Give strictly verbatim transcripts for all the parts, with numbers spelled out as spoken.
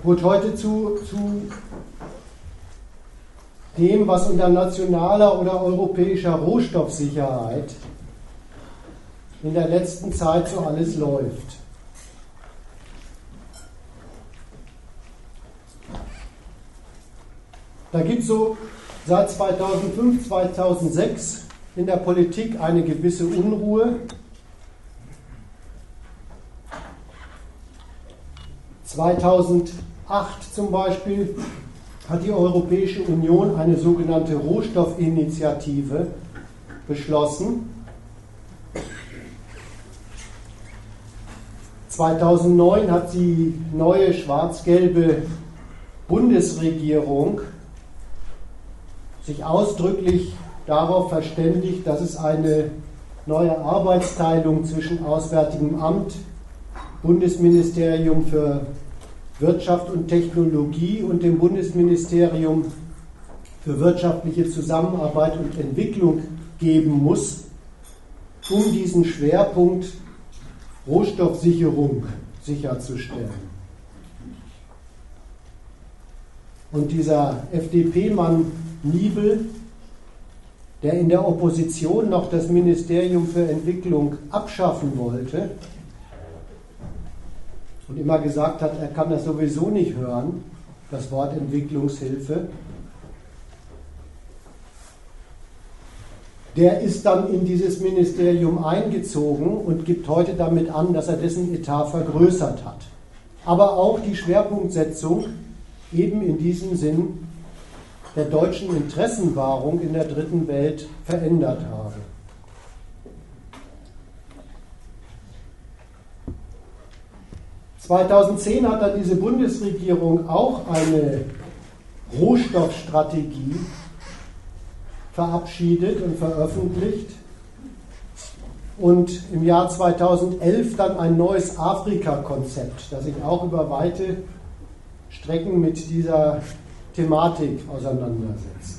Gut, heute zu, zu dem, was unter nationaler oder europäischer Rohstoffsicherheit in der letzten Zeit so alles läuft. Da gibt es so seit zweitausendfünf, zweitausendsechs in der Politik eine gewisse Unruhe. zweitausendacht zum Beispiel hat die Europäische Union eine sogenannte Rohstoffinitiative beschlossen. zweitausendneun hat die neue schwarz-gelbe Bundesregierung sich ausdrücklich darauf verständigt, dass es eine neue Arbeitsteilung zwischen Auswärtigem Amt, Bundesministerium für Wirtschaft und Technologie und dem Bundesministerium für wirtschaftliche Zusammenarbeit und Entwicklung geben muss, um diesen Schwerpunkt Rohstoffsicherung sicherzustellen. Und dieser F D P-Mann Niebel, der in der Opposition noch das Ministerium für Entwicklung abschaffen wollte und immer gesagt hat, er kann das sowieso nicht hören, das Wort Entwicklungshilfe, der ist dann in dieses Ministerium eingezogen und gibt heute damit an, dass er dessen Etat vergrößert hat. Aber auch die Schwerpunktsetzung eben in diesem Sinn der deutschen Interessenwahrung in der dritten Welt verändert habe. zweitausendzehn hat dann diese Bundesregierung auch eine Rohstoffstrategie verabschiedet und veröffentlicht und im Jahr zweitausendelf dann ein neues Afrika-Konzept, das sich auch über weite Strecken mit dieser Thematik auseinandersetzt.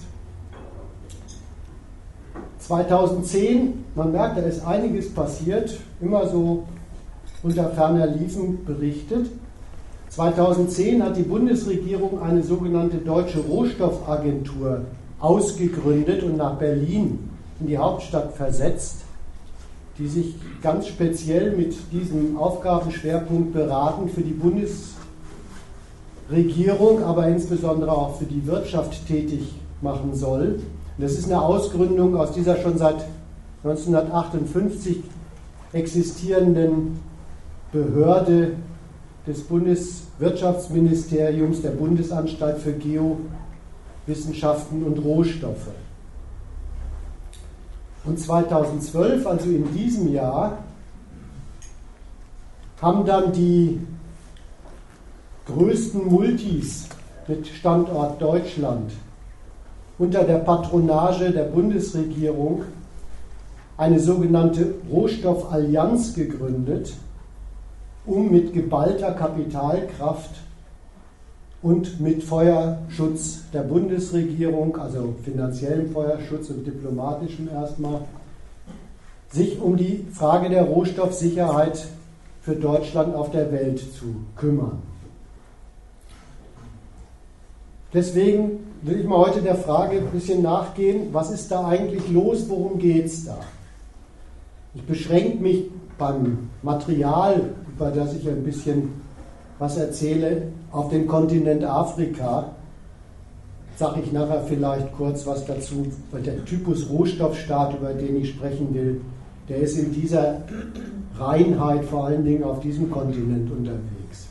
zweitausendzehn, man merkt, da ist einiges passiert, immer so unter ferner Liefen berichtet. zweitausendzehn hat die Bundesregierung eine sogenannte Deutsche Rohstoffagentur ausgegründet und nach Berlin in die Hauptstadt versetzt, die sich ganz speziell mit diesem Aufgabenschwerpunkt beratend für die Bundesregierung, aber insbesondere auch für die Wirtschaft tätig machen soll. Und das ist eine Ausgründung aus dieser schon seit neunzehnhundertachtundfünfzig existierenden Behörde des Bundeswirtschaftsministeriums, der Bundesanstalt für Geowissenschaften und Rohstoffe. Und zweitausendzwölf, also in diesem Jahr, haben dann die größten Multis mit Standort Deutschland unter der Patronage der Bundesregierung eine sogenannte Rohstoffallianz gegründet, um mit geballter Kapitalkraft und mit Feuerschutz der Bundesregierung, also finanziellem Feuerschutz und diplomatischem erstmal, sich um die Frage der Rohstoffsicherheit für Deutschland auf der Welt zu kümmern. Deswegen will ich mal heute der Frage ein bisschen nachgehen, was ist da eigentlich los, worum geht es da? Ich beschränke mich beim Material, über das ich ein bisschen was erzähle, auf den Kontinent Afrika. Sage ich nachher vielleicht kurz was dazu, weil der Typus Rohstoffstaat, über den ich sprechen will, der ist in dieser Reinheit vor allen Dingen auf diesem Kontinent unterwegs.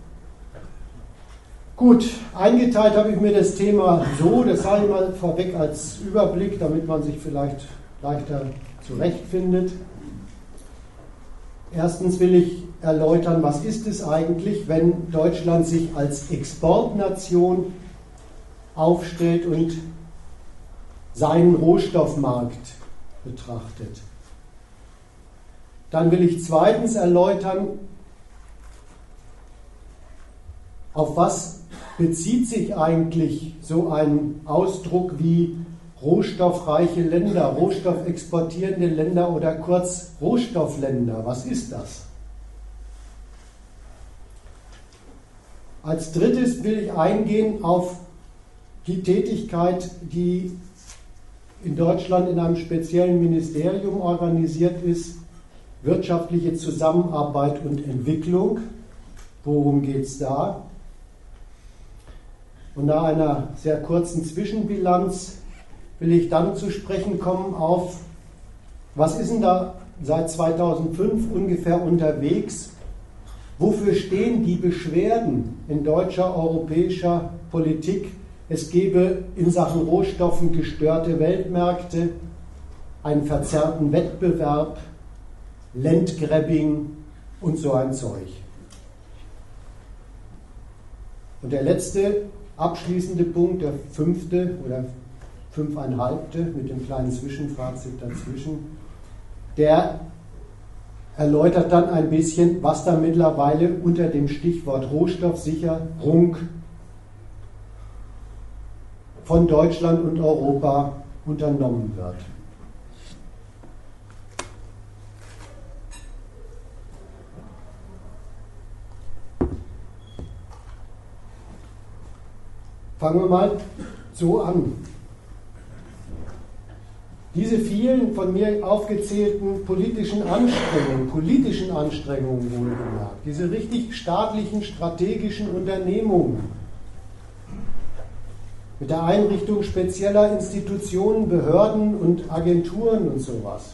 Gut, eingeteilt habe ich mir das Thema so, das sage ich mal vorweg als Überblick, damit man sich vielleicht leichter zurechtfindet. Erstens will ich erläutern, was ist es eigentlich, wenn Deutschland sich als Exportnation aufstellt und seinen Rohstoffmarkt betrachtet. Dann will ich zweitens erläutern, auf was bezieht sich eigentlich so ein Ausdruck wie rohstoffreiche Länder, rohstoffexportierende Länder oder kurz Rohstoffländer. Was ist das? Als drittes will ich eingehen auf die Tätigkeit, die in Deutschland in einem speziellen Ministerium organisiert ist, wirtschaftliche Zusammenarbeit und Entwicklung. Worum geht es da? Und nach einer sehr kurzen Zwischenbilanz will ich dann zu sprechen kommen auf, was ist denn da seit zweitausendfünf ungefähr unterwegs? Wofür stehen die Beschwerden in deutscher, europäischer Politik? Es gebe in Sachen Rohstoffen gestörte Weltmärkte, einen verzerrten Wettbewerb, Landgrabbing und so ein Zeug. Und der letzte abschließende Punkt, der fünfte oder fünfeinhalbte mit dem kleinen Zwischenfazit dazwischen, der erläutert dann ein bisschen, was da mittlerweile unter dem Stichwort Rohstoffsicherung von Deutschland und Europa unternommen wird. Fangen wir mal so an. Diese vielen von mir aufgezählten politischen Anstrengungen, politischen Anstrengungen wohlgemerkt, diese richtig staatlichen, strategischen Unternehmungen mit der Einrichtung spezieller Institutionen, Behörden und Agenturen und sowas,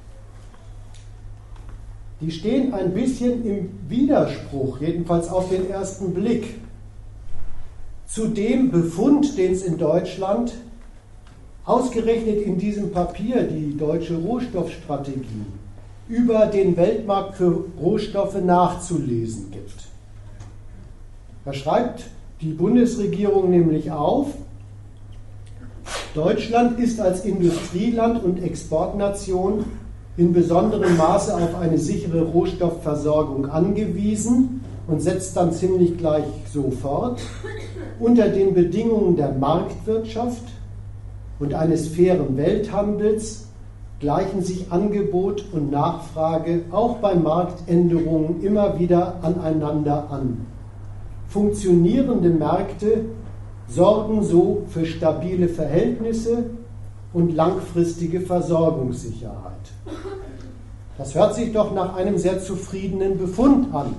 die stehen ein bisschen im Widerspruch, jedenfalls auf den ersten Blick, zu dem Befund, den es in Deutschland ausgerechnet in diesem Papier, die deutsche Rohstoffstrategie, über den Weltmarkt für Rohstoffe nachzulesen gibt. Da schreibt die Bundesregierung nämlich auf, Deutschland ist als Industrieland und Exportnation in besonderem Maße auf eine sichere Rohstoffversorgung angewiesen und setzt dann ziemlich gleich so fort, unter den Bedingungen der Marktwirtschaft und eines fairen Welthandels gleichen sich Angebot und Nachfrage auch bei Marktänderungen immer wieder aneinander an. Funktionierende Märkte sorgen so für stabile Verhältnisse und langfristige Versorgungssicherheit. Das hört sich doch nach einem sehr zufriedenen Befund an.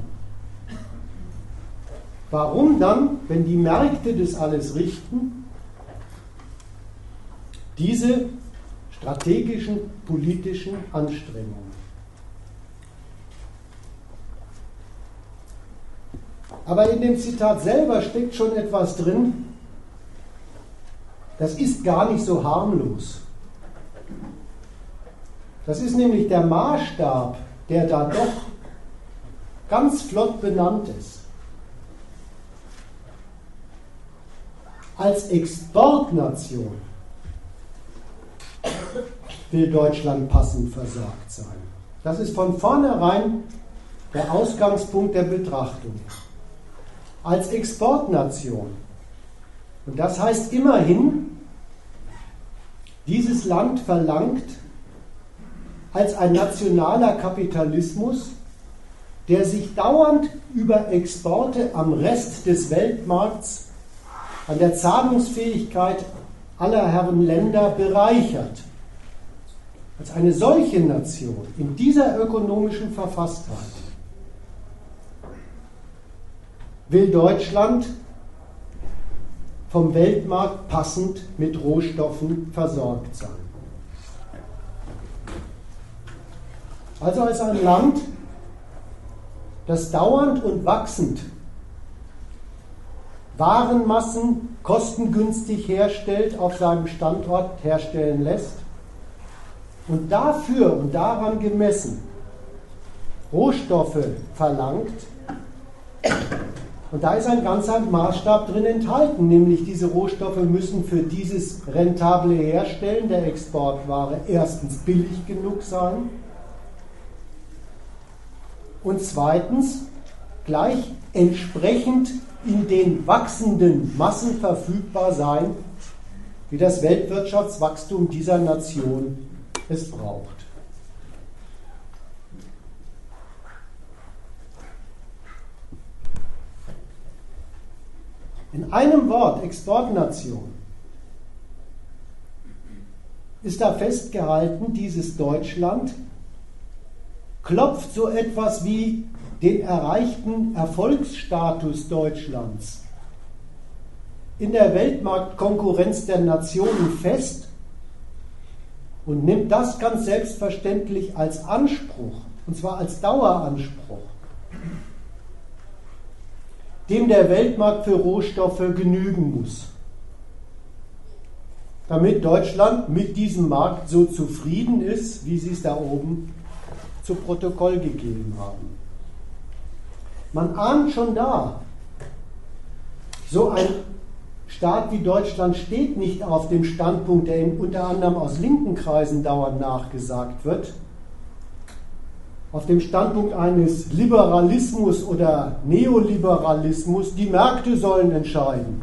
Warum dann, wenn die Märkte das alles richten, diese strategischen politischen Anstrengungen? Aber in dem Zitat selber steckt schon etwas drin, das ist gar nicht so harmlos. Das ist nämlich der Maßstab, der da doch ganz flott benannt ist. Als Exportnation will Deutschland passend versorgt sein. Das ist von vornherein der Ausgangspunkt der Betrachtung. Als Exportnation. Und das heißt immerhin, dieses Land verlangt als ein nationaler Kapitalismus, der sich dauernd über Exporte am Rest des Weltmarkts, an der Zahlungsfähigkeit aller Herren Länder bereichert. Als eine solche Nation in dieser ökonomischen Verfasstheit will Deutschland vom Weltmarkt passend mit Rohstoffen versorgt sein. Also als ein Land, das dauernd und wachsend Warenmassen kostengünstig herstellt, auf seinem Standort herstellen lässt und dafür und daran gemessen Rohstoffe verlangt. Und da ist ein ganzer Maßstab drin enthalten, nämlich diese Rohstoffe müssen für dieses rentable Herstellen der Exportware erstens billig genug sein und zweitens gleich entsprechend in den wachsenden Massen verfügbar sein, wie das Weltwirtschaftswachstum dieser Nation es braucht. In einem Wort, Exportnation, ist da festgehalten, dieses Deutschland klopft so etwas wie den erreichten Erfolgsstatus Deutschlands in der Weltmarktkonkurrenz der Nationen fest und nimmt das ganz selbstverständlich als Anspruch, und zwar als Daueranspruch, dem der Weltmarkt für Rohstoffe genügen muss, damit Deutschland mit diesem Markt so zufrieden ist, wie Sie es da oben zu Protokoll gegeben haben. Man ahnt schon da, so ein Staat wie Deutschland steht nicht auf dem Standpunkt, der ihm unter anderem aus linken Kreisen dauernd nachgesagt wird, auf dem Standpunkt eines Liberalismus oder Neoliberalismus, die Märkte sollen entscheiden.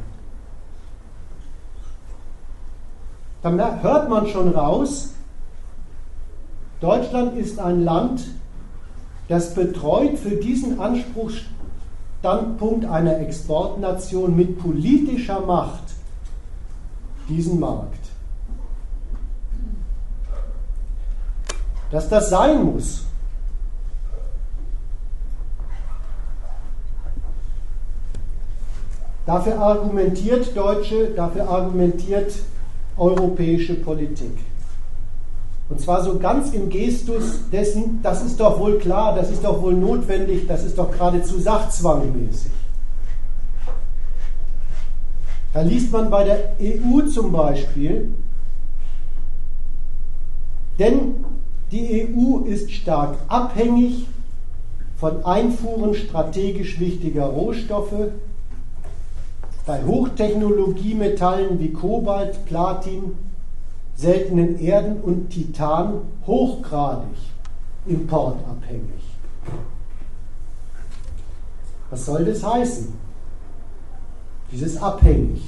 Da hört man schon raus, Deutschland ist ein Land, das betreut für diesen Anspruchsstandpunkt einer Exportnation mit politischer Macht diesen Markt. Dass das sein muss, dafür argumentiert deutsche, dafür argumentiert europäische Politik. Und zwar so ganz im Gestus dessen, das ist doch wohl klar, das ist doch wohl notwendig, das ist doch geradezu sachzwangmäßig. Da liest man bei der E U zum Beispiel, denn die E U ist stark abhängig von Einfuhren strategisch wichtiger Rohstoffe, bei Hochtechnologiemetallen wie Kobalt, Platin, seltenen Erden und Titan hochgradig importabhängig. Was soll das heißen? Dieses abhängig.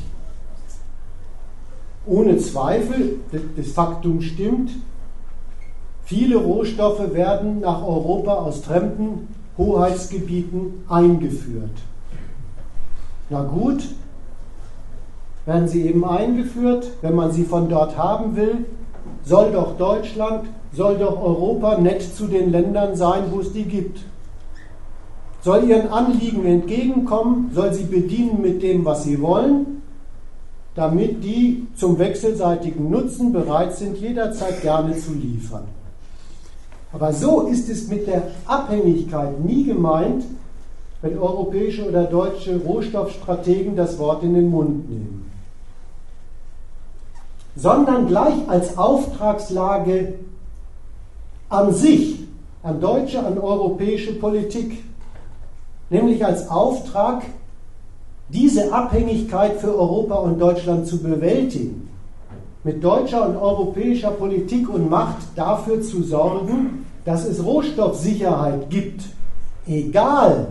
Ohne Zweifel, das Faktum stimmt, viele Rohstoffe werden nach Europa aus fremden Hoheitsgebieten eingeführt. Na gut, werden sie eben eingeführt, wenn man sie von dort haben will, soll doch Deutschland, soll doch Europa nett zu den Ländern sein, wo es die gibt. Soll ihren Anliegen entgegenkommen, soll sie bedienen mit dem, was sie wollen, damit die zum wechselseitigen Nutzen bereit sind, jederzeit gerne zu liefern. Aber so ist es mit der Abhängigkeit nie gemeint, wenn europäische oder deutsche Rohstoffstrategen das Wort in den Mund nehmen. Sondern gleich als Auftragslage an sich, an deutsche, an europäische Politik, nämlich als Auftrag, diese Abhängigkeit für Europa und Deutschland zu bewältigen, mit deutscher und europäischer Politik und Macht dafür zu sorgen, dass es Rohstoffsicherheit gibt, egal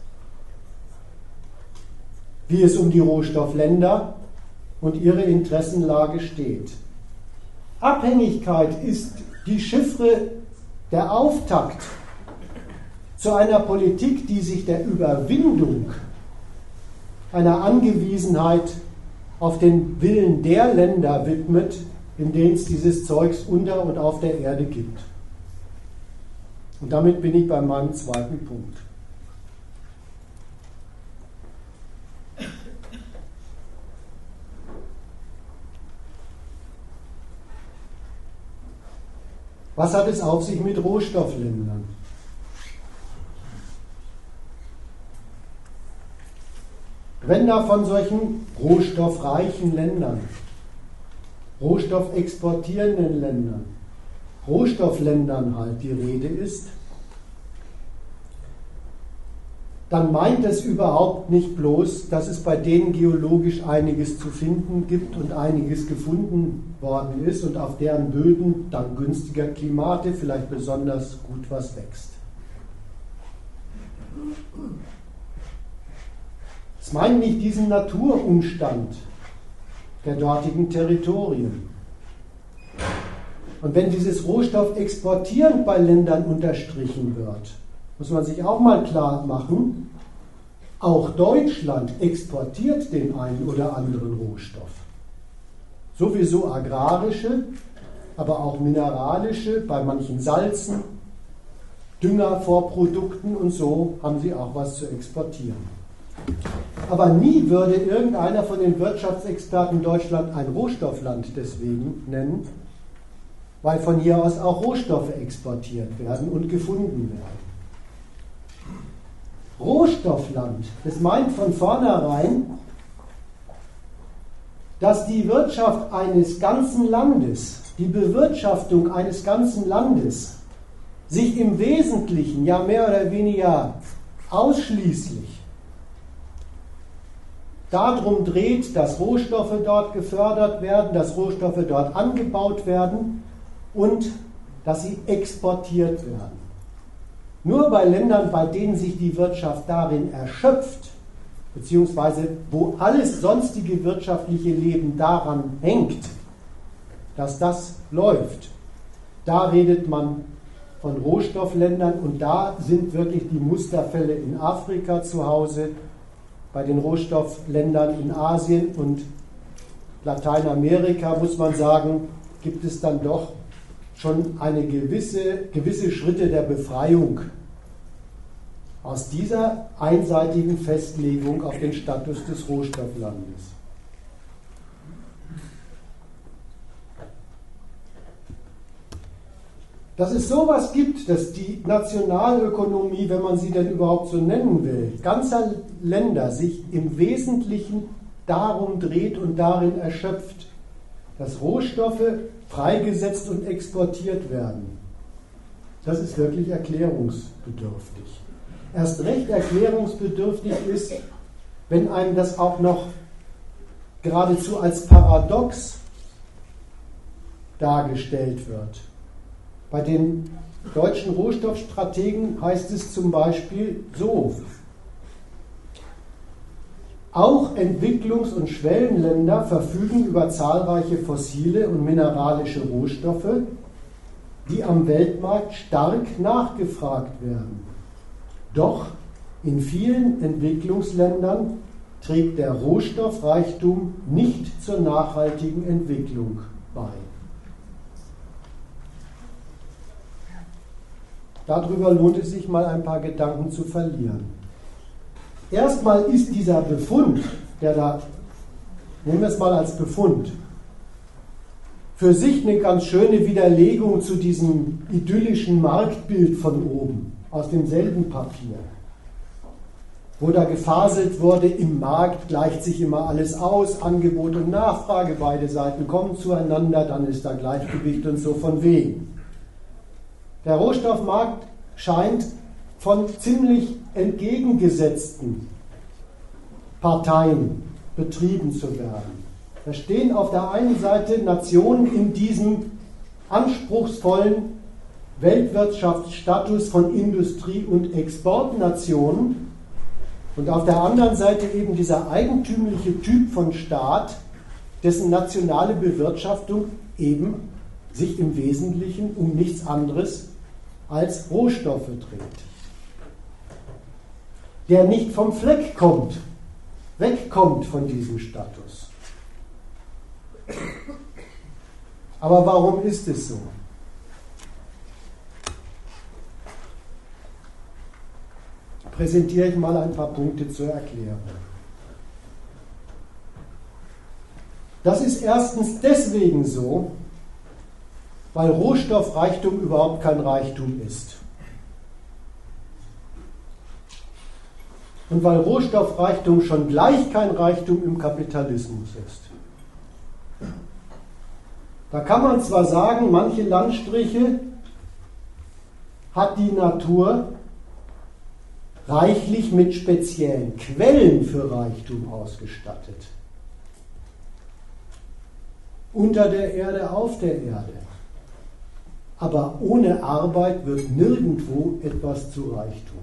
wie es um die Rohstoffländer und ihre Interessenlage steht. Abhängigkeit ist die Chiffre, der Auftakt zu einer Politik, die sich der Überwindung einer Angewiesenheit auf den Willen der Länder widmet, in denen es dieses Zeugs unter und auf der Erde gibt. Und damit bin ich bei meinem zweiten Punkt. Was hat es auf sich mit Rohstoffländern? Wenn da von solchen rohstoffreichen Ländern, rohstoffexportierenden Ländern, Rohstoffländern halt die Rede ist, dann meint es überhaupt nicht bloß, dass es bei denen geologisch einiges zu finden gibt und einiges gefunden worden ist und auf deren Böden dank günstiger Klimate vielleicht besonders gut was wächst. Es meint nicht diesen Naturumstand der dortigen Territorien. Und wenn dieses Rohstoffexportieren bei Ländern unterstrichen wird, muss man sich auch mal klar machen, Auch Deutschland exportiert den einen oder anderen Rohstoff. Sowieso agrarische, aber auch mineralische, bei manchen Salzen, Düngervorprodukten und so haben sie auch was zu exportieren. Aber nie würde irgendeiner von den Wirtschaftsexperten Deutschland ein Rohstoffland deswegen nennen, weil von hier aus auch Rohstoffe exportiert werden und gefunden werden. Rohstoffland, das meint von vornherein, dass die Wirtschaft eines ganzen Landes, die Bewirtschaftung eines ganzen Landes sich im Wesentlichen, ja mehr oder weniger ausschließlich darum dreht, dass Rohstoffe dort gefördert werden, dass Rohstoffe dort angebaut werden und dass sie exportiert werden. Nur bei Ländern, bei denen sich die Wirtschaft darin erschöpft, beziehungsweise wo alles sonstige wirtschaftliche Leben daran hängt, dass das läuft, da redet man von Rohstoffländern und da sind wirklich die Musterfälle in Afrika zu Hause, bei den Rohstoffländern in Asien und Lateinamerika, muss man sagen, gibt es dann doch schon eine gewisse, gewisse Schritte der Befreiung aus dieser einseitigen Festlegung auf den Status des Rohstofflandes. Dass es sowas gibt, dass die Nationalökonomie, wenn man sie denn überhaupt so nennen will, ganzer Länder sich im Wesentlichen darum dreht und darin erschöpft, dass Rohstoffe freigesetzt und exportiert werden. Das ist wirklich erklärungsbedürftig. Erst recht erklärungsbedürftig ist, wenn einem das auch noch geradezu als paradox dargestellt wird. Bei den deutschen Rohstoffstrategen heißt es zum Beispiel so: Auch Entwicklungs- und Schwellenländer verfügen über zahlreiche fossile und mineralische Rohstoffe, die am Weltmarkt stark nachgefragt werden. Doch in vielen Entwicklungsländern trägt der Rohstoffreichtum nicht zur nachhaltigen Entwicklung bei. Darüber lohnt es sich mal ein paar Gedanken zu verlieren. Erstmal ist dieser Befund, der da, nehmen wir es mal als Befund, für sich eine ganz schöne Widerlegung zu diesem idyllischen Marktbild von oben, aus demselben Papier, wo da gefaselt wurde, im Markt gleicht sich immer alles aus, Angebot und Nachfrage, beide Seiten kommen zueinander, dann ist da Gleichgewicht und so von wegen. Der Rohstoffmarkt scheint von ziemlich entgegengesetzten Parteien betrieben zu werden. Da stehen auf der einen Seite Nationen in diesem anspruchsvollen Weltwirtschaftsstatus von Industrie- und Exportnationen und auf der anderen Seite eben dieser eigentümliche Typ von Staat, dessen nationale Bewirtschaftung eben sich im Wesentlichen um nichts anderes als Rohstoffe dreht. Der nicht vom Fleck kommt, wegkommt von diesem Status. Aber warum ist es so? Präsentiere ich mal ein paar Punkte zur Erklärung. Das ist erstens deswegen so, weil Rohstoffreichtum überhaupt kein Reichtum ist. Und weil Rohstoffreichtum schon gleich kein Reichtum im Kapitalismus ist. Da kann man zwar sagen, manche Landstriche hat die Natur reichlich mit speziellen Quellen für Reichtum ausgestattet. Unter der Erde, auf der Erde. Aber ohne Arbeit wird nirgendwo etwas zu Reichtum.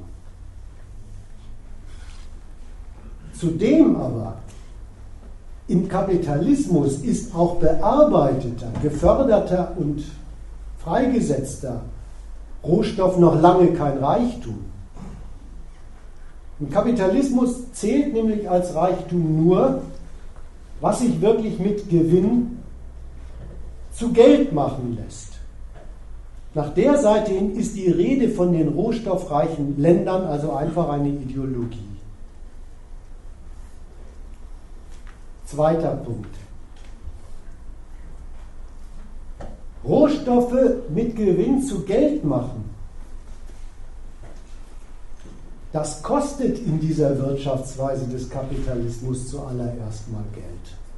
Zudem aber, im Kapitalismus ist auch bearbeiteter, geförderter und freigesetzter Rohstoff noch lange kein Reichtum. Im Kapitalismus zählt nämlich als Reichtum nur, was sich wirklich mit Gewinn zu Geld machen lässt. Nach der Seite hin ist die Rede von den rohstoffreichen Ländern also einfach eine Ideologie. Zweiter Punkt. Rohstoffe mit Gewinn zu Geld machen. Das kostet in dieser Wirtschaftsweise des Kapitalismus zuallererst mal Geld.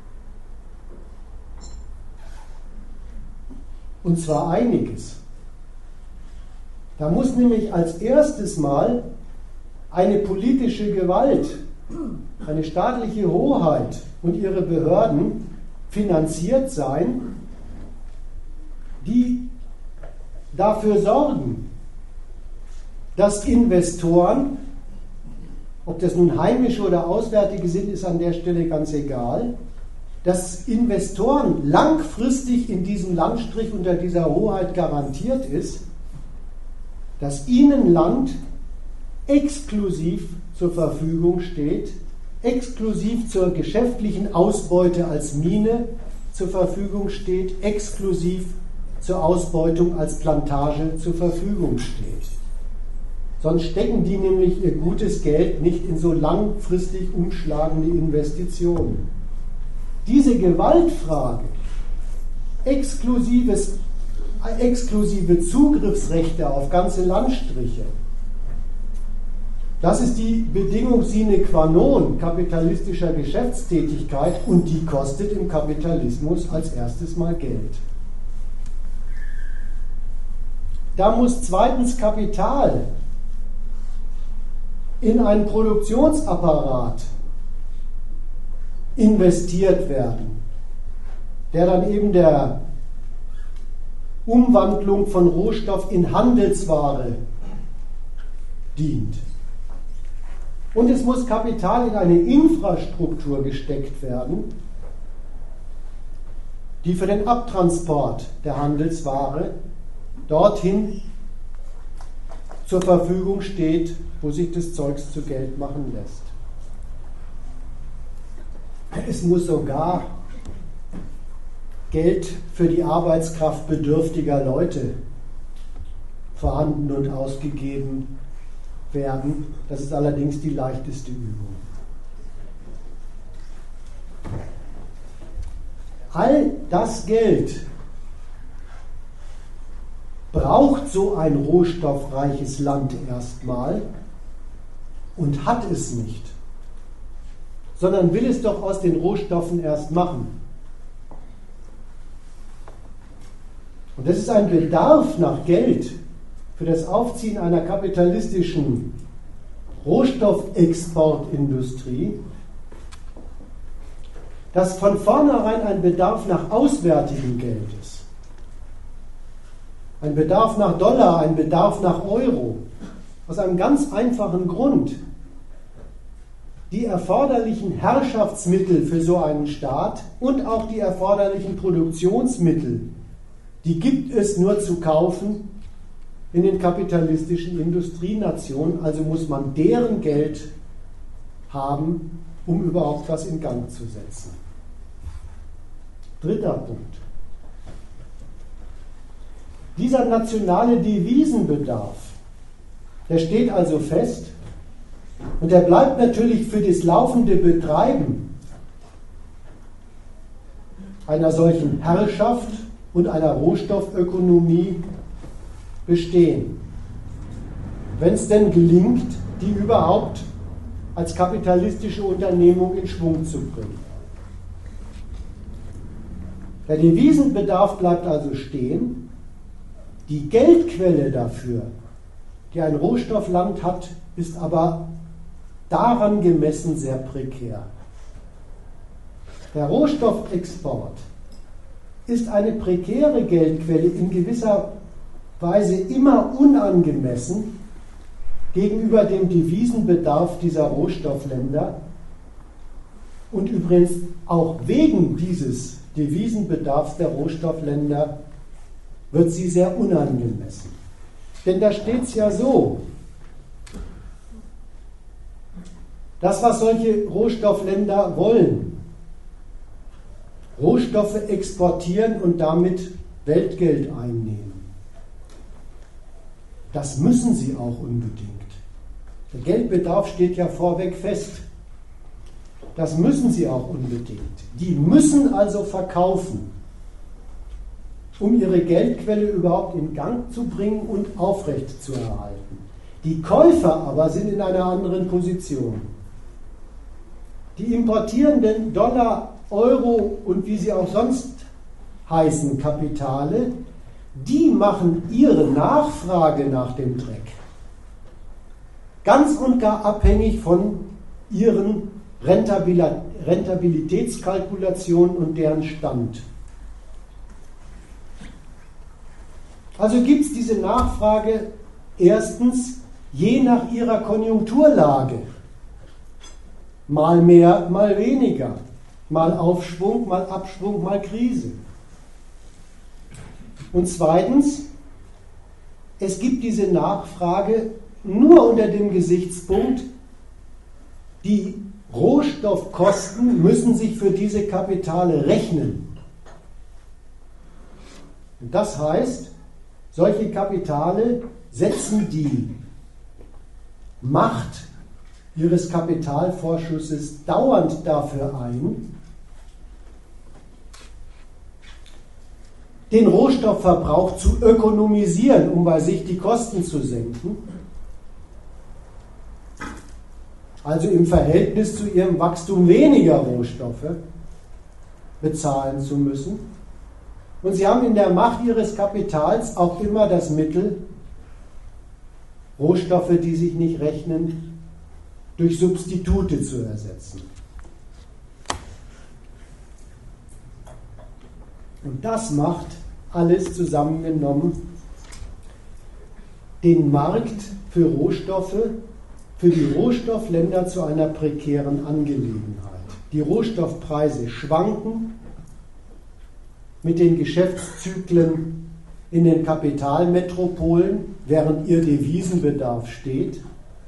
Und zwar einiges. Da muss nämlich als erstes Mal eine politische Gewalt, eine staatliche Hoheit und ihre Behörden finanziert sein, die dafür sorgen, dass Investoren, ob das nun heimische oder auswärtige sind, ist an der Stelle ganz egal, dass Investoren langfristig in diesem Landstrich unter dieser Hoheit garantiert ist, dass ihnen Land exklusiv zur Verfügung steht, exklusiv zur geschäftlichen Ausbeute als Mine zur Verfügung steht, exklusiv zur Ausbeutung als Plantage zur Verfügung steht. Sonst stecken die nämlich ihr gutes Geld nicht in so langfristig umschlagende Investitionen. Diese Gewaltfrage, exklusives, exklusive Zugriffsrechte auf ganze Landstriche, das ist die Bedingung sine qua non kapitalistischer Geschäftstätigkeit und die kostet im Kapitalismus als erstes mal Geld. Da muss zweitens Kapital in einen Produktionsapparat investiert werden, der dann eben der Umwandlung von Rohstoff in Handelsware dient. Und es muss Kapital in eine Infrastruktur gesteckt werden, die für den Abtransport der Handelsware dorthin zur Verfügung steht, wo sich das Zeugs zu Geld machen lässt. Es muss sogar Geld für die Arbeitskraft bedürftiger Leute vorhanden und ausgegeben werden. Das ist allerdings die leichteste Übung. All das Geld braucht so ein rohstoffreiches Land erstmal und hat es nicht, sondern will es doch aus den Rohstoffen erst machen. Und das ist ein Bedarf nach Geld für das Aufziehen einer kapitalistischen Rohstoffexportindustrie, das von vornherein ein Bedarf nach auswärtigem Geld ist. Ein Bedarf nach Dollar, ein Bedarf nach Euro. Aus einem ganz einfachen Grund. Die erforderlichen Herrschaftsmittel für so einen Staat und auch die erforderlichen Produktionsmittel, die gibt es nur zu kaufen in den kapitalistischen Industrienationen, also muss man deren Geld haben, um überhaupt was in Gang zu setzen. Dritter Punkt. Dieser nationale Devisenbedarf, der steht also fest und der bleibt natürlich für das laufende Betreiben einer solchen Herrschaft und einer Rohstoffökonomie bestehen. Wenn es denn gelingt, die überhaupt als kapitalistische Unternehmung in Schwung zu bringen. Der Devisenbedarf bleibt also stehen. Die Geldquelle dafür, die ein Rohstoffland hat, ist aber daran gemessen sehr prekär. Der Rohstoffexport ist eine prekäre Geldquelle, in gewisser Weise immer unangemessen gegenüber dem Devisenbedarf dieser Rohstoffländer und übrigens auch wegen dieses Devisenbedarfs der Rohstoffländer wird sie sehr unangemessen. Denn da steht es ja so, Das, was solche Rohstoffländer wollen, Rohstoffe exportieren und damit Weltgeld einnehmen, das müssen sie auch unbedingt. Der Geldbedarf steht ja vorweg fest. Das müssen sie auch unbedingt. Die müssen also verkaufen, um ihre Geldquelle überhaupt in Gang zu bringen und aufrecht zu erhalten. Die Käufer aber sind in einer anderen Position. Die importierenden Dollar, Euro und wie sie auch sonst heißen Kapitale, die machen ihre Nachfrage nach dem Dreck ganz und gar abhängig von ihren Rentabilitätskalkulationen und deren Stand. Also gibt es diese Nachfrage erstens je nach ihrer Konjunkturlage. Mal mehr, mal weniger. Mal Aufschwung, mal Abschwung, mal Krise. Und zweitens, es gibt diese Nachfrage nur unter dem Gesichtspunkt, die Rohstoffkosten müssen sich für diese Kapitale rechnen. Und das heißt, solche Kapitale setzen die Macht ihres Kapitalvorschusses dauernd dafür ein, den Rohstoffverbrauch zu ökonomisieren, um bei sich die Kosten zu senken, also im Verhältnis zu ihrem Wachstum weniger Rohstoffe bezahlen zu müssen. Und sie haben in der Macht ihres Kapitals auch immer das Mittel, Rohstoffe, die sich nicht rechnen, durch Substitute zu ersetzen. Und das macht alles zusammengenommen den Markt für Rohstoffe, für die Rohstoffländer zu einer prekären Angelegenheit. Die Rohstoffpreise schwanken mit den Geschäftszyklen in den Kapitalmetropolen, während ihr Devisenbedarf steht.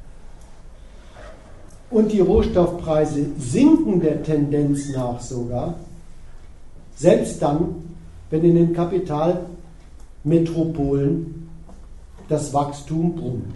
Und die Rohstoffpreise sinken der Tendenz nach sogar, selbst dann, wenn in den Kapitalmetropolen das Wachstum brummt.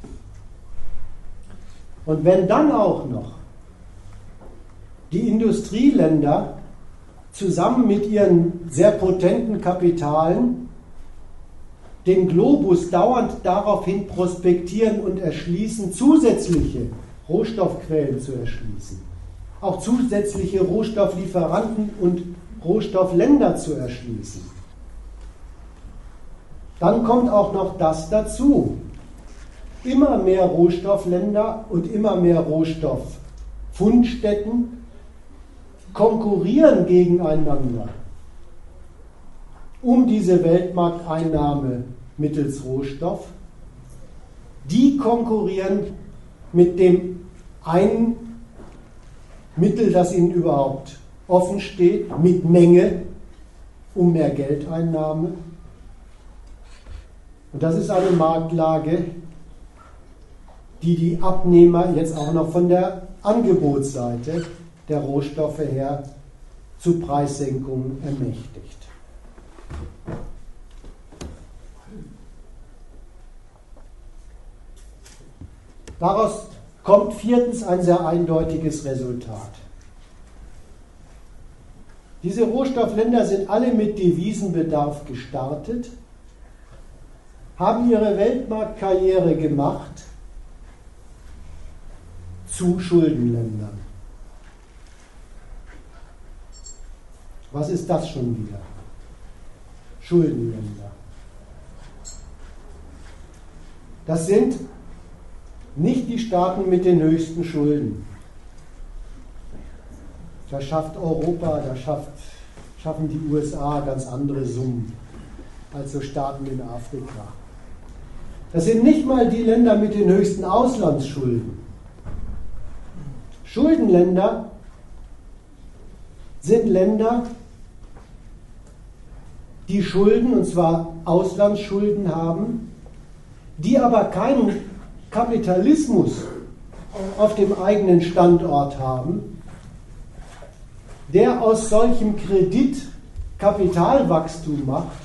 Und wenn dann auch noch die Industrieländer zusammen mit ihren sehr potenten Kapitalen den Globus dauernd daraufhin prospektieren und erschließen, zusätzliche Rohstoffquellen zu erschließen, auch zusätzliche Rohstofflieferanten und Rohstoffländer zu erschließen, dann kommt auch noch das dazu. Immer mehr Rohstoffländer und immer mehr Rohstofffundstätten konkurrieren gegeneinander um diese Weltmarkteinnahme mittels Rohstoff. Die konkurrieren mit dem einen Mittel, das ihnen überhaupt offen steht, mit Menge um mehr Geldeinnahme. Und das ist eine Marktlage, die die Abnehmer jetzt auch noch von der Angebotsseite der Rohstoffe her zu Preissenkungen ermächtigt. Daraus kommt viertens ein sehr eindeutiges Resultat. Diese Rohstoffländer sind alle mit Devisenbedarf gestartet, haben ihre Weltmarktkarriere gemacht zu Schuldenländern. Was ist das schon wieder? Schuldenländer. Das sind nicht die Staaten mit den höchsten Schulden. Da schafft Europa, da schafft, schaffen die U S A ganz andere Summen als so Staaten in Afrika. Das sind nicht mal die Länder mit den höchsten Auslandsschulden. Schuldenländer sind Länder, die Schulden, und zwar Auslandsschulden haben, die aber keinen Kapitalismus auf dem eigenen Standort haben, der aus solchem Kredit Kapitalwachstum macht,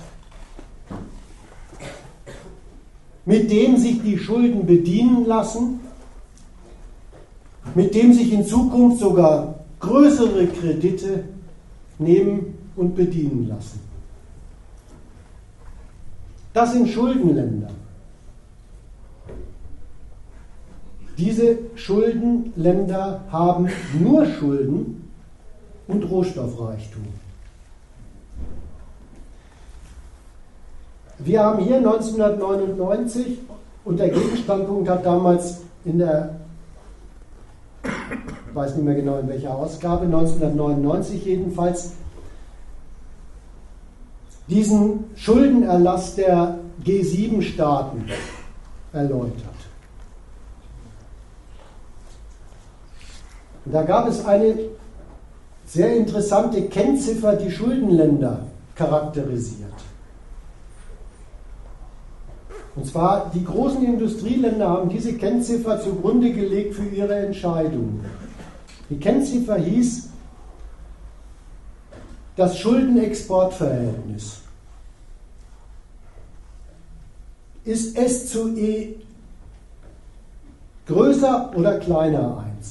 mit dem sich die Schulden bedienen lassen, mit dem sich in Zukunft sogar größere Kredite nehmen und bedienen lassen. Das sind Schuldenländer. Diese Schuldenländer haben nur Schulden und Rohstoffreichtum. Wir haben hier neunzehnhundertneunundneunzig, und der Gegenstandpunkt hat damals in der, ich weiß nicht mehr genau in welcher Ausgabe, neunzehnhundertneunundneunzig jedenfalls, diesen Schuldenerlass der G sieben Staaten erläutert. Und da gab es eine sehr interessante Kennziffer, die Schuldenländer charakterisiert. Und zwar, die großen Industrieländer haben diese Kennziffer zugrunde gelegt für ihre Entscheidungen. Die Kennziffer hieß das Schuldenexportverhältnis. Ist S zu E größer oder kleiner eins?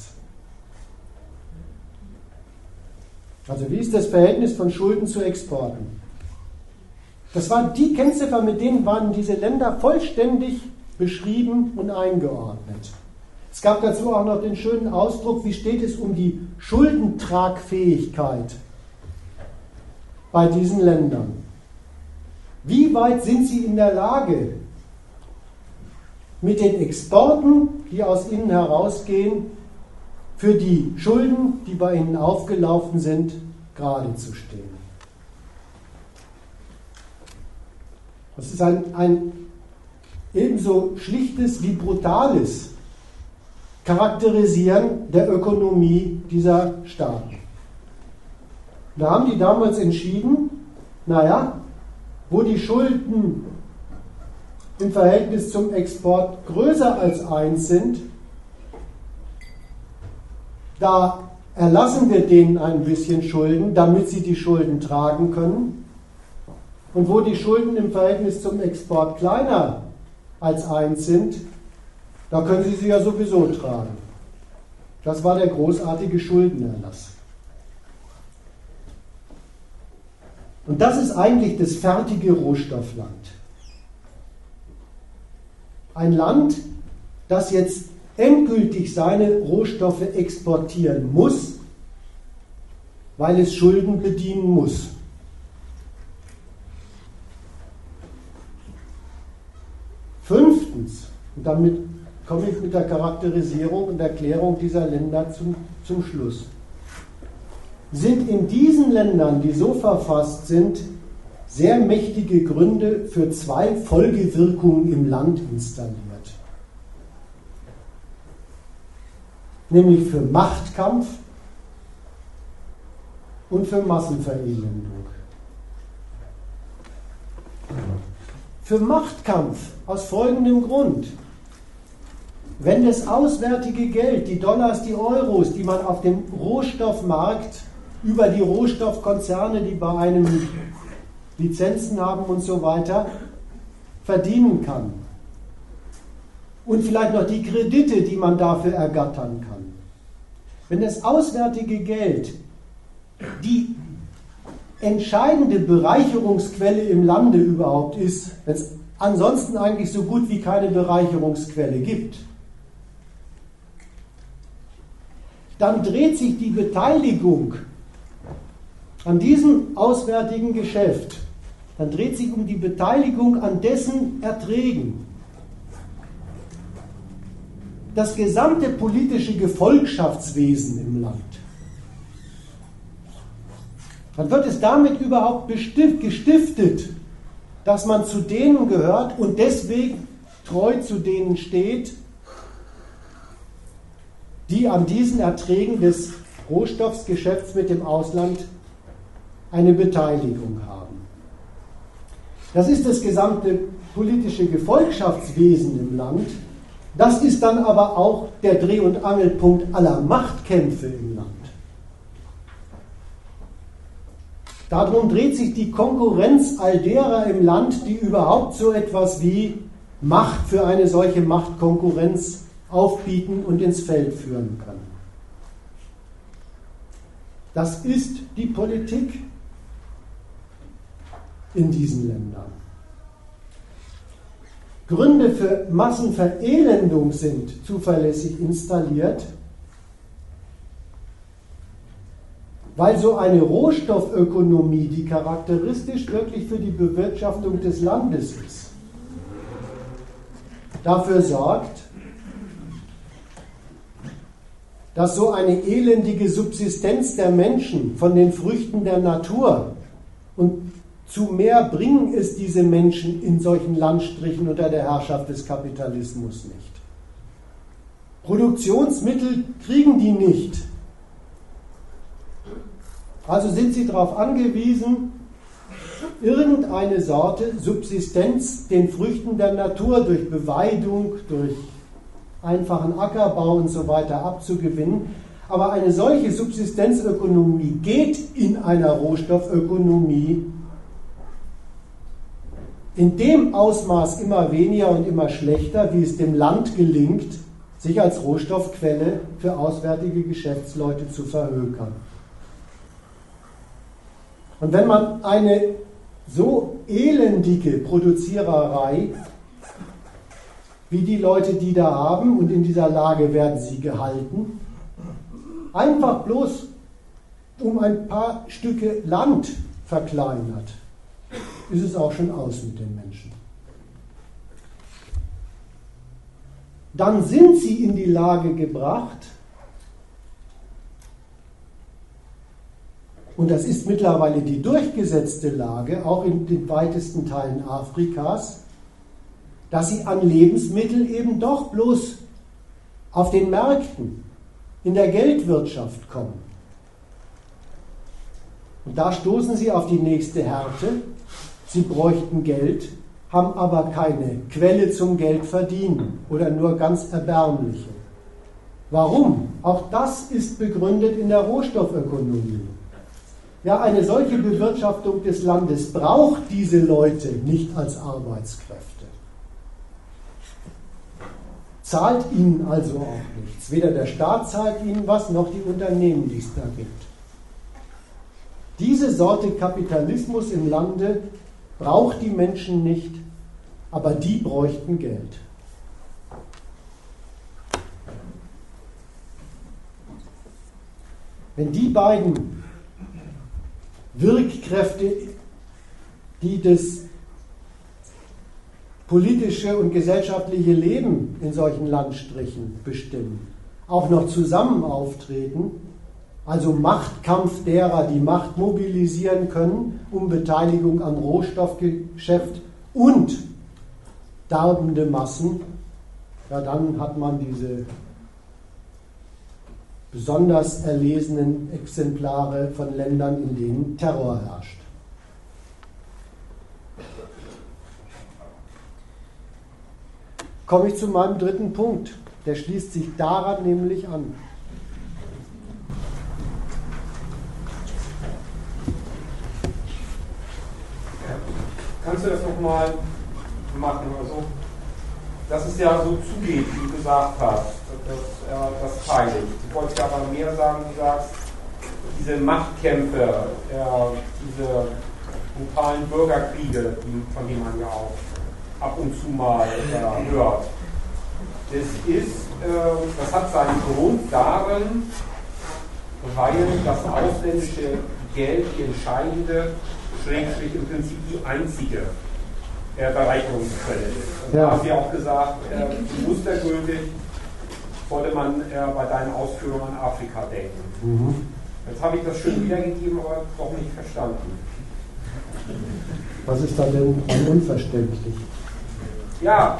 Also wie ist das Verhältnis von Schulden zu Exporten? Das war die Kennziffer, mit denen waren diese Länder vollständig beschrieben und eingeordnet. Es gab dazu auch noch den schönen Ausdruck, wie steht es um die Schuldentragfähigkeit bei diesen Ländern? Wie weit sind sie in der Lage, mit den Exporten, die aus ihnen herausgehen, für die Schulden, die bei ihnen aufgelaufen sind, gerade zu stehen? Das ist ein, ein ebenso schlichtes wie brutales Charakterisieren der Ökonomie dieser Staaten. Da haben die damals entschieden, naja, wo die Schulden im Verhältnis zum Export größer als eins sind, da erlassen wir denen ein bisschen Schulden, damit sie die Schulden tragen können. Und wo die Schulden im Verhältnis zum Export kleiner als eins sind, da können sie sie ja sowieso tragen. Das war der großartige Schuldenerlass. Und das ist eigentlich das fertige Rohstoffland. Ein Land, das jetzt endgültig seine Rohstoffe exportieren muss, weil es Schulden bedienen muss. Fünftens, und damit komme ich mit der Charakterisierung und Erklärung dieser Länder zum, zum Schluss, sind in diesen Ländern, die so verfasst sind, sehr mächtige Gründe für zwei Folgewirkungen im Land installiert. Nämlich für Machtkampf und für Massenverelendung. Für Machtkampf aus folgendem Grund. Wenn das auswärtige Geld, die Dollars, die Euros, die man auf dem Rohstoffmarkt über die Rohstoffkonzerne, die bei einem Lizenzen haben und so weiter, verdienen kann, und vielleicht noch die Kredite, die man dafür ergattern kann. Wenn das auswärtige Geld die entscheidende Bereicherungsquelle im Lande überhaupt ist, wenn es ansonsten eigentlich so gut wie keine Bereicherungsquelle gibt, dann dreht sich die Beteiligung an diesem auswärtigen Geschäft, dann dreht sich um die Beteiligung an dessen Erträgen. Das gesamte politische Gefolgschaftswesen im Land. Dann wird es damit überhaupt gestiftet, dass man zu denen gehört und deswegen treu zu denen steht, die an diesen Erträgen des Rohstoffsgeschäfts mit dem Ausland eine Beteiligung haben. Das ist das gesamte politische Gefolgschaftswesen im Land, Das ist dann aber auch der Dreh- und Angelpunkt aller Machtkämpfe im Land. Darum dreht sich die Konkurrenz all derer im Land, die überhaupt so etwas wie Macht für eine solche Machtkonkurrenz aufbieten und ins Feld führen können. Das ist die Politik in diesen Ländern. Gründe für Massenverelendung sind zuverlässig installiert, weil so eine Rohstoffökonomie, die charakteristisch wirklich für die Bewirtschaftung des Landes ist, dafür sorgt, dass so eine elendige Subsistenz der Menschen von den Früchten der Natur, und zu mehr bringen es diese Menschen in solchen Landstrichen unter der Herrschaft des Kapitalismus nicht. Produktionsmittel kriegen die nicht. Also sind sie darauf angewiesen, irgendeine Sorte Subsistenz den Früchten der Natur durch Beweidung, durch einfachen Ackerbau und so weiter abzugewinnen. Aber eine solche Subsistenzökonomie geht in einer Rohstoffökonomie in dem Ausmaß immer weniger und immer schlechter, wie es dem Land gelingt, sich als Rohstoffquelle für auswärtige Geschäftsleute zu verhökern. Und wenn man eine so elendige Produziererei, wie die Leute, die da haben, und in dieser Lage werden sie gehalten, einfach bloß um ein paar Stücke Land verkleinert, ist es auch schon aus mit den Menschen. Dann sind sie in die Lage gebracht, und das ist mittlerweile die durchgesetzte Lage, auch in den weitesten Teilen Afrikas, dass sie an Lebensmittel eben doch bloß auf den Märkten, in der Geldwirtschaft kommen. Und da stoßen sie auf die nächste Härte. Sie bräuchten Geld, haben aber keine Quelle zum Geldverdienen oder nur ganz erbärmliche. Warum? Auch das ist begründet in der Rohstoffökonomie. Ja, eine solche Bewirtschaftung des Landes braucht diese Leute nicht als Arbeitskräfte. Zahlt ihnen also auch nichts. Weder der Staat zahlt ihnen was, noch die Unternehmen, die es da gibt. Diese Sorte Kapitalismus im Lande braucht die Menschen nicht, aber die bräuchten Geld. Wenn die beiden Wirkkräfte, die das politische und gesellschaftliche Leben in solchen Landstrichen bestimmen, auch noch zusammen auftreten, also Machtkampf derer, die Macht mobilisieren können, um Beteiligung am Rohstoffgeschäft und darbende Massen, ja, dann hat man diese besonders erlesenen Exemplare von Ländern, in denen Terror herrscht. Komme ich zu meinem dritten Punkt. Der schließt sich daran nämlich an. Kannst du das nochmal machen? Also, dass es ja so zugeht, wie du gesagt hast, dass er das teilt. Du wolltest ja aber mehr sagen, du sagst, diese Machtkämpfe, ja, diese brutalen Bürgerkriege, die, von denen man ja auch ab und zu mal äh, hört. Das ist, äh, das hat seinen Grund darin, weil das ausländische Geld die entscheidende, schrägstrich im Prinzip die einzige äh, Bereicherungsquelle ist. Und ja. Da hast du ja auch gesagt, äh, mustergültig wollte man äh, bei deinen Ausführungen an Afrika denken. Mhm. Jetzt habe ich das schön wiedergegeben, aber doch nicht verstanden. Was ist da denn an unverständlich? Ja.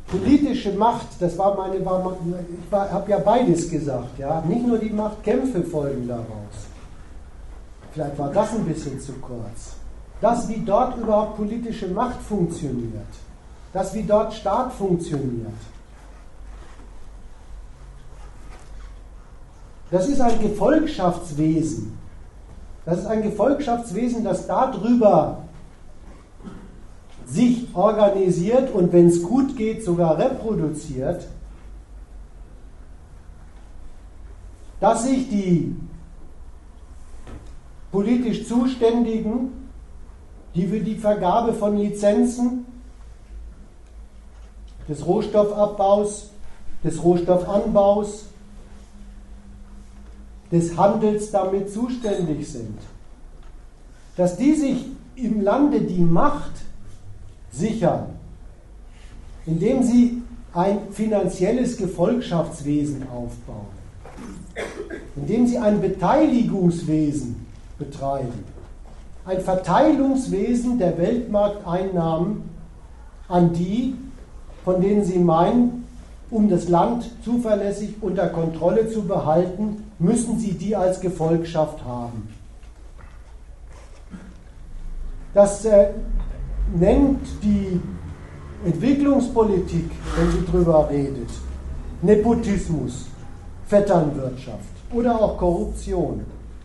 politische Macht, das war meine, war, ich habe ja beides gesagt, ja, nicht nur die Machtkämpfe folgen daraus. Vielleicht war das ein bisschen zu kurz. Das, wie dort überhaupt politische Macht funktioniert, das, wie dort Staat funktioniert, das ist ein Gefolgschaftswesen. Das ist ein Gefolgschaftswesen, das darüber sich organisiert und, wenn es gut geht, sogar reproduziert, dass sich die politisch Zuständigen, die für die Vergabe von Lizenzen, des Rohstoffabbaus, des Rohstoffanbaus, des Handels damit zuständig sind, dass die sich im Lande die Macht sichern, indem sie ein finanzielles Gefolgschaftswesen aufbauen, indem sie ein Beteiligungswesen betreiben, ein Verteilungswesen der Weltmarkteinnahmen an die, von denen sie meinen, um das Land zuverlässig unter Kontrolle zu behalten, müssen sie die als Gefolgschaft haben. Das äh, nennt die Entwicklungspolitik, wenn sie drüber redet, Nepotismus, Vetternwirtschaft oder auch Korruption.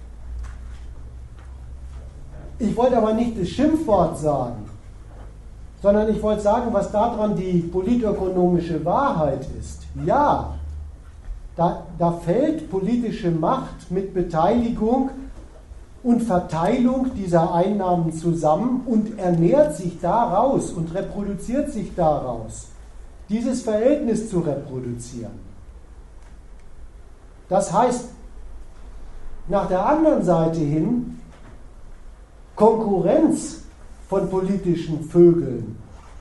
Ich wollte aber nicht das Schimpfwort sagen, sondern ich wollte sagen, was daran die politökonomische Wahrheit ist. Ja, da, da fällt politische Macht mit Beteiligung und Verteilung dieser Einnahmen zusammen und ernährt sich daraus und reproduziert sich daraus, dieses Verhältnis zu reproduzieren. Das heißt, nach der anderen Seite hin, Konkurrenz von politischen Vögeln.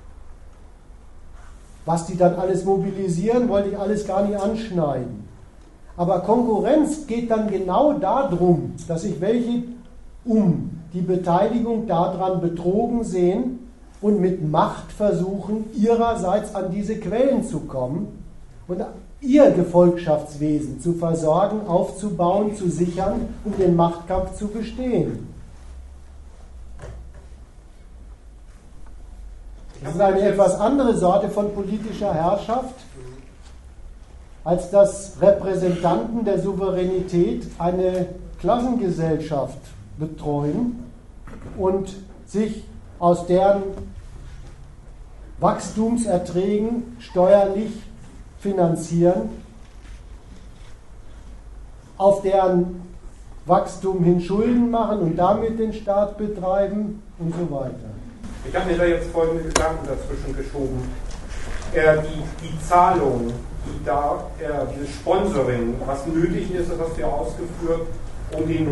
Was die dann alles mobilisieren, wollte ich alles gar nicht anschneiden. Aber Konkurrenz geht dann genau darum, dass sich welche um die Beteiligung daran betrogen sehen und mit Macht versuchen, ihrerseits an diese Quellen zu kommen und ihr Gefolgschaftswesen zu versorgen, aufzubauen, zu sichern, um den Machtkampf zu bestehen. Das ist eine etwas andere Sorte von politischer Herrschaft, als dass Repräsentanten der Souveränität eine Klassengesellschaft betreuen und sich aus deren Wachstumserträgen steuerlich finanzieren, auf deren Wachstum hin Schulden machen und damit den Staat betreiben und so weiter. Ich habe mir da jetzt folgende Gedanken dazwischen geschoben. Äh, die, die Zahlung, die da, äh, dieses Sponsoring, was nötig ist, das hast du ja ausgeführt, um den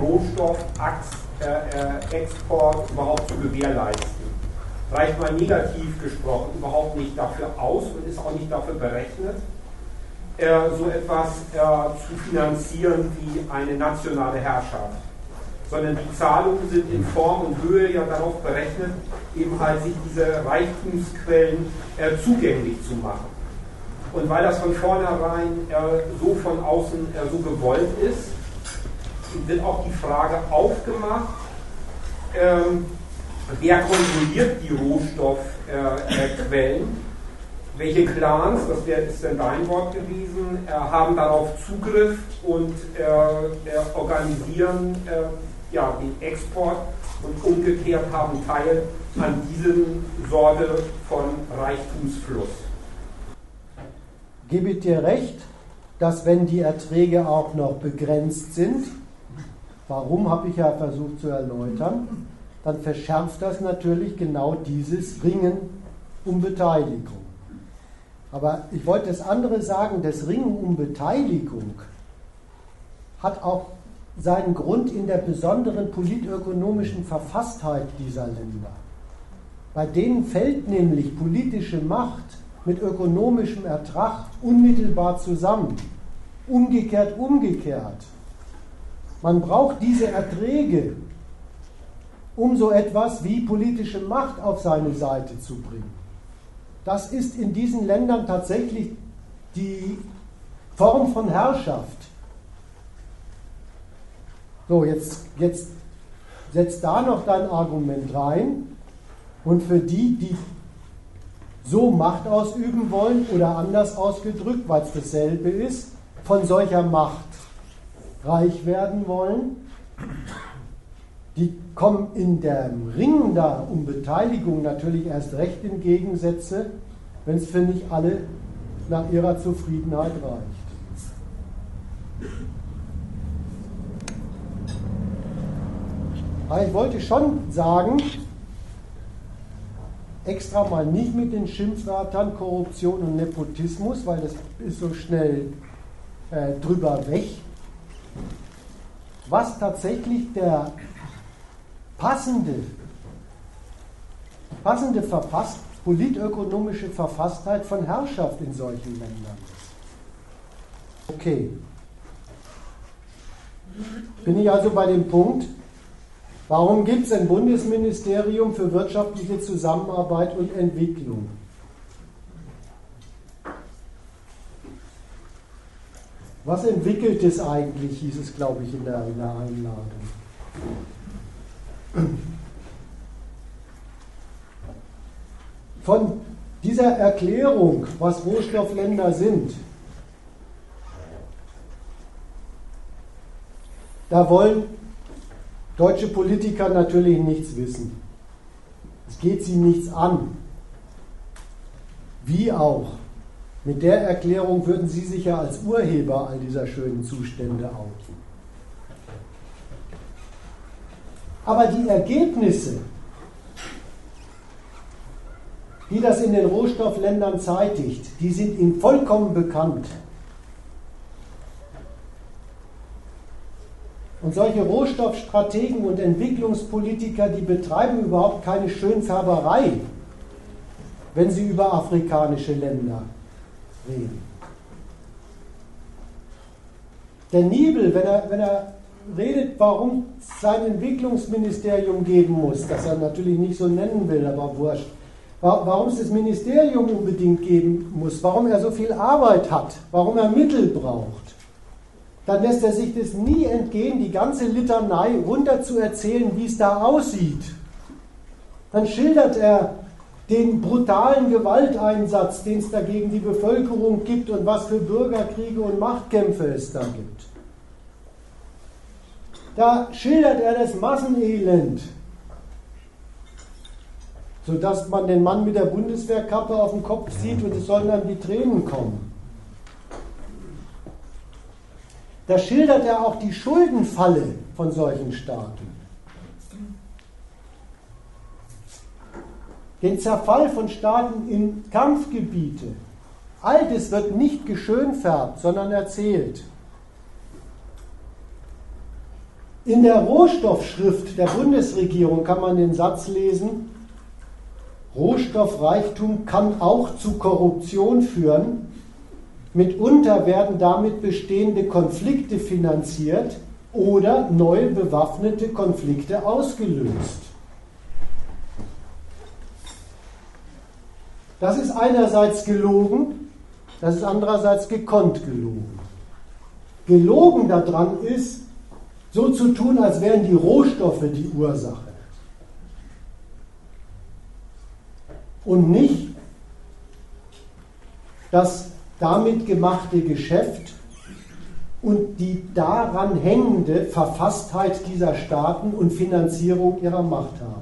Rohstoffexport überhaupt zu gewährleisten, reicht mal negativ gesprochen überhaupt nicht dafür aus und ist auch nicht dafür berechnet, äh, so etwas äh, zu finanzieren wie eine nationale Herrschaft. Sondern die Zahlungen sind in Form und Höhe ja darauf berechnet, eben halt sich diese Reichtumsquellen äh, zugänglich zu machen. Und weil das von vornherein äh, so von außen äh, so gewollt ist, wird auch die Frage aufgemacht, ähm, wer kontrolliert die Rohstoffquellen, äh, welche Clans, das wär, ist denn dein Wort gewesen, äh, haben darauf Zugriff und äh, äh, organisieren äh, ja, den Export und umgekehrt haben Teil an diesem Sorte von Reichtumsfluss. Gebe ich dir recht, dass wenn die Erträge auch noch begrenzt sind, warum habe ich ja versucht zu erläutern, dann verschärft das natürlich genau dieses Ringen um Beteiligung. Aber ich wollte das andere sagen, das Ringen um Beteiligung hat auch seinen Grund in der besonderen politökonomischen Verfasstheit dieser Länder. Bei denen fällt nämlich politische Macht mit ökonomischem Ertrag unmittelbar zusammen. Umgekehrt, umgekehrt. Man braucht diese Erträge, um so etwas wie politische Macht auf seine Seite zu bringen. das ist in diesen Ländern tatsächlich die Form von Herrschaft. So, jetzt, jetzt setzt da noch dein Argument rein und für die, die so Macht ausüben wollen oder anders ausgedrückt, weil es dasselbe ist, von solcher Macht reich werden wollen, die kommen in dem Ringen da um Beteiligung natürlich erst recht in Gegensätze, wenn es für nicht alle nach ihrer Zufriedenheit reicht. Aber ich wollte schon sagen, extra mal nicht mit den Schimpfwörtern Korruption und Nepotismus, weil das ist so schnell äh, drüber weg. Was tatsächlich der passende, passende Verfasst, politökonomische Verfasstheit von Herrschaft in solchen Ländern ist. Okay. Bin ich also bei dem Punkt, warum gibt es ein Bundesministerium für wirtschaftliche Zusammenarbeit und Entwicklung? Was entwickelt es eigentlich, hieß es, glaube ich, in der, in der Einladung. Von dieser Erklärung, was Rohstoffländer sind, da wollen deutsche Politiker natürlich nichts wissen. Es geht sie nichts an. Wie auch. Mit der Erklärung würden sie sich ja als Urheber all dieser schönen Zustände outen. Aber die Ergebnisse, die das in den Rohstoffländern zeitigt, die sind ihnen vollkommen bekannt. Und solche Rohstoffstrategen und Entwicklungspolitiker, die betreiben überhaupt keine Schönfärberei, wenn sie über afrikanische Länder reden. Der Niebel, wenn er, wenn er redet, warum es sein Entwicklungsministerium geben muss, das er natürlich nicht so nennen will, aber wurscht, warum es das Ministerium unbedingt geben muss, warum er so viel Arbeit hat, warum er Mittel braucht, dann lässt er sich das nie entgehen, die ganze Litanei runter zu erzählen, wie es da aussieht. Dann schildert er den brutalen Gewalteinsatz, den es da gegen die Bevölkerung gibt und was für Bürgerkriege und Machtkämpfe es da gibt. Da schildert er das Massenelend, sodass man den Mann mit der Bundeswehrkappe auf dem Kopf sieht und es sollen dann die Tränen kommen. Da schildert er auch die Schuldenfalle von solchen Staaten. Den Zerfall von Staaten in Kampfgebiete. All das wird nicht geschönfärbt, sondern erzählt. In der Rohstoffschrift der Bundesregierung kann man den Satz lesen: Rohstoffreichtum kann auch zu Korruption führen. Mitunter werden damit bestehende Konflikte finanziert oder neue bewaffnete Konflikte ausgelöst. Das ist einerseits gelogen, das ist andererseits gekonnt gelogen. Gelogen daran ist, so zu tun, als wären die Rohstoffe die Ursache. Und nicht das damit gemachte Geschäft und die daran hängende Verfasstheit dieser Staaten und Finanzierung ihrer Machthaber.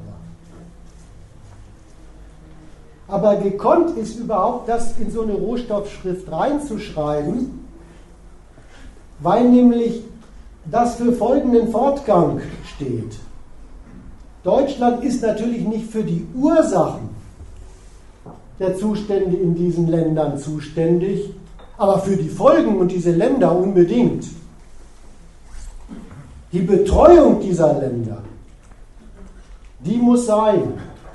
Aber gekonnt ist überhaupt, das in so eine Rohstoffschrift reinzuschreiben, weil nämlich das für folgenden Fortgang steht. Deutschland ist natürlich nicht für die Ursachen der Zustände in diesen Ländern zuständig, aber für die Folgen und diese Länder unbedingt. Die Betreuung dieser Länder, die muss sein.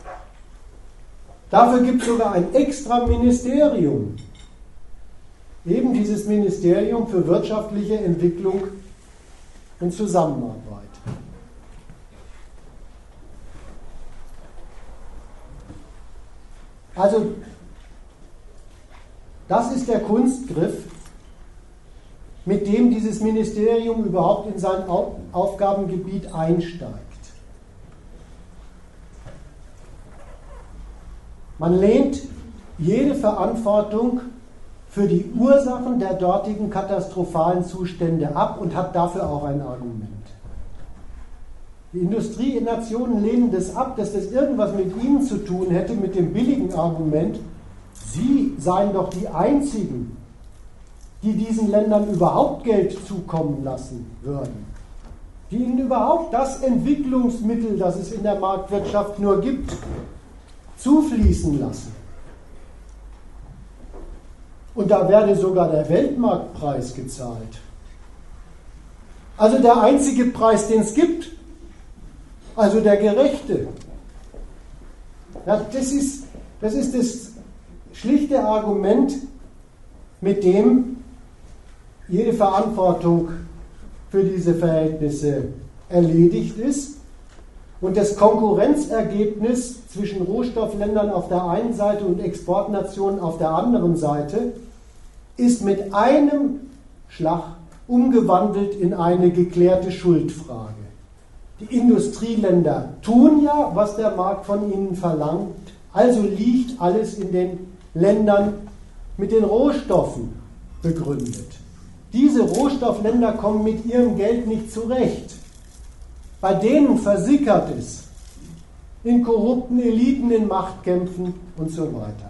Dafür gibt es sogar ein extra Ministerium. Eben dieses Ministerium für wirtschaftliche Entwicklung und Zusammenarbeit. Also Das ist der Kunstgriff, mit dem dieses Ministerium überhaupt in sein Aufgabengebiet einsteigt. Man lehnt jede Verantwortung für die Ursachen der dortigen katastrophalen Zustände ab und hat dafür auch ein Argument. Die Industrienationen lehnen das ab, dass das irgendwas mit ihnen zu tun hätte, mit dem billigen Argument, sie seien doch die Einzigen, die diesen Ländern überhaupt Geld zukommen lassen würden, die ihnen überhaupt das Entwicklungsmittel, das es in der Marktwirtschaft nur gibt, zufließen lassen. Und da werde sogar der Weltmarktpreis gezahlt. Also der einzige Preis, den es gibt, also der gerechte. Ja, das ist, das ist das schlichte Argument, mit dem jede Verantwortung für diese Verhältnisse erledigt ist und das Konkurrenzergebnis zwischen Rohstoffländern auf der einen Seite und Exportnationen auf der anderen Seite ist mit einem Schlag umgewandelt in eine geklärte Schuldfrage. Die Industrieländer tun ja, was der Markt von ihnen verlangt, also liegt alles in den Ländern mit den Rohstoffen begründet. Diese Rohstoffländer kommen mit ihrem Geld nicht zurecht. Bei denen versickert es in korrupten Eliten, in Machtkämpfen und so weiter.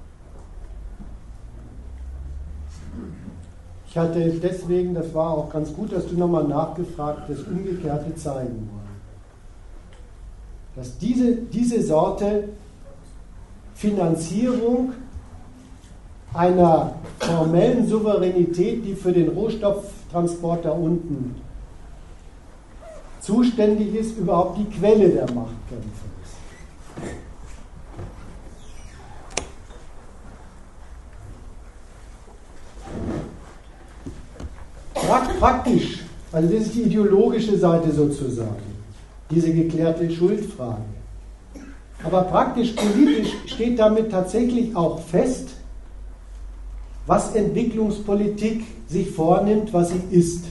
Ich hatte deswegen, das war auch ganz gut, dass du nochmal nachgefragt hast, das Umgekehrte zeigen wollen. Dass diese, diese Sorte Finanzierung einer formellen Souveränität, die für den Rohstofftransport da unten zuständig ist, überhaupt die Quelle der Machtkämpfe ist. Praktisch, also das ist die ideologische Seite sozusagen, diese geklärte Schuldfrage. Aber praktisch politisch steht damit tatsächlich auch fest, was Entwicklungspolitik sich vornimmt, was sie ist.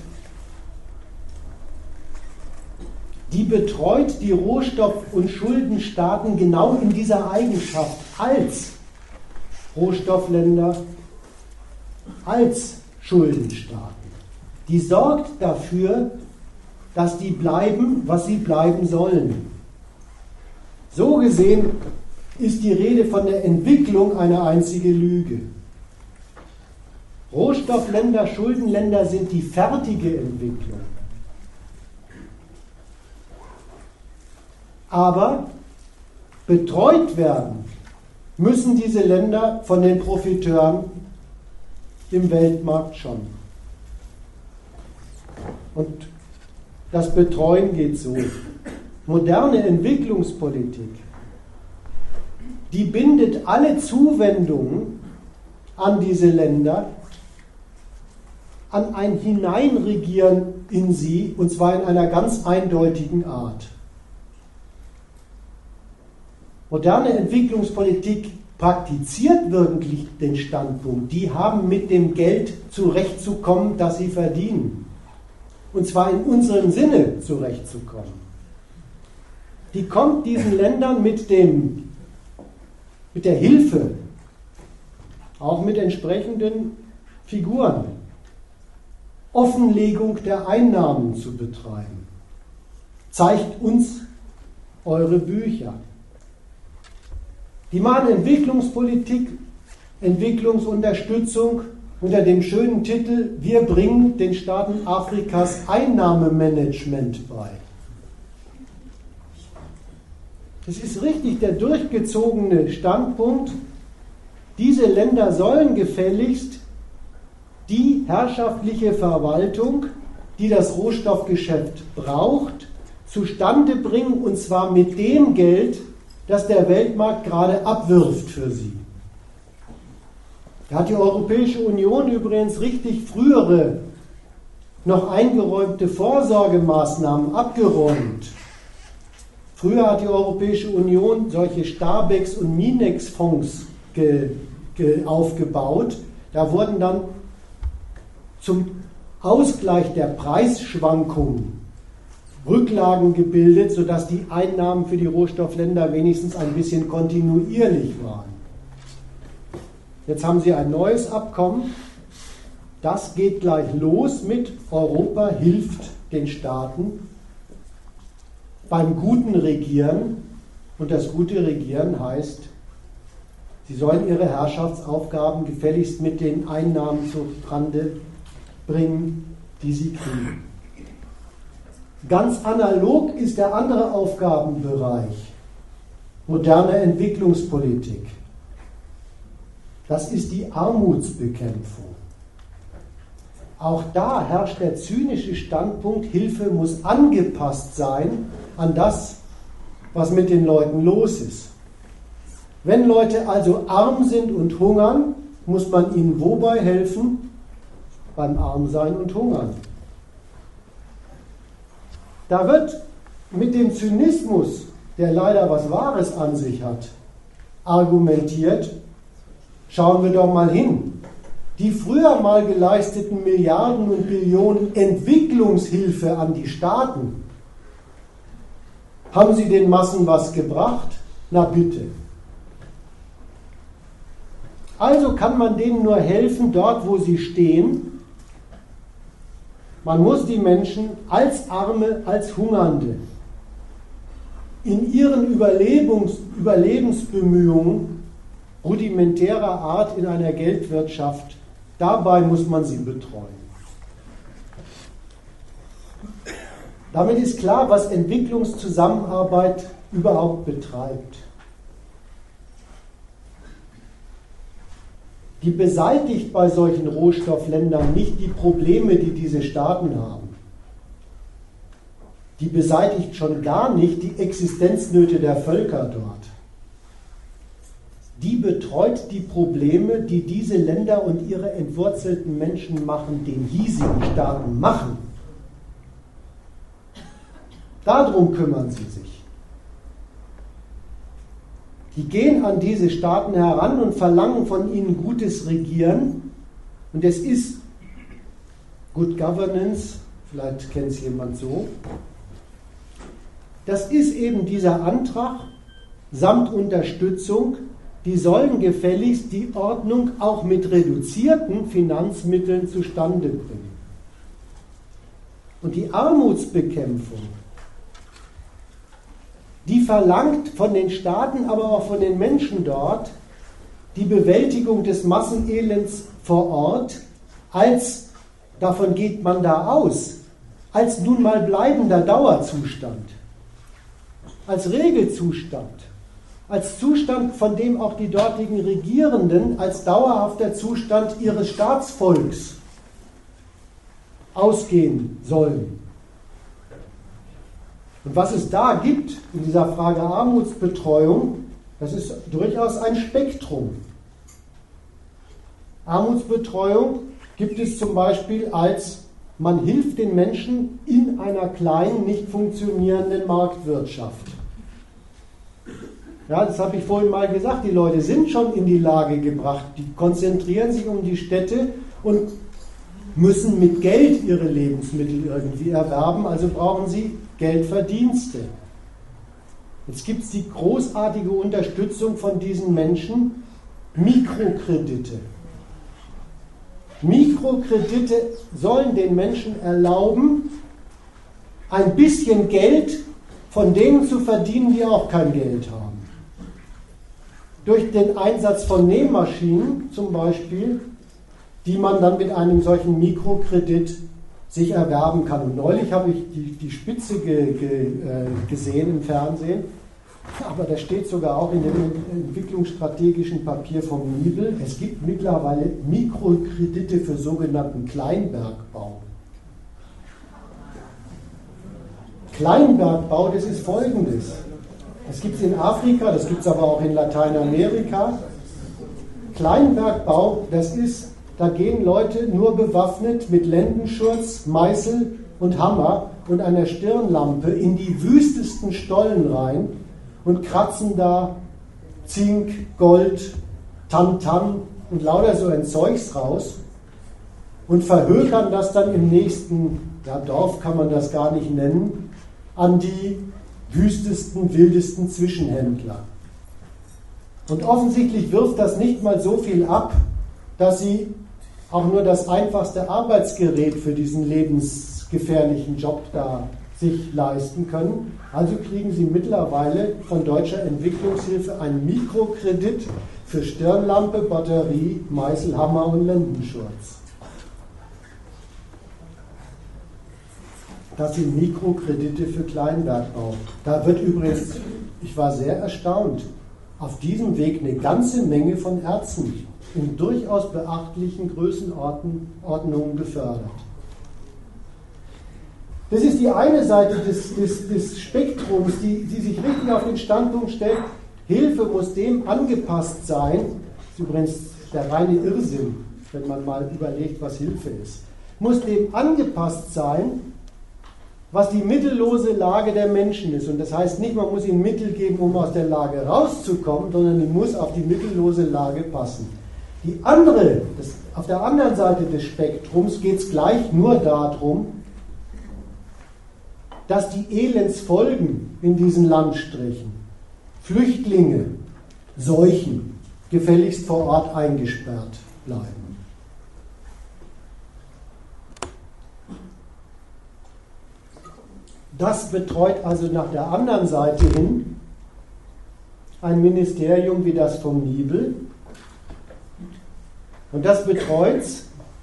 Die betreut die Rohstoff- und Schuldenstaaten genau in dieser Eigenschaft als Rohstoffländer, als Schuldenstaaten. Die sorgt dafür, dass die bleiben, was sie bleiben sollen. So gesehen ist die Rede von der Entwicklung eine einzige Lüge. Rohstoffländer, Schuldenländer sind die fertige Entwicklung. Aber betreut werden müssen diese Länder von den Profiteuren im Weltmarkt schon. Und das Betreuen geht so. Moderne Entwicklungspolitik, die bindet alle Zuwendungen an diese Länder an ein Hineinregieren in sie, und zwar in einer ganz eindeutigen Art. Moderne Entwicklungspolitik praktiziert wirklich den Standpunkt, die haben mit dem Geld zurechtzukommen, das sie verdienen. Und zwar in unserem Sinne zurechtzukommen. Die kommt diesen Ländern mit, dem, mit der Hilfe, auch mit entsprechenden Figuren, Offenlegung der Einnahmen zu betreiben. Zeigt uns eure Bücher. Die machen Entwicklungspolitik, Entwicklungsunterstützung unter dem schönen Titel Wir bringen den Staaten Afrikas Einnahmemanagement bei. Das ist richtig der durchgezogene Standpunkt. Diese Länder sollen gefälligst die herrschaftliche Verwaltung, die das Rohstoffgeschäft braucht, zustande bringen, und zwar mit dem Geld, das der Weltmarkt gerade abwirft für sie. Da hat die Europäische Union übrigens richtig frühere, noch eingeräumte Vorsorgemaßnahmen abgeräumt. Früher hat die Europäische Union solche Starbex- und Minex-Fonds ge, ge, aufgebaut, Da wurden dann zum Ausgleich der Preisschwankungen Rücklagen gebildet, sodass die Einnahmen für die Rohstoffländer wenigstens ein bisschen kontinuierlich waren. Jetzt haben sie ein neues Abkommen. Das geht gleich los mit Europa hilft den Staaten beim guten Regieren. Und das gute Regieren heißt, sie sollen ihre Herrschaftsaufgaben gefälligst mit den Einnahmen zurande bringen, die sie kriegen. Ganz analog ist der andere Aufgabenbereich moderne Entwicklungspolitik. Das ist die Armutsbekämpfung. Auch da herrscht der zynische Standpunkt, Hilfe muss angepasst sein an das, was mit den Leuten los ist. Wenn Leute also arm sind und hungern, muss man ihnen wobei helfen? Beim Armsein und Hungern. Da wird mit dem Zynismus, der leider was Wahres an sich hat, argumentiert, schauen wir doch mal hin. Die früher mal geleisteten Milliarden und Billionen Entwicklungshilfe an die Staaten, haben sie den Massen was gebracht? Na bitte. Also kann man denen nur helfen, dort wo sie stehen. Man muss die Menschen als Arme, als Hungernde in ihren Überlebens, Überlebensbemühungen rudimentärer Art in einer Geldwirtschaft, dabei muss man sie betreuen. Damit ist klar, was Entwicklungszusammenarbeit überhaupt betreibt. Die beseitigt bei solchen Rohstoffländern nicht die Probleme, die diese Staaten haben. Die beseitigt schon gar nicht die Existenznöte der Völker dort. Die betreut die Probleme, die diese Länder und ihre entwurzelten Menschen machen, den hiesigen Staaten machen. Darum kümmern sie sich. Die gehen an diese Staaten heran und verlangen von ihnen gutes Regieren. Und es ist Good Governance, vielleicht kennt es jemand so. Das ist eben dieser Antrag samt Unterstützung. Die sollen gefälligst die Ordnung auch mit reduzierten Finanzmitteln zustande bringen. Und die Armutsbekämpfung, die verlangt von den Staaten, aber auch von den Menschen dort, die Bewältigung des Massenelends vor Ort, als, davon geht man da aus, als nun mal bleibender Dauerzustand, als Regelzustand, als Zustand, von dem auch die dortigen Regierenden als dauerhafter Zustand ihres Staatsvolks ausgehen sollen. Und was es da gibt in dieser Frage Armutsbetreuung, das ist durchaus ein Spektrum. Armutsbetreuung gibt es zum Beispiel als, man hilft den Menschen in einer kleinen, nicht funktionierenden Marktwirtschaft. Ja, das habe ich vorhin mal gesagt, die Leute sind schon in die Lage gebracht, die konzentrieren sich um die Städte und müssen mit Geld ihre Lebensmittel irgendwie erwerben, also brauchen sie Geldverdienste. Jetzt gibt es die großartige Unterstützung von diesen Menschen, Mikrokredite. Mikrokredite sollen den Menschen erlauben, ein bisschen Geld von denen zu verdienen, die auch kein Geld haben. Durch den Einsatz von Nähmaschinen zum Beispiel, die man dann mit einem solchen Mikrokredit sich erwerben kann. Und neulich habe ich die, die Spitze ge, ge, äh, gesehen im Fernsehen, aber da steht sogar auch in dem entwicklungsstrategischen Papier vom N I B L, es gibt mittlerweile Mikrokredite für sogenannten Kleinbergbau. Kleinbergbau, das ist Folgendes. Das gibt es in Afrika, das gibt es aber auch in Lateinamerika. Kleinbergbau, das ist, da gehen Leute nur bewaffnet mit Lendenschurz, Meißel und Hammer und einer Stirnlampe in die wüstesten Stollen rein und kratzen da Zink, Gold, Tantan und lauter so ein Zeugs raus und verhökern das dann im nächsten, ja, Dorf kann man das gar nicht nennen, an die wüstesten, wildesten Zwischenhändler. Und offensichtlich wirft das nicht mal so viel ab, dass sie auch nur das einfachste Arbeitsgerät für diesen lebensgefährlichen Job da sich leisten können. Also kriegen sie mittlerweile von Deutscher Entwicklungshilfe einen Mikrokredit für Stirnlampe, Batterie, Meißel, Hammer und Lendenschurz. Das sind Mikrokredite für Kleinbergbau. Da wird übrigens, ich war sehr erstaunt, auf diesem Weg eine ganze Menge von Ärzten in durchaus beachtlichen Größenordnungen gefördert. Das ist die eine Seite des, des, des Spektrums, die, die sich richtig auf den Standpunkt stellt, Hilfe muss dem angepasst sein, das ist übrigens der reine Irrsinn, wenn man mal überlegt, was Hilfe ist, muss dem angepasst sein, was die mittellose Lage der Menschen ist. Und das heißt nicht, man muss ihnen Mittel geben, um aus der Lage rauszukommen, sondern die muss auf die mittellose Lage passen. Die andere, das, auf der anderen Seite des Spektrums geht es gleich nur darum, dass die Elendsfolgen in diesen Landstrichen, Flüchtlinge, Seuchen, gefälligst vor Ort eingesperrt bleiben. Das betreut also nach der anderen Seite hin ein Ministerium wie das vom Niebel. Und das betreut es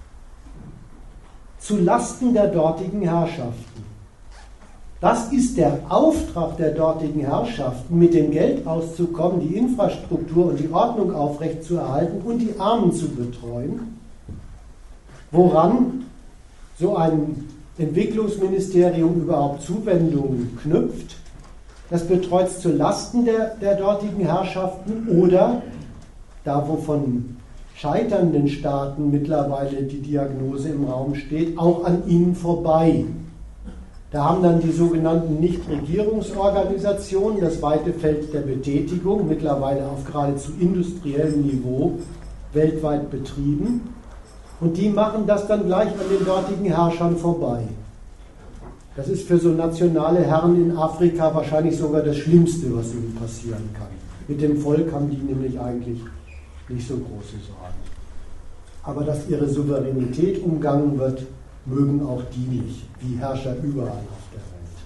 zu Lasten der dortigen Herrschaften. Das ist der Auftrag der dortigen Herrschaften, mit dem Geld auszukommen, die Infrastruktur und die Ordnung aufrechtzuerhalten und die Armen zu betreuen, woran so ein Entwicklungsministerium überhaupt Zuwendungen knüpft. Das betreut es zu Lasten der, der dortigen Herrschaften oder, da wo von scheiternden Staaten mittlerweile die Diagnose im Raum steht, auch an ihnen vorbei. Da haben dann die sogenannten Nichtregierungsorganisationen das weite Feld der Betätigung, mittlerweile auf geradezu industriellem Niveau, weltweit betrieben. Und die machen das dann gleich an den dortigen Herrschern vorbei. Das ist für so nationale Herren in Afrika wahrscheinlich sogar das Schlimmste, was ihnen passieren kann. Mit dem Volk haben die nämlich eigentlich nicht so große Sorgen. Aber dass ihre Souveränität umgangen wird, mögen auch die nicht, wie Herrscher überall auf der Welt.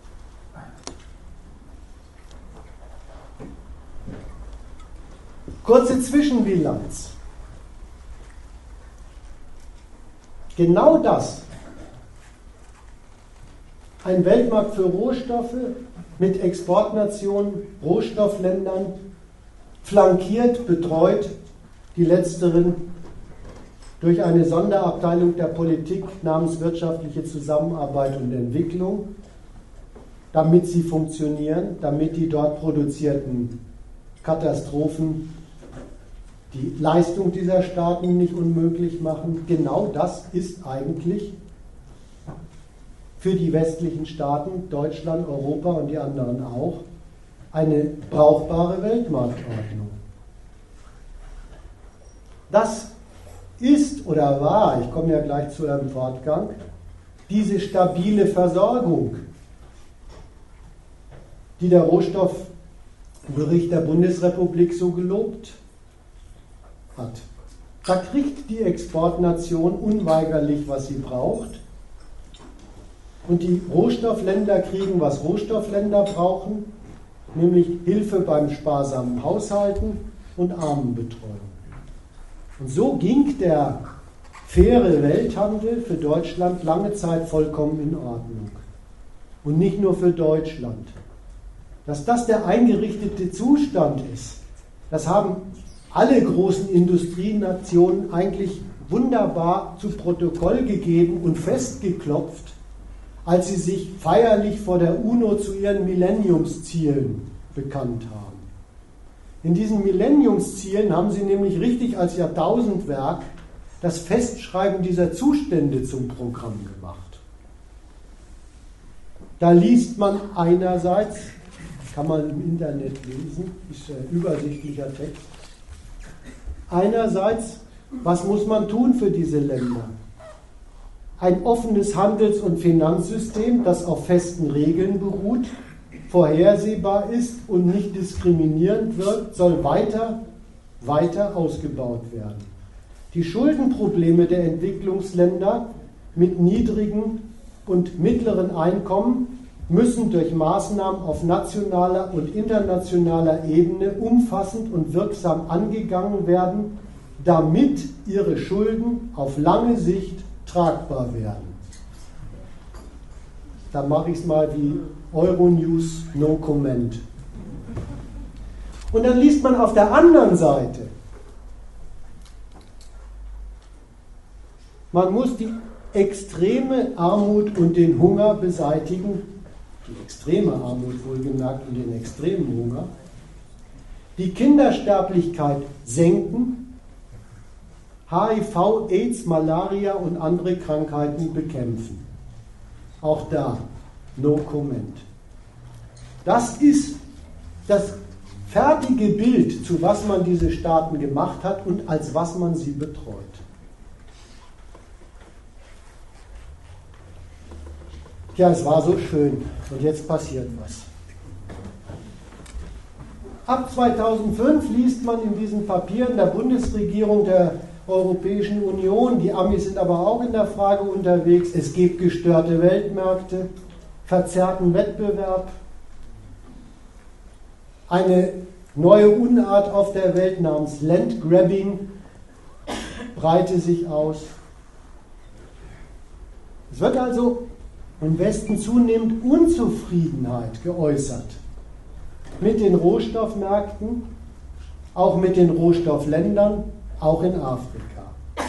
Kurze Zwischenbilanz. Genau das, ein Weltmarkt für Rohstoffe mit Exportnationen, Rohstoffländern, flankiert, betreut, die letzteren durch eine Sonderabteilung der Politik namens wirtschaftliche Zusammenarbeit und Entwicklung, damit sie funktionieren, damit die dort produzierten Katastrophen die Leistung dieser Staaten nicht unmöglich machen. Genau das ist eigentlich für die westlichen Staaten, Deutschland, Europa und die anderen auch, eine brauchbare Weltmarktordnung. Das ist oder war, ich komme ja gleich zu einem Fortgang, diese stabile Versorgung, die der Rohstoffbericht der Bundesrepublik so gelobt hat. Da kriegt die Exportnation unweigerlich, was sie braucht. Und die Rohstoffländer kriegen, was Rohstoffländer brauchen, nämlich Hilfe beim sparsamen Haushalten und Armenbetreuung. Und so ging der faire Welthandel für Deutschland lange Zeit vollkommen in Ordnung. Und nicht nur für Deutschland. Dass das der eingerichtete Zustand ist, das haben alle großen Industrienationen eigentlich wunderbar zu Protokoll gegeben und festgeklopft, als sie sich feierlich vor der UNO zu ihren Millenniumszielen bekannt haben. In diesen Millenniumszielen haben sie nämlich richtig als Jahrtausendwerk das Festschreiben dieser Zustände zum Programm gemacht. Da liest man einerseits, kann man im Internet lesen, ist ein übersichtlicher Text, Einerseits, was muss man tun für diese Länder? Ein offenes Handels- und Finanzsystem, das auf festen Regeln beruht, vorhersehbar ist und nicht diskriminierend wirkt, soll weiter, weiter ausgebaut werden. Die Schuldenprobleme der Entwicklungsländer mit niedrigen und mittleren Einkommen müssen durch Maßnahmen auf nationaler und internationaler Ebene umfassend und wirksam angegangen werden, damit ihre Schulden auf lange Sicht tragbar werden. Da mache ich es mal wie Euronews, no comment. Und dann liest man auf der anderen Seite, man muss die extreme Armut und den Hunger beseitigen, die extreme Armut wohlgemerkt und den extremen Hunger, die Kindersterblichkeit senken, H I V, AIDS, Malaria und andere Krankheiten bekämpfen. Auch da, no comment. Das ist das fertige Bild, zu was man diese Staaten gemacht hat und als was man sie betreut. Ja, es war so schön und jetzt passiert was. Ab zweitausendfünf liest man in diesen Papieren der Bundesregierung der Europäischen Union, die Amis sind aber auch in der Frage unterwegs, es gibt gestörte Weltmärkte, verzerrten Wettbewerb, eine neue Unart auf der Welt namens Landgrabbing breite sich aus. Es wird also im Westen zunehmend Unzufriedenheit geäußert mit den Rohstoffmärkten, auch mit den Rohstoffländern, auch in Afrika.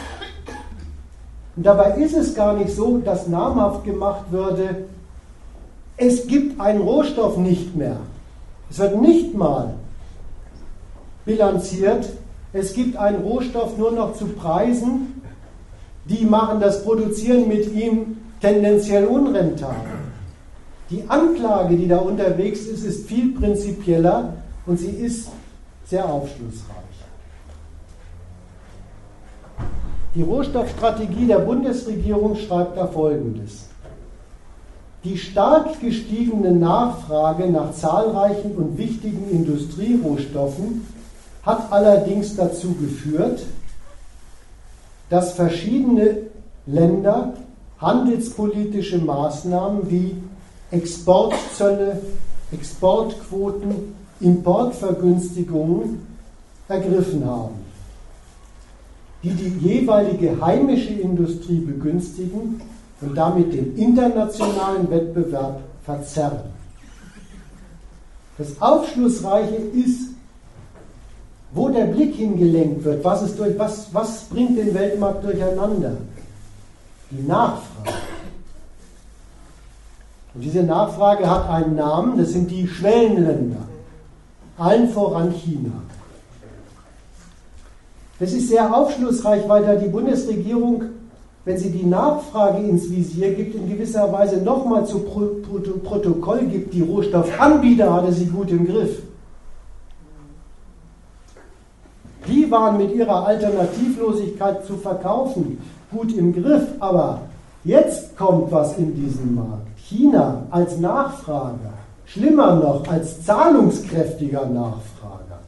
Und dabei ist es gar nicht so, dass namhaft gemacht würde, es gibt einen Rohstoff nicht mehr. Es wird nicht mal bilanziert, es gibt einen Rohstoff nur noch zu Preisen, die machen das Produzieren mit ihm tendenziell unrentabel. Die Anklage, die da unterwegs ist, ist viel prinzipieller und sie ist sehr aufschlussreich. Die Rohstoffstrategie der Bundesregierung schreibt da Folgendes. Die stark gestiegene Nachfrage nach zahlreichen und wichtigen Industrierohstoffen hat allerdings dazu geführt, dass verschiedene Länder handelspolitische Maßnahmen wie Exportzölle, Exportquoten, Importvergünstigungen ergriffen haben, die die jeweilige heimische Industrie begünstigen und damit den internationalen Wettbewerb verzerren. Das Aufschlussreiche ist, wo der Blick hingelenkt wird, was, ist durch, was, was bringt den Weltmarkt durcheinander? Die Nachfrage. Und diese Nachfrage hat einen Namen, das sind die Schwellenländer, allen voran China. Das ist sehr aufschlussreich, weil da die Bundesregierung, wenn sie die Nachfrage ins Visier gibt, in gewisser Weise nochmal zu Pro Pro Protokoll gibt, die Rohstoffanbieter hatte sie gut im Griff. Die waren mit ihrer Alternativlosigkeit zu verkaufen gut im Griff, aber jetzt kommt was in diesen Markt. China als Nachfrager, schlimmer noch als zahlungskräftiger Nachfrager.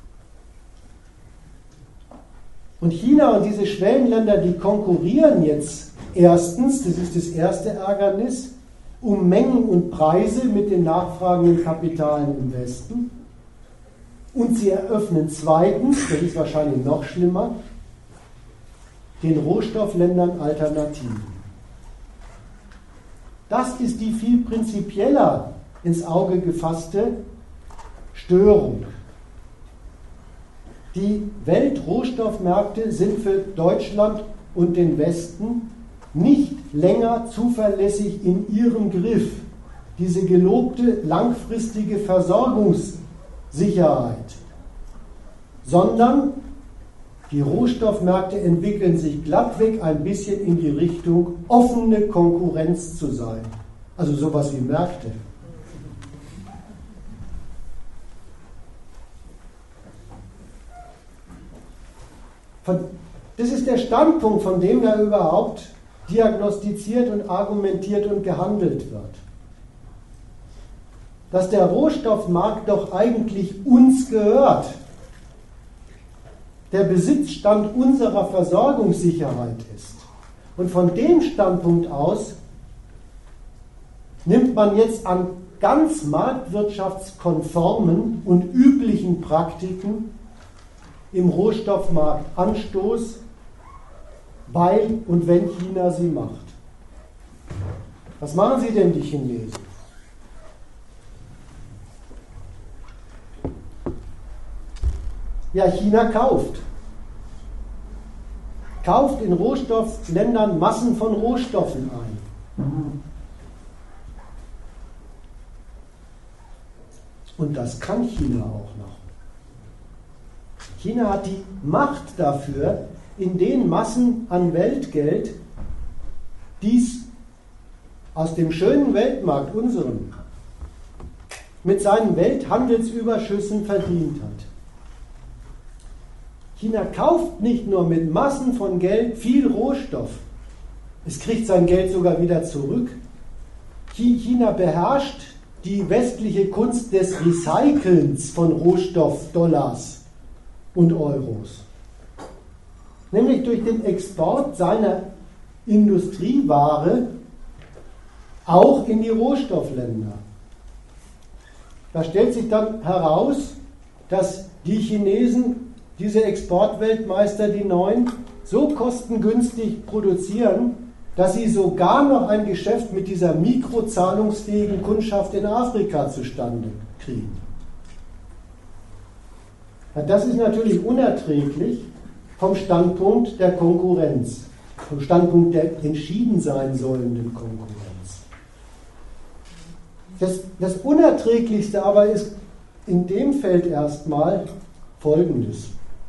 Und China und diese Schwellenländer, die konkurrieren jetzt erstens, das ist das erste Ärgernis, um Mengen und Preise mit den nachfragenden Kapitalen im Westen. Und sie eröffnen zweitens, das ist wahrscheinlich noch schlimmer, den Rohstoffländern Alternativen. Das ist die viel prinzipieller ins Auge gefasste Störung. Die Weltrohstoffmärkte sind für Deutschland und den Westen nicht länger zuverlässig in ihrem Griff. Diese gelobte langfristige Versorgungssicherheit, sondern die Rohstoffmärkte entwickeln sich glattweg ein bisschen in die Richtung, offene Konkurrenz zu sein. Also sowas wie Märkte. Von, das ist der Standpunkt, von dem da überhaupt diagnostiziert und argumentiert und gehandelt wird. Dass der Rohstoffmarkt doch eigentlich uns gehört, der Besitzstand unserer Versorgungssicherheit ist. Und von dem Standpunkt aus nimmt man jetzt an ganz marktwirtschaftskonformen und üblichen Praktiken im Rohstoffmarkt Anstoß, weil und wenn China sie macht. Was machen sie denn, die Chinesen? Ja, China kauft. Kauft in Rohstoffländern Massen von Rohstoffen ein. Und das kann China auch noch. China hat die Macht dafür, in den Massen an Weltgeld, dies aus dem schönen Weltmarkt, unserem, mit seinen Welthandelsüberschüssen verdient hat. China kauft nicht nur mit Massen von Geld viel Rohstoff, es kriegt sein Geld sogar wieder zurück. China beherrscht die westliche Kunst des Recycelns von Rohstoffdollars und Euros. Nämlich durch den Export seiner Industrieware auch in die Rohstoffländer. Da stellt sich dann heraus, dass die Chinesen, diese Exportweltmeister, die neuen, so kostengünstig produzieren, dass sie sogar noch ein Geschäft mit dieser mikrozahlungsfähigen Kundschaft in Afrika zustande kriegen. Das ist natürlich unerträglich vom Standpunkt der Konkurrenz, vom Standpunkt der entschieden sein sollenden Konkurrenz. Das, das Unerträglichste aber ist in dem Feld erstmal Folgendes.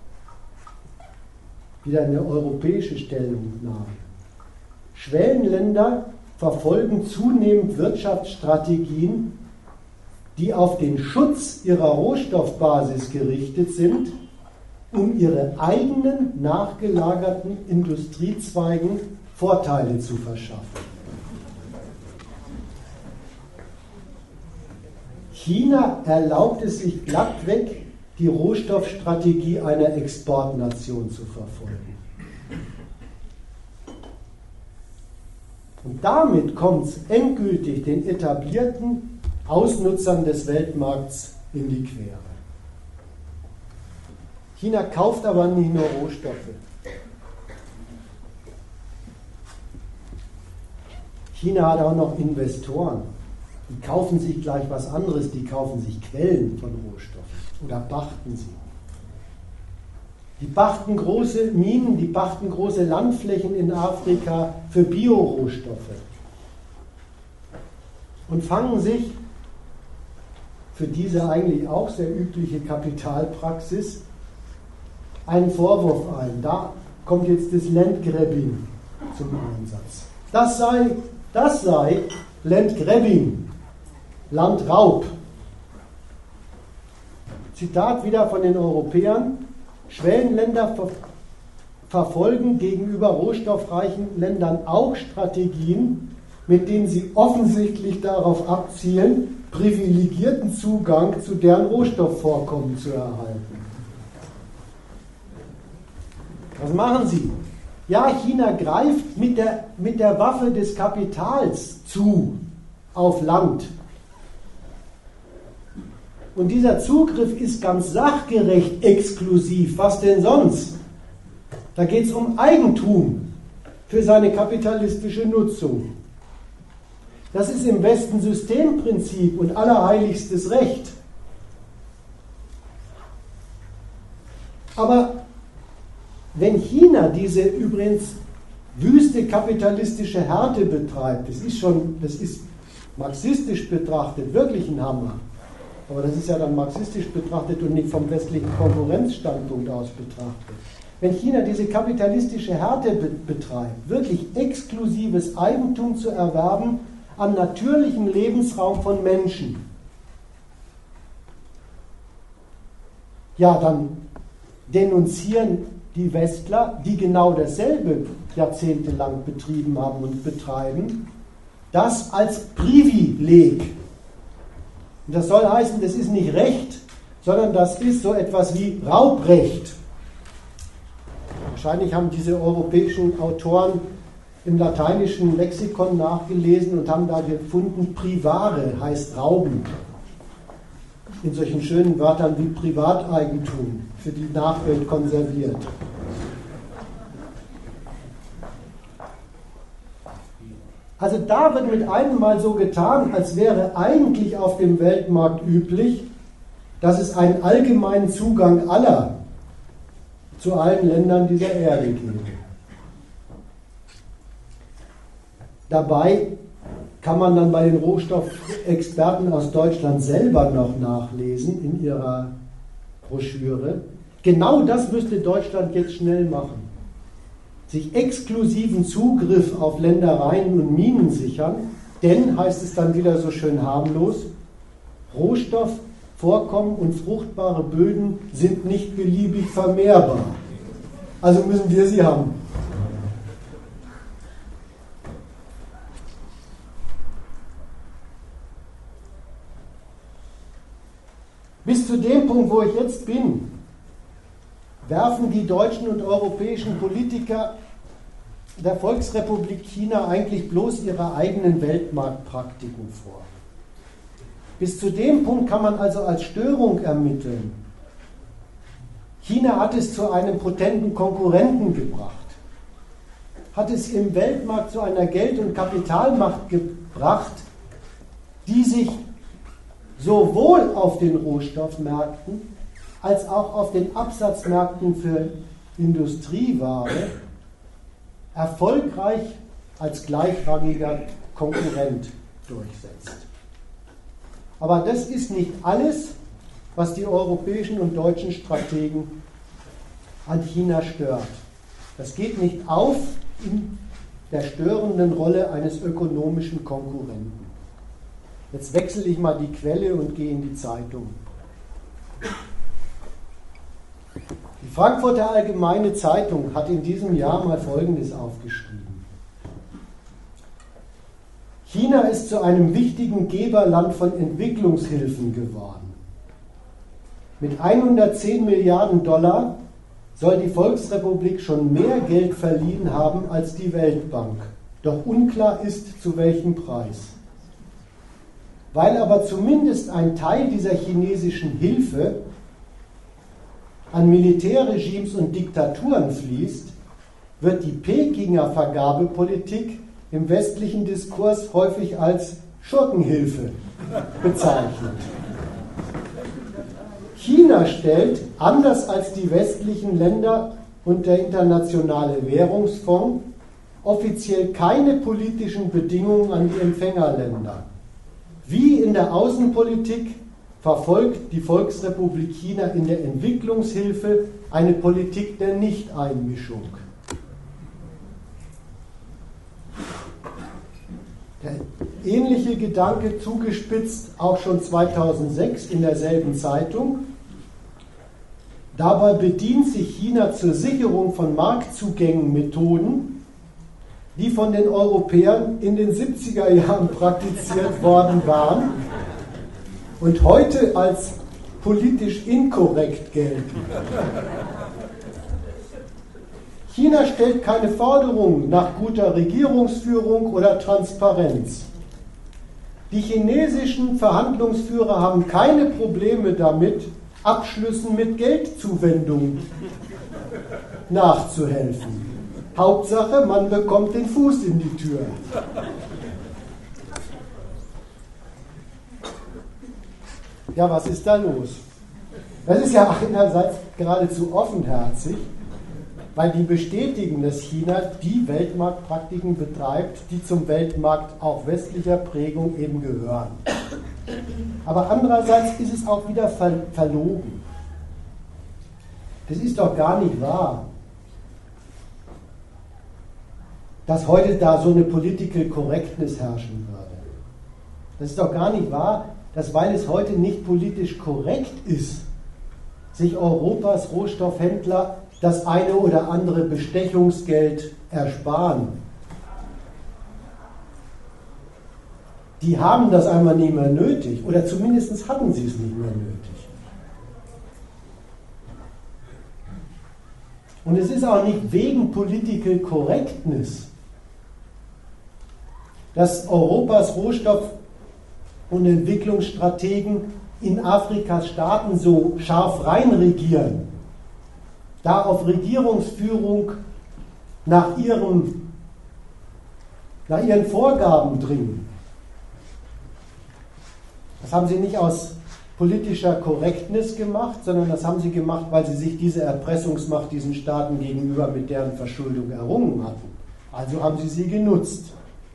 Wieder eine europäische Stellungnahme. Schwellenländer verfolgen zunehmend Wirtschaftsstrategien, die auf den Schutz ihrer Rohstoffbasis gerichtet sind, um ihre eigenen nachgelagerten Industriezweigen Vorteile zu verschaffen. China erlaubt es sich glattweg, die Rohstoffstrategie einer Exportnation zu verfolgen. Und damit kommt es endgültig den etablierten Ausnutzern des Weltmarkts in die Quere. China kauft aber nicht nur Rohstoffe. China hat auch noch Investoren. Die kaufen sich gleich was anderes, die kaufen sich Quellen von Rohstoffen oder pachten sie. Die pachten große Minen, die pachten große Landflächen in Afrika für Biorohstoffe und fangen sich für diese eigentlich auch sehr übliche Kapitalpraxis einen Vorwurf ein. Da kommt jetzt das Landgrabbing zum Einsatz. Das sei, das sei Landgrabbing, Landraub. Zitat wieder von den Europäern: Schwellenländer ver verfolgen gegenüber rohstoffreichen Ländern auch Strategien, mit denen sie offensichtlich darauf abzielen, privilegierten Zugang zu deren Rohstoffvorkommen zu erhalten. Was machen sie? Ja, China greift mit der, mit der Waffe des Kapitals zu auf Land. Und dieser Zugriff ist ganz sachgerecht exklusiv. Was denn sonst? Da geht es um Eigentum für seine kapitalistische Nutzung. Das ist im Westen Systemprinzip und allerheiligstes Recht. Aber wenn China diese übrigens wüste kapitalistische Härte betreibt, das ist schon, das ist marxistisch betrachtet wirklich ein Hammer. Aber das ist ja dann marxistisch betrachtet und nicht vom westlichen Konkurrenzstandpunkt aus betrachtet. Wenn China diese kapitalistische Härte be betreibt, wirklich exklusives Eigentum zu erwerben an natürlichem Lebensraum von Menschen, ja, dann denunzieren die Westler, die genau dasselbe jahrzehntelang betrieben haben und betreiben, das als Privileg. Und das soll heißen, das ist nicht Recht, sondern das ist so etwas wie Raubrecht. Wahrscheinlich haben diese europäischen Autoren im lateinischen Lexikon nachgelesen und haben da gefunden, privare heißt rauben. In solchen schönen Wörtern wie Privateigentum, für die Nachwelt konserviert. Also da wird mit einem Mal so getan, als wäre eigentlich auf dem Weltmarkt üblich, dass es einen allgemeinen Zugang aller zu allen Ländern dieser Erde gebe. Dabei kann man dann bei den Rohstoffexperten aus Deutschland selber noch nachlesen in ihrer Broschüre. Genau das müsste Deutschland jetzt schnell machen. Sich exklusiven Zugriff auf Ländereien und Minen sichern, denn, heißt es dann wieder so schön harmlos, Rohstoffvorkommen und fruchtbare Böden sind nicht beliebig vermehrbar. Also müssen wir sie haben. Bis zu dem Punkt, wo ich jetzt bin, werfen die deutschen und europäischen Politiker der Volksrepublik China eigentlich bloß ihre eigenen Weltmarktpraktiken vor. Bis zu dem Punkt kann man also als Störung ermitteln. China hat es zu einem potenten Konkurrenten gebracht, hat es im Weltmarkt zu einer Geld- und Kapitalmacht gebracht, die sich sowohl auf den Rohstoffmärkten als auch auf den Absatzmärkten für Industrieware erfolgreich als gleichrangiger Konkurrent durchsetzt. Aber das ist nicht alles, was die europäischen und deutschen Strategen an China stört. Das geht nicht auf in der störenden Rolle eines ökonomischen Konkurrenten. Jetzt wechsle ich mal die Quelle und gehe in die Zeitung. Die Frankfurter Allgemeine Zeitung hat in diesem Jahr mal Folgendes aufgeschrieben. China ist zu einem wichtigen Geberland von Entwicklungshilfen geworden. Mit hundertzehn Milliarden Dollar soll die Volksrepublik schon mehr Geld verliehen haben als die Weltbank. Doch unklar ist, zu welchem Preis. Weil aber zumindest ein Teil dieser chinesischen Hilfe an Militärregimes und Diktaturen fließt, wird die Pekinger Vergabepolitik im westlichen Diskurs häufig als Schurkenhilfe bezeichnet. China stellt, anders als die westlichen Länder und der Internationale Währungsfonds, offiziell keine politischen Bedingungen an die Empfängerländer. Wie in der Außenpolitik verfolgt die Volksrepublik China in der Entwicklungshilfe eine Politik der Nichteinmischung. Der ähnliche Gedanke zugespitzt auch schon zweitausendsechs in derselben Zeitung. Dabei bedient sich China zur Sicherung von Marktzugängen Methoden, die von den Europäern in den siebziger Jahren praktiziert worden waren und heute als politisch inkorrekt gelten. China stellt keine Forderungen nach guter Regierungsführung oder Transparenz. Die chinesischen Verhandlungsführer haben keine Probleme damit, Abschlüssen mit Geldzuwendungen nachzuhelfen. Hauptsache, man bekommt den Fuß in die Tür. Ja, was ist da los? Das ist ja einerseits geradezu offenherzig, weil die bestätigen, dass China die Weltmarktpraktiken betreibt, die zum Weltmarkt auch westlicher Prägung eben gehören. Aber andererseits ist es auch wieder ver- verlogen. Das ist doch gar nicht wahr, dass heute da so eine Political Correctness herrschen würde. Das ist doch gar nicht wahr, dass weil es heute nicht politisch korrekt ist, sich Europas Rohstoffhändler das eine oder andere Bestechungsgeld ersparen. Die haben das einmal nicht mehr nötig, oder zumindest hatten sie es nicht mehr nötig. Und es ist auch nicht wegen Political Correctness, dass Europas Rohstoff- und Entwicklungsstrategen in Afrikas Staaten so scharf reinregieren, da auf Regierungsführung nach, ihrem, nach ihren Vorgaben dringen. Das haben sie nicht aus politischer Korrektness gemacht, sondern das haben sie gemacht, weil sie sich diese Erpressungsmacht diesen Staaten gegenüber mit deren Verschuldung errungen hatten. Also haben sie sie genutzt.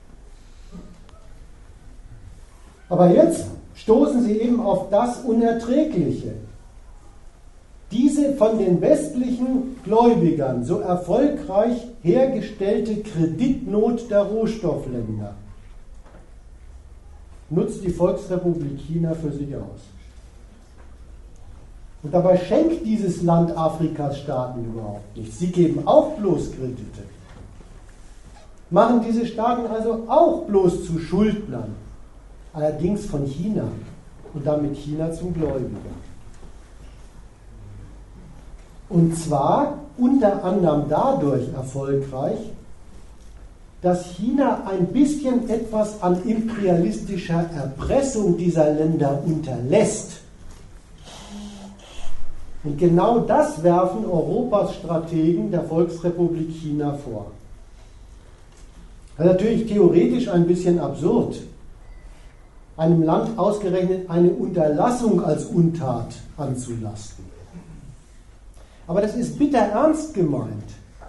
Aber jetzt stoßen sie eben auf das Unerträgliche. Diese von den westlichen Gläubigern so erfolgreich hergestellte Kreditnot der Rohstoffländer nutzt die Volksrepublik China für sich aus. Und dabei schenkt dieses Land Afrikas Staaten überhaupt nichts. Sie geben auch bloß Kredite. Machen diese Staaten also auch bloß zu Schuldnern. Allerdings von China und damit China zum Gläubiger. Und zwar unter anderem dadurch erfolgreich, dass China ein bisschen etwas an imperialistischer Erpressung dieser Länder unterlässt. Und genau das werfen Europas Strategen der Volksrepublik China vor. Das ist natürlich theoretisch ein bisschen absurd, einem Land ausgerechnet eine Unterlassung als Untat anzulasten. Aber das ist bitter ernst gemeint.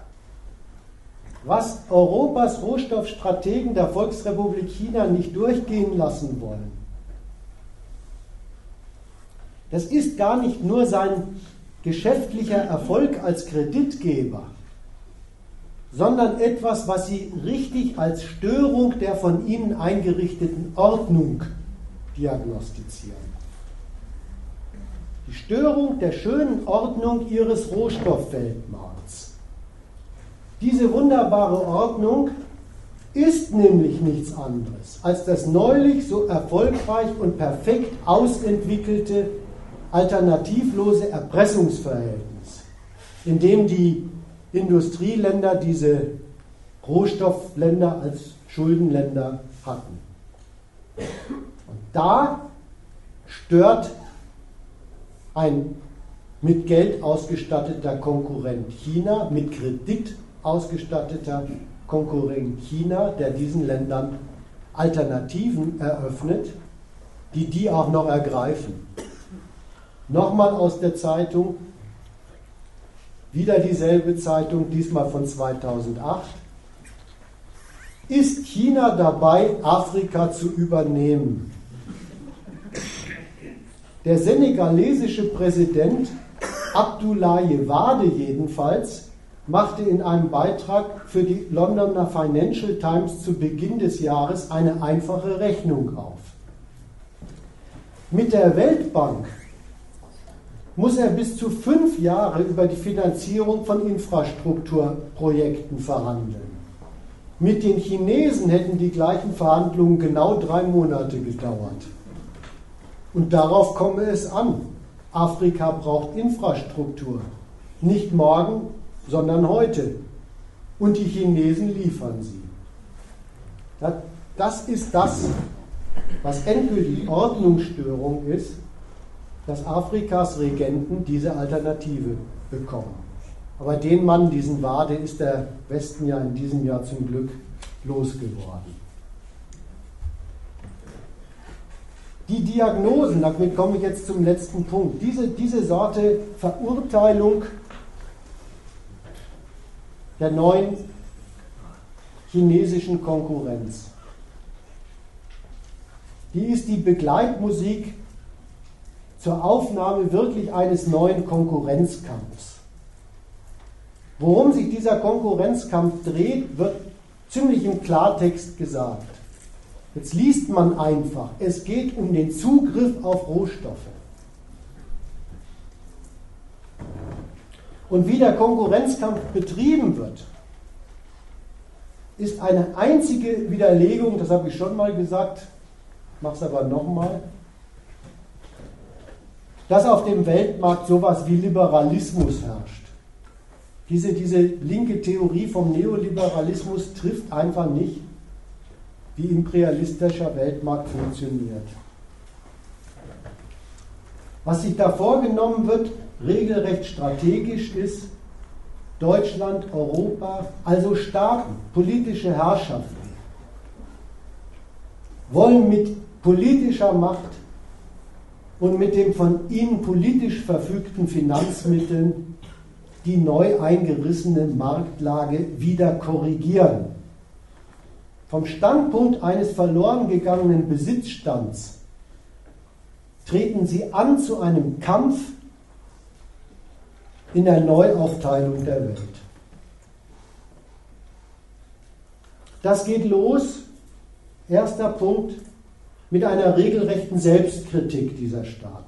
Was Europas Rohstoffstrategen der Volksrepublik China nicht durchgehen lassen wollen, das ist gar nicht nur sein geschäftlicher Erfolg als Kreditgeber, sondern etwas, was sie richtig als Störung der von ihnen eingerichteten Ordnung diagnostizieren. Die Störung der schönen Ordnung ihres Rohstoffweltmarkts. Diese wunderbare Ordnung ist nämlich nichts anderes als das neulich so erfolgreich und perfekt ausentwickelte alternativlose Erpressungsverhältnis, in dem die Industrieländer diese Rohstoffländer als Schuldenländer hatten. Und da stört ein mit Geld ausgestatteter Konkurrent China, mit Kredit ausgestatteter Konkurrent China, der diesen Ländern Alternativen eröffnet, die die auch noch ergreifen. Nochmal aus der Zeitung, wieder dieselbe Zeitung, diesmal von zweitausendacht. Ist China dabei, Afrika zu übernehmen? Der senegalesische Präsident Abdoulaye Wade jedenfalls machte in einem Beitrag für die Londoner Financial Times zu Beginn des Jahres eine einfache Rechnung auf. Mit der Weltbank muss er bis zu fünf Jahre über die Finanzierung von Infrastrukturprojekten verhandeln. Mit den Chinesen hätten die gleichen Verhandlungen genau drei Monate gedauert. Und darauf komme es an. Afrika braucht Infrastruktur. Nicht morgen, sondern heute. Und die Chinesen liefern sie. Das ist das, was endgültig Ordnungsstörung ist, dass Afrikas Regenten diese Alternative bekommen. Aber den Mann, diesen Wade, ist der Westen ja in diesem Jahr zum Glück losgeworden. Die Diagnosen, damit komme ich jetzt zum letzten Punkt, diese, diese Sorte Verurteilung der neuen chinesischen Konkurrenz, die ist die Begleitmusik zur Aufnahme wirklich eines neuen Konkurrenzkampfs. Worum sich dieser Konkurrenzkampf dreht, wird ziemlich im Klartext gesagt. Jetzt liest man einfach, es geht um den Zugriff auf Rohstoffe. und wie der Konkurrenzkampf betrieben wird, ist eine einzige Widerlegung, das habe ich schon mal gesagt, mache es aber nochmal, dass auf dem Weltmarkt sowas wie Liberalismus herrscht. Diese, diese linke Theorie vom Neoliberalismus trifft einfach nicht, wie imperialistischer Weltmarkt funktioniert. Was sich da vorgenommen wird, regelrecht strategisch ist, Deutschland, Europa, also Staaten, politische Herrschaften, wollen mit politischer Macht und mit den von ihnen politisch verfügten Finanzmitteln die neu eingerissene Marktlage wieder korrigieren. Vom Standpunkt eines verloren gegangenen Besitzstands treten sie an zu einem Kampf in der Neuaufteilung der Welt. Das geht los, erster Punkt, mit einer regelrechten Selbstkritik dieser Staaten.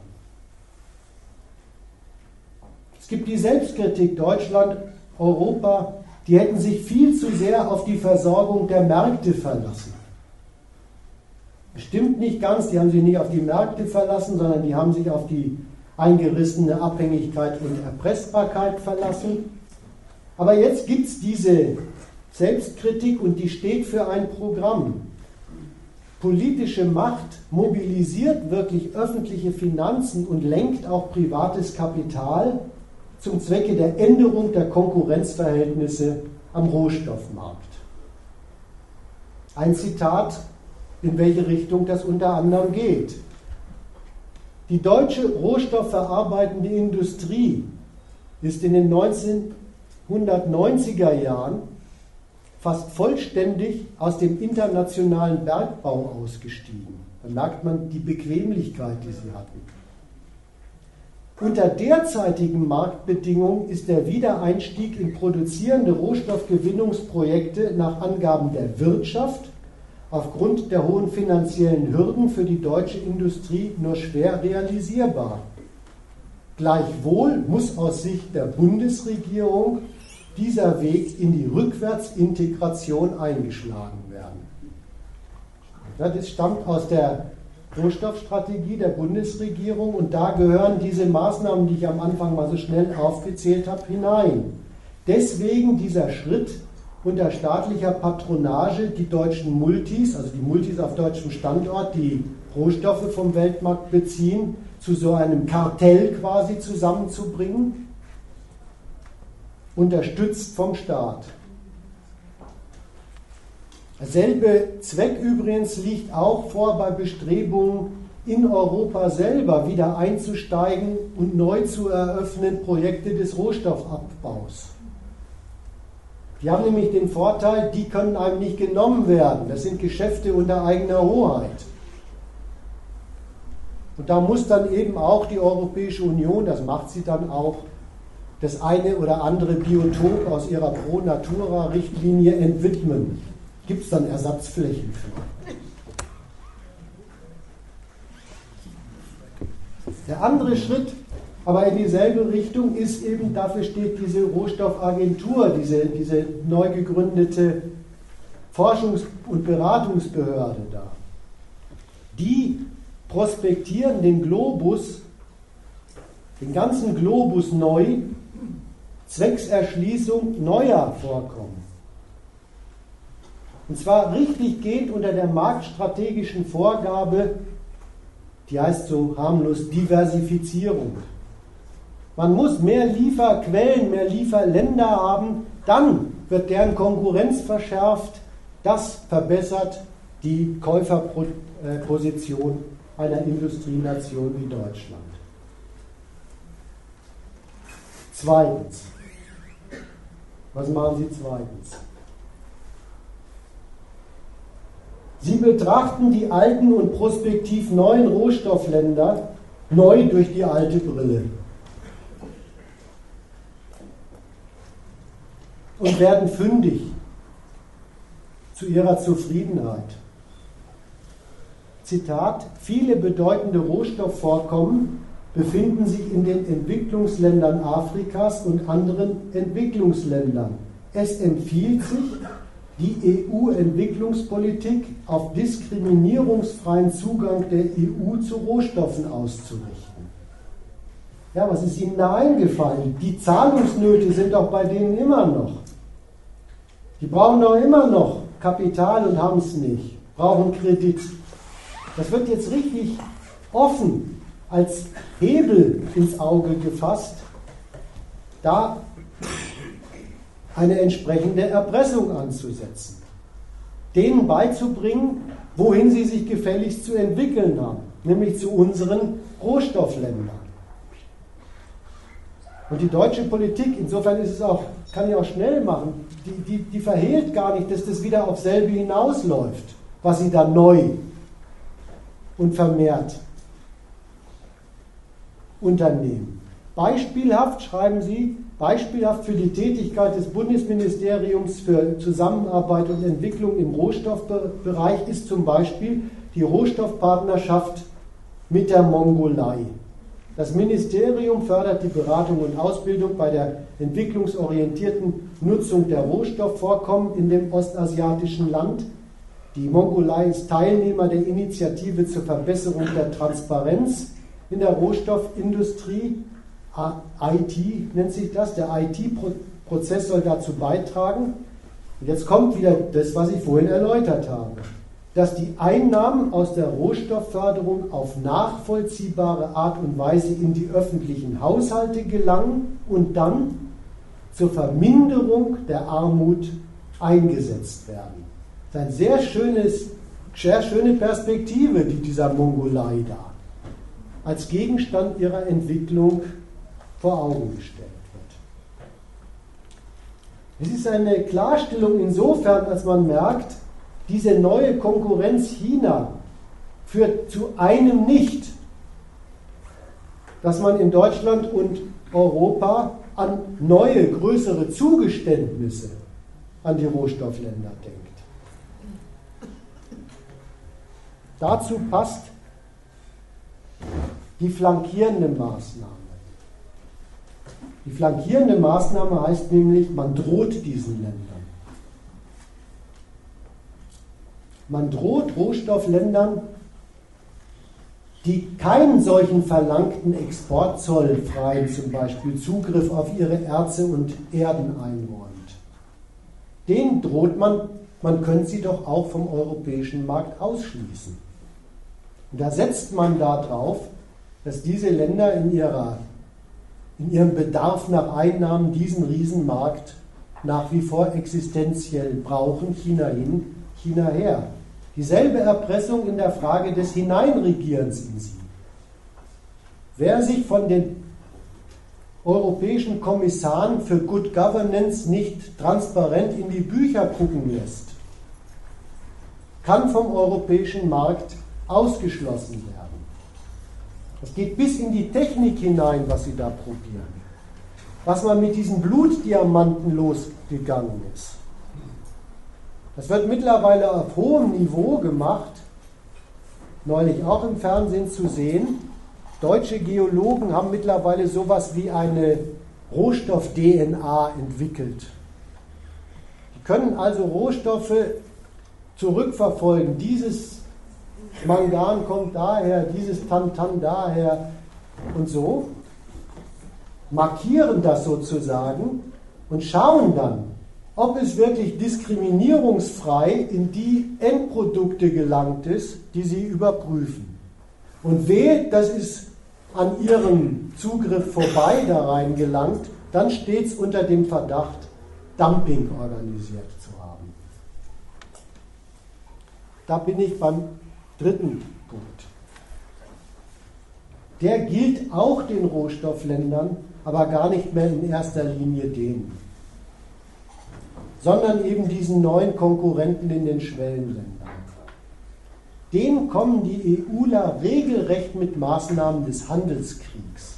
Es gibt die Selbstkritik, Deutschland, Europa, die hätten sich viel zu sehr auf die Versorgung der Märkte verlassen. Stimmt nicht ganz, die haben sich nicht auf die Märkte verlassen, sondern die haben sich auf die eingerissene Abhängigkeit und Erpressbarkeit verlassen. Aber jetzt gibt es diese Selbstkritik und die steht für ein Programm. Politische Macht mobilisiert wirklich öffentliche Finanzen und lenkt auch privates Kapital zum Zwecke der Änderung der Konkurrenzverhältnisse am Rohstoffmarkt. Ein Zitat, in welche Richtung das unter anderem geht. Die deutsche rohstoffverarbeitende Industrie ist in den neunzehnhundertneunziger Jahren fast vollständig aus dem internationalen Bergbau ausgestiegen. Da merkt man die Bequemlichkeit, die sie hatten. Unter derzeitigen Marktbedingungen ist der Wiedereinstieg in produzierende Rohstoffgewinnungsprojekte nach Angaben der Wirtschaft aufgrund der hohen finanziellen Hürden für die deutsche Industrie nur schwer realisierbar. Gleichwohl muss aus Sicht der Bundesregierung dieser Weg in die Rückwärtsintegration eingeschlagen werden. Das stammt aus der Rohstoffstrategie der Bundesregierung und da gehören diese Maßnahmen, die ich am Anfang mal so schnell aufgezählt habe, hinein. Deswegen dieser Schritt, unter staatlicher Patronage die deutschen Multis, also die Multis auf deutschem Standort, die Rohstoffe vom Weltmarkt beziehen, zu so einem Kartell quasi zusammenzubringen, unterstützt vom Staat. Derselbe Zweck übrigens liegt auch vor bei Bestrebungen in Europa selber wieder einzusteigen und neu zu eröffnen Projekte des Rohstoffabbaus. Die haben nämlich den Vorteil, die können einem nicht genommen werden. Das sind Geschäfte unter eigener Hoheit. Und da muss dann eben auch die Europäische Union, das macht sie dann auch, das eine oder andere Biotop aus ihrer Pro-Natura-Richtlinie entwidmen. Gibt es dann Ersatzflächen für. Der andere Schritt, aber in dieselbe Richtung, ist eben, dafür steht diese Rohstoffagentur, diese, diese neu gegründete Forschungs- und Beratungsbehörde da. Die prospektieren den Globus, den ganzen Globus neu, zwecks Erschließung neuer Vorkommen. Und zwar richtig geht unter der marktstrategischen Vorgabe, die heißt so harmlos Diversifizierung. Man muss mehr Lieferquellen, mehr Lieferländer haben, dann wird deren Konkurrenz verschärft. Das verbessert die Käuferposition einer Industrienation wie Deutschland. Zweitens. Was machen Sie zweitens? Sie betrachten die alten und prospektiv neuen Rohstoffländer neu durch die alte Brille und werden fündig zu ihrer Zufriedenheit. Zitat: Viele bedeutende Rohstoffvorkommen befinden sich in den Entwicklungsländern Afrikas und anderen Entwicklungsländern. Es empfiehlt sich, die E U-Entwicklungspolitik auf diskriminierungsfreien Zugang der E U zu Rohstoffen auszurichten. Ja, was ist Ihnen da eingefallen? Die Zahlungsnöte sind doch bei denen immer noch. Die brauchen doch immer noch Kapital und haben es nicht, brauchen Kredit. Das wird jetzt richtig offen als Hebel ins Auge gefasst, da eine entsprechende Erpressung anzusetzen. Denen beizubringen, wohin sie sich gefälligst zu entwickeln haben, nämlich zu unseren Rohstoffländern. Und die deutsche Politik, insofern ist es auch, kann ich auch schnell machen, die, die, die verhehlt gar nicht, dass das wieder auf selbe hinausläuft, was sie da neu und vermehrt unternehmen. Beispielhaft, schreiben Sie, beispielhaft für die Tätigkeit des Bundesministeriums für Zusammenarbeit und Entwicklung im Rohstoffbereich ist zum Beispiel die Rohstoffpartnerschaft mit der Mongolei. Das Ministerium fördert die Beratung und Ausbildung bei der entwicklungsorientierten Nutzung der Rohstoffvorkommen in dem ostasiatischen Land. Die Mongolei ist Teilnehmer der Initiative zur Verbesserung der Transparenz in der Rohstoffindustrie. I T nennt sich das. Der I T-Prozess soll dazu beitragen. Und jetzt kommt wieder das, was ich vorhin erläutert habe, dass die Einnahmen aus der Rohstoffförderung auf nachvollziehbare Art und Weise in die öffentlichen Haushalte gelangen und dann zur Verminderung der Armut eingesetzt werden. Das ist eine sehr, schönes, sehr schöne Perspektive, die dieser Mongolei da als Gegenstand ihrer Entwicklung vor Augen gestellt wird. Es ist eine Klarstellung insofern, als man merkt, diese neue Konkurrenz China führt zu einem nicht, dass man in Deutschland und Europa an neue, größere Zugeständnisse an die Rohstoffländer denkt. Dazu passt die flankierende Maßnahme. Die flankierende Maßnahme heißt nämlich, man droht diesen Ländern. Man droht Rohstoffländern, die keinen solchen verlangten exportzollfreien zum Beispiel Zugriff auf ihre Erze und Erden einräumt. Denen droht man, man könnte sie doch auch vom europäischen Markt ausschließen. Und da setzt man darauf, dass diese Länder in, ihrer, in ihrem Bedarf nach Einnahmen diesen Riesenmarkt nach wie vor existenziell brauchen, China hin, China her. Dieselbe Erpressung in der Frage des Hineinregierens in sie. Wer sich von den europäischen Kommissaren für Good Governance nicht transparent in die Bücher gucken lässt, kann vom europäischen Markt ausgeschlossen werden. Das geht bis in die Technik hinein, was sie da probieren. Was man mit diesen Blutdiamanten losgegangen ist. Das wird mittlerweile auf hohem Niveau gemacht, neulich auch im Fernsehen zu sehen. Deutsche Geologen haben mittlerweile sowas wie eine Rohstoff-D N A entwickelt. Die können also Rohstoffe zurückverfolgen. Dieses Mangan kommt daher, dieses Tantan daher und so. Markieren das sozusagen und schauen dann, ob es wirklich diskriminierungsfrei in die Endprodukte gelangt ist, die sie überprüfen. Und wehe, das ist an ihrem Zugriff vorbei da rein gelangt, dann steht es unter dem Verdacht, Dumping organisiert zu haben. Da bin ich beim dritten Punkt. Der gilt auch den Rohstoffländern, aber gar nicht mehr in erster Linie denen, sondern eben diesen neuen Konkurrenten in den Schwellenländern. Denen kommen die EUler regelrecht mit Maßnahmen des Handelskriegs.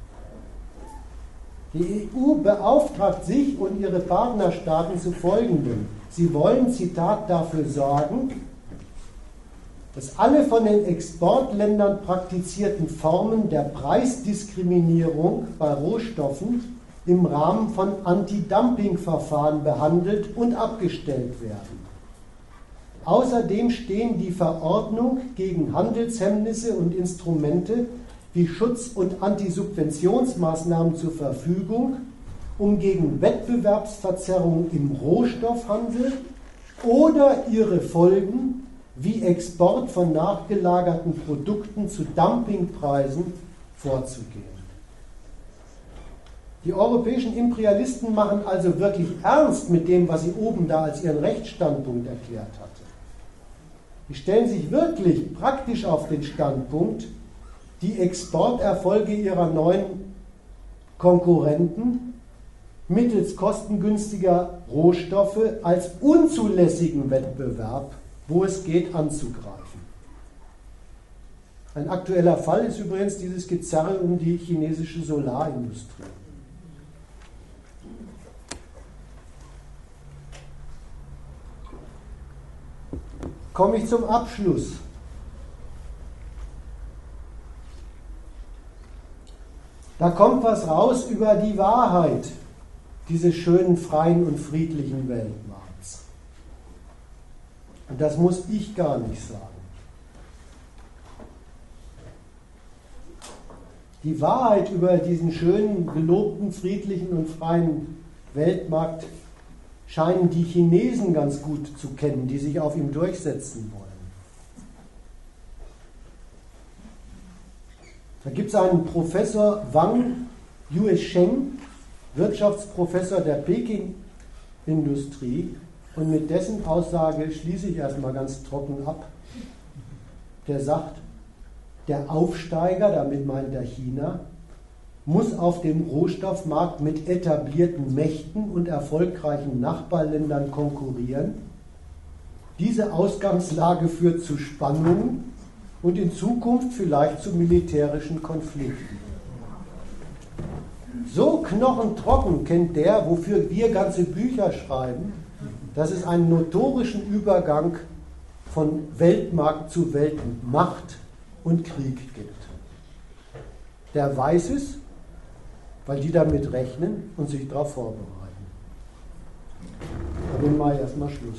Die E U beauftragt sich und ihre Partnerstaaten zu Folgendem. Sie wollen, Zitat, dafür sorgen, dass alle von den Exportländern praktizierten Formen der Preisdiskriminierung bei Rohstoffen im Rahmen von Anti-Dumping-Verfahren behandelt und abgestellt werden. Außerdem stehen die Verordnung gegen Handelshemmnisse und Instrumente wie Schutz- und Antisubventionsmaßnahmen zur Verfügung, um gegen Wettbewerbsverzerrungen im Rohstoffhandel oder ihre Folgen wie Export von nachgelagerten Produkten zu Dumpingpreisen vorzugehen. Die europäischen Imperialisten machen also wirklich ernst mit dem, was sie oben da als ihren Rechtsstandpunkt erklärt hatte. Die stellen sich wirklich praktisch auf den Standpunkt, die Exporterfolge ihrer neuen Konkurrenten mittels kostengünstiger Rohstoffe als unzulässigen Wettbewerb, wo es geht, anzugreifen. Ein aktueller Fall ist übrigens dieses Gezerre um die chinesische Solarindustrie. Komme ich zum Abschluss. Da kommt was raus über die Wahrheit dieses schönen, freien und friedlichen Weltmarkts. Und das muss ich gar nicht sagen. Die Wahrheit über diesen schönen, gelobten, friedlichen und freien Weltmarkt scheinen die Chinesen ganz gut zu kennen, die sich auf ihm durchsetzen wollen. Da gibt es einen Professor Wang Yuesheng, Wirtschaftsprofessor der Peking-Industrie, und mit dessen Aussage schließe ich erstmal ganz trocken ab. Der sagt, der Aufsteiger, damit meint er China, muss auf dem Rohstoffmarkt mit etablierten Mächten und erfolgreichen Nachbarländern konkurrieren. Diese Ausgangslage führt zu Spannungen und in Zukunft vielleicht zu militärischen Konflikten. So knochentrocken kennt der, wofür wir ganze Bücher schreiben, dass es einen notorischen Übergang von Weltmarkt zu Weltmacht und Krieg gibt. Der weiß es, weil die damit rechnen und sich darauf vorbereiten. Damit mache ich erstmal Schluss.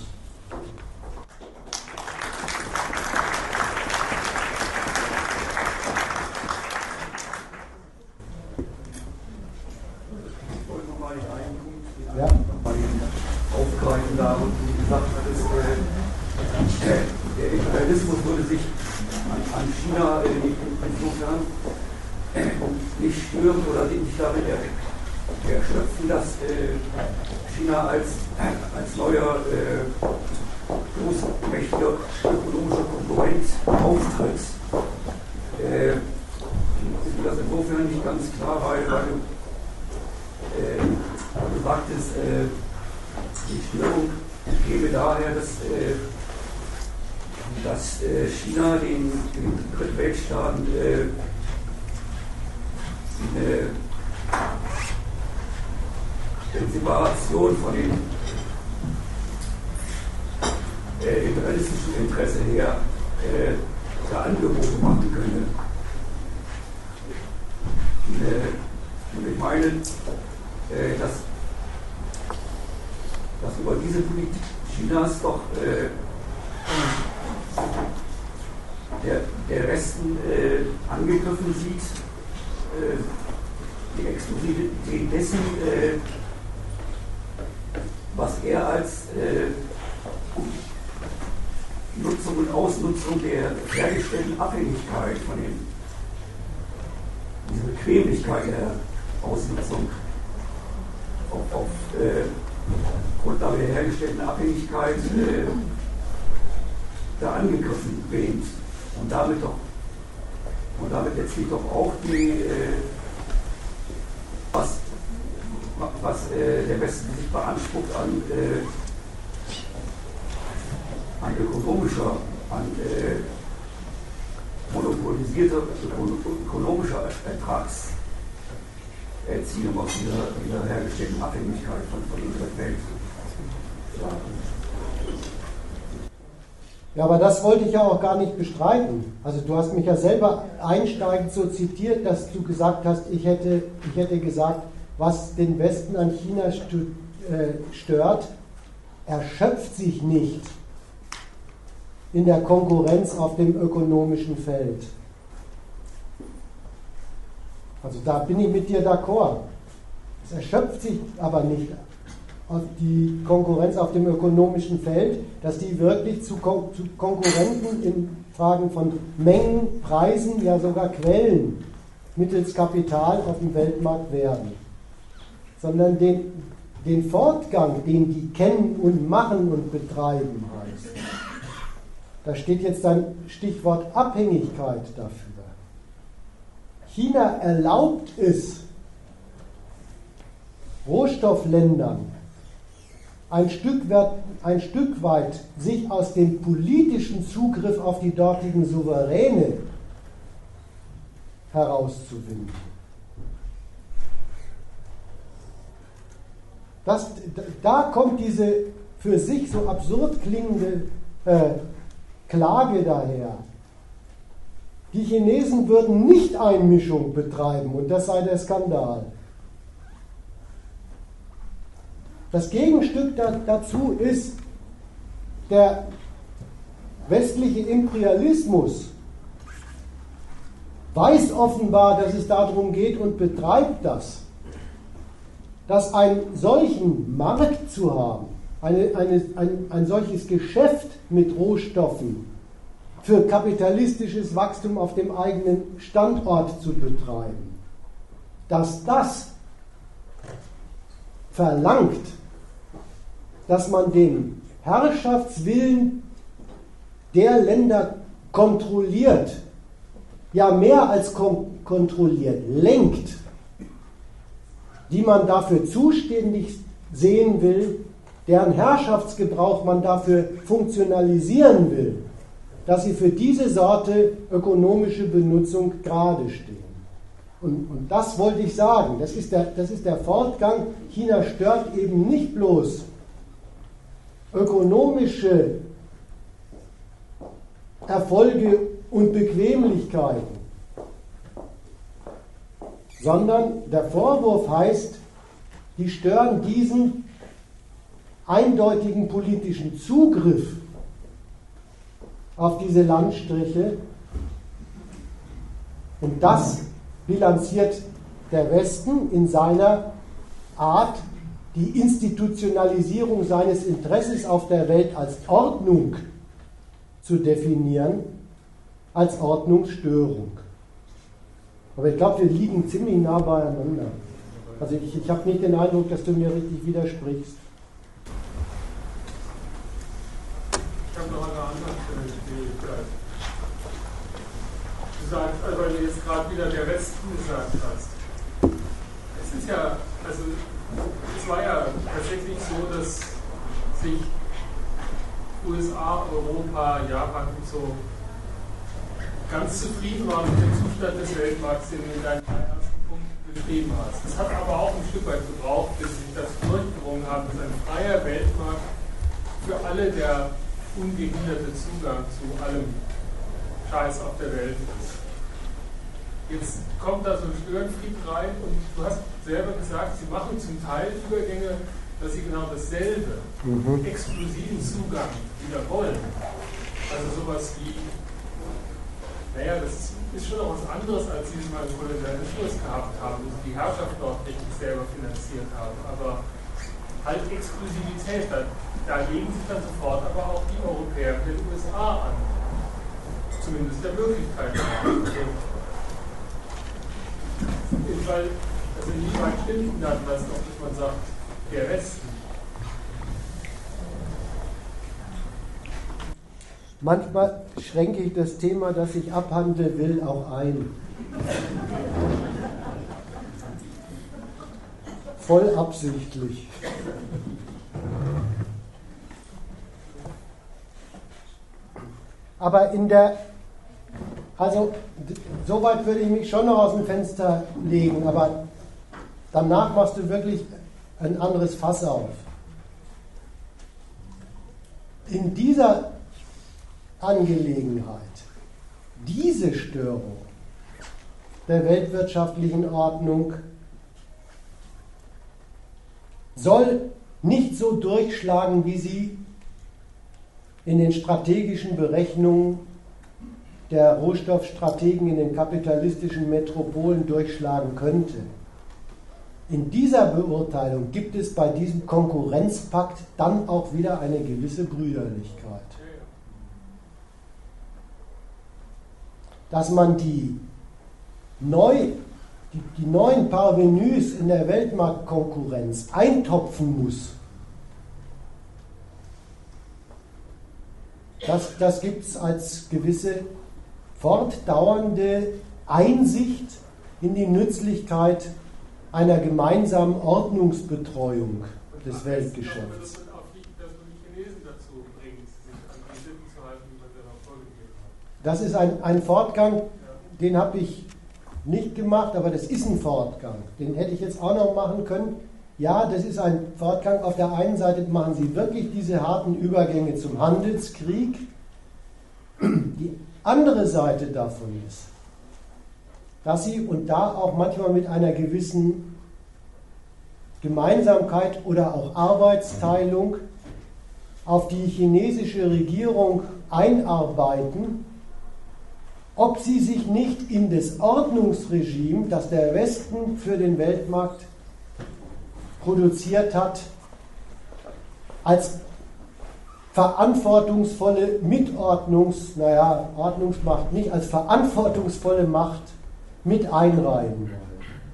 Ich wollte nochmal einen Punkt Ja. aufgreifen, da und du gesagt hattest, äh, der Imperialismus würde sich an, an China äh, insofern nicht stören oder nicht damit erschöpfen, dass äh, China als, als neuer äh, großmächtiger ökonomischer Konkurrent auftritt. Äh, ist mir das insofern nicht ganz klar, weil, weil du, äh, du sagtest, äh, die Störung käme daher, dass, äh, dass äh, China den, den Drittweltstaaten äh, eine Separation von dem äh, imperialistischen Interesse her äh, da Angebote machen könne. Äh, und ich meine, äh, dass, dass über diese Politik Chinas doch äh, der, der Westen äh, angegriffen sieht, die Exklusivität dessen, äh, was er als äh, Nutzung und Ausnutzung der hergestellten Abhängigkeit von den, diese Bequemlichkeit der Ausnutzung auf, auf äh, Grundlage der hergestellten Abhängigkeit äh, da angegriffen wähnt und damit doch und damit letztlich doch auch die, äh, was, was äh, der Westen sich beansprucht an, äh, an ökonomischer, an äh, monopolisierter ökonomischer Ertragserzielung aus dieser, dieser hergestellten Abhängigkeit von, von unserer Welt. Ja. Ja, aber das wollte ich ja auch gar nicht bestreiten. Also du hast mich ja selber einsteigend so zitiert, dass du gesagt hast, ich hätte, ich hätte gesagt, was den Westen an China stört, erschöpft sich nicht in der Konkurrenz auf dem ökonomischen Feld. Also da bin ich mit dir d'accord. Es erschöpft sich aber nicht auf die Konkurrenz auf dem ökonomischen Feld, dass die wirklich zu, Kon zu Konkurrenten in Fragen von Mengen, Preisen, ja sogar Quellen mittels Kapital auf dem Weltmarkt werden. Sondern den, den Fortgang, den die kennen und machen und betreiben heißt. Da steht jetzt ein Stichwort Abhängigkeit dafür. China erlaubt es Rohstoffländern ein Stück weit, ein Stück weit sich aus dem politischen Zugriff auf die dortigen Souveräne herauszuwinden. Das, da kommt diese für sich so absurd klingende äh, Klage daher. Die Chinesen würden nicht Einmischung betreiben und das sei der Skandal. Das Gegenstück da, dazu ist der westliche Imperialismus, weiß offenbar, dass es darum geht und betreibt das, dass einen solchen Markt zu haben, eine, eine, ein, ein solches Geschäft mit Rohstoffen für kapitalistisches Wachstum auf dem eigenen Standort zu betreiben, dass das verlangt, dass man den Herrschaftswillen der Länder kontrolliert, ja mehr als kon kontrolliert, lenkt, die man dafür zuständig sehen will, deren Herrschaftsgebrauch man dafür funktionalisieren will, dass sie für diese Sorte ökonomische Benutzung gerade stehen. Und, und das wollte ich sagen, das ist, der, das ist der Fortgang. China stört eben nicht bloß ökonomische Erfolge und Bequemlichkeiten, sondern der Vorwurf heißt, die stören diesen eindeutigen politischen Zugriff auf diese Landstriche, und das bilanziert der Westen in seiner Art, die Institutionalisierung seines Interesses auf der Welt als Ordnung zu definieren, als Ordnungsstörung. Aber ich glaube, wir liegen ziemlich nah beieinander. Also ich, ich habe nicht den Eindruck, dass du mir richtig widersprichst. Ich habe noch eine andere Schwierigkeit. Du sagst, also weil du jetzt gerade wieder der Westen gesagt hast. Es ist ja, also es war ja tatsächlich so, dass sich U S A, Europa, Japan und so ganz zufrieden waren mit dem Zustand des Weltmarkts, den du in deinen ersten Punkt beschrieben hast. Es hat aber auch ein Stück weit gebraucht, bis sich das durchgedrungen hat, dass ein freier Weltmarkt für alle der ungehinderte Zugang zu allem Scheiß auf der Welt ist. Jetzt kommt da so ein Störenfried rein und du hast selber gesagt, sie machen zum Teil Übergänge, dass sie genau dasselbe, mhm. exklusiven Zugang wieder wollen. Also sowas wie, naja, das ist schon noch was anderes, als sie es mal im Kolonialismus gehabt haben, und die Herrschaft dort richtig selber finanziert haben. Aber halt Exklusivität, da, da legen sich dann sofort aber auch die Europäer mit den U S A an. Zumindest der Möglichkeit nach. Weil, also inwieweit stimmt dann das noch, dass man sagt, der Westen? Manchmal schränke ich das Thema, das ich abhandeln will, auch ein. Voll absichtlich. Aber in der, also soweit würde ich mich schon noch aus dem Fenster legen, aber danach machst du wirklich ein anderes Fass auf. In dieser Angelegenheit, diese Störung der weltwirtschaftlichen Ordnung soll nicht so durchschlagen, wie sie in den strategischen Berechnungen der Rohstoffstrategen in den kapitalistischen Metropolen durchschlagen könnte. In dieser Beurteilung gibt es bei diesem Konkurrenzpakt dann auch wieder eine gewisse Brüderlichkeit. Dass man die, neu, die, die neuen Parvenus in der Weltmarktkonkurrenz eintopfen muss, das, das gibt es als gewisse fortdauernde Einsicht in die Nützlichkeit einer gemeinsamen Ordnungsbetreuung des Weltgeschäfts. Das ist ein, ein Fortgang, den habe ich nicht gemacht, aber das ist ein Fortgang. Den hätte ich jetzt auch noch machen können. Ja, das ist ein Fortgang. Auf der einen Seite machen sie wirklich diese harten Übergänge zum Handelskrieg. Die andere Seite davon ist, dass sie, und da auch manchmal mit einer gewissen Gemeinsamkeit oder auch Arbeitsteilung, auf die chinesische Regierung einarbeiten, ob sie sich nicht in das Ordnungsregime, das der Westen für den Weltmarkt produziert hat, als verantwortungsvolle Mitordnungs, naja, Ordnungsmacht nicht, als verantwortungsvolle Macht mit einreihen wollen.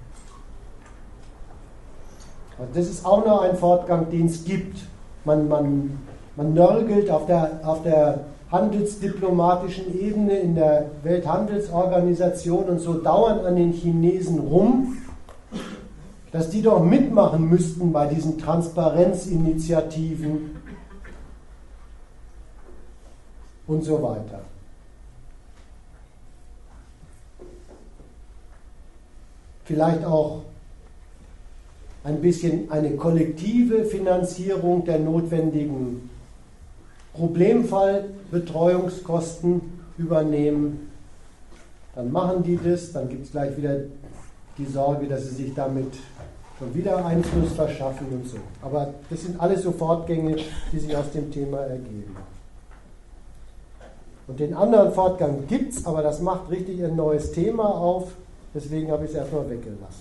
Also das ist auch noch ein Fortgang, den es gibt. Man, man, man nörgelt auf der, auf der handelsdiplomatischen Ebene in der Welthandelsorganisation und so dauernd an den Chinesen rum, dass die doch mitmachen müssten bei diesen Transparenzinitiativen und so weiter. Vielleicht auch ein bisschen eine kollektive Finanzierung der notwendigen Problemfallbetreuungskosten übernehmen. Dann machen die das, dann gibt es gleich wieder die Sorge, dass sie sich damit schon wieder Einfluss verschaffen und so. Aber das sind alles so Fortgänge, die sich aus dem Thema ergeben. Und den anderen Fortgang gibt es, aber das macht richtig ein neues Thema auf. Deswegen habe ich es erstmal weggelassen.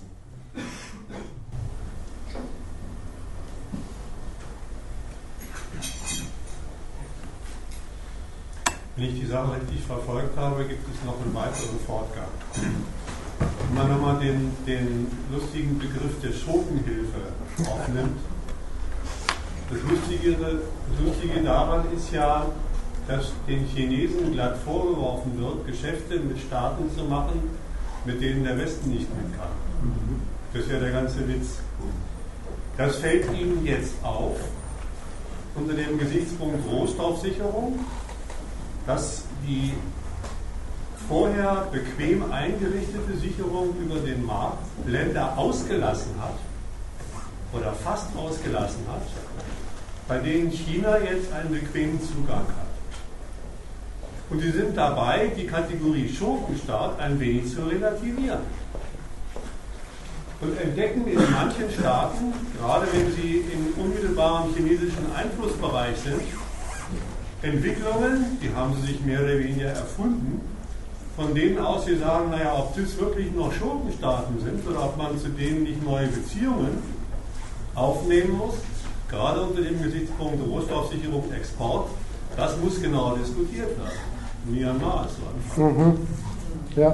Wenn ich die Sache richtig verfolgt habe, gibt es noch einen weiteren Fortgang. Wenn man nochmal den, den lustigen Begriff der Schurkenhilfe aufnimmt, das Lustige, das Lustige daran ist ja, dass den Chinesen glatt vorgeworfen wird, Geschäfte mit Staaten zu machen, mit denen der Westen nicht mit kann. Das ist ja der ganze Witz. Das fällt ihnen jetzt auf, unter dem Gesichtspunkt Rohstoffsicherung, dass die vorher bequem eingerichtete Sicherung über den Markt Länder ausgelassen hat oder fast ausgelassen hat, bei denen China jetzt einen bequemen Zugang hat. Und sie sind dabei, die Kategorie Schurkenstaat ein wenig zu relativieren. Und entdecken in manchen Staaten, gerade wenn sie im unmittelbaren chinesischen Einflussbereich sind, Entwicklungen, die haben sie sich mehr oder weniger erfunden, von denen aus sie sagen, naja, ob das wirklich noch Schurkenstaaten sind oder ob man zu denen nicht neue Beziehungen aufnehmen muss, gerade unter dem Gesichtspunkt Rohstoffsicherung, Export, das muss genau diskutiert werden. Myanmar ist so ein Fall. Mhm. Ja.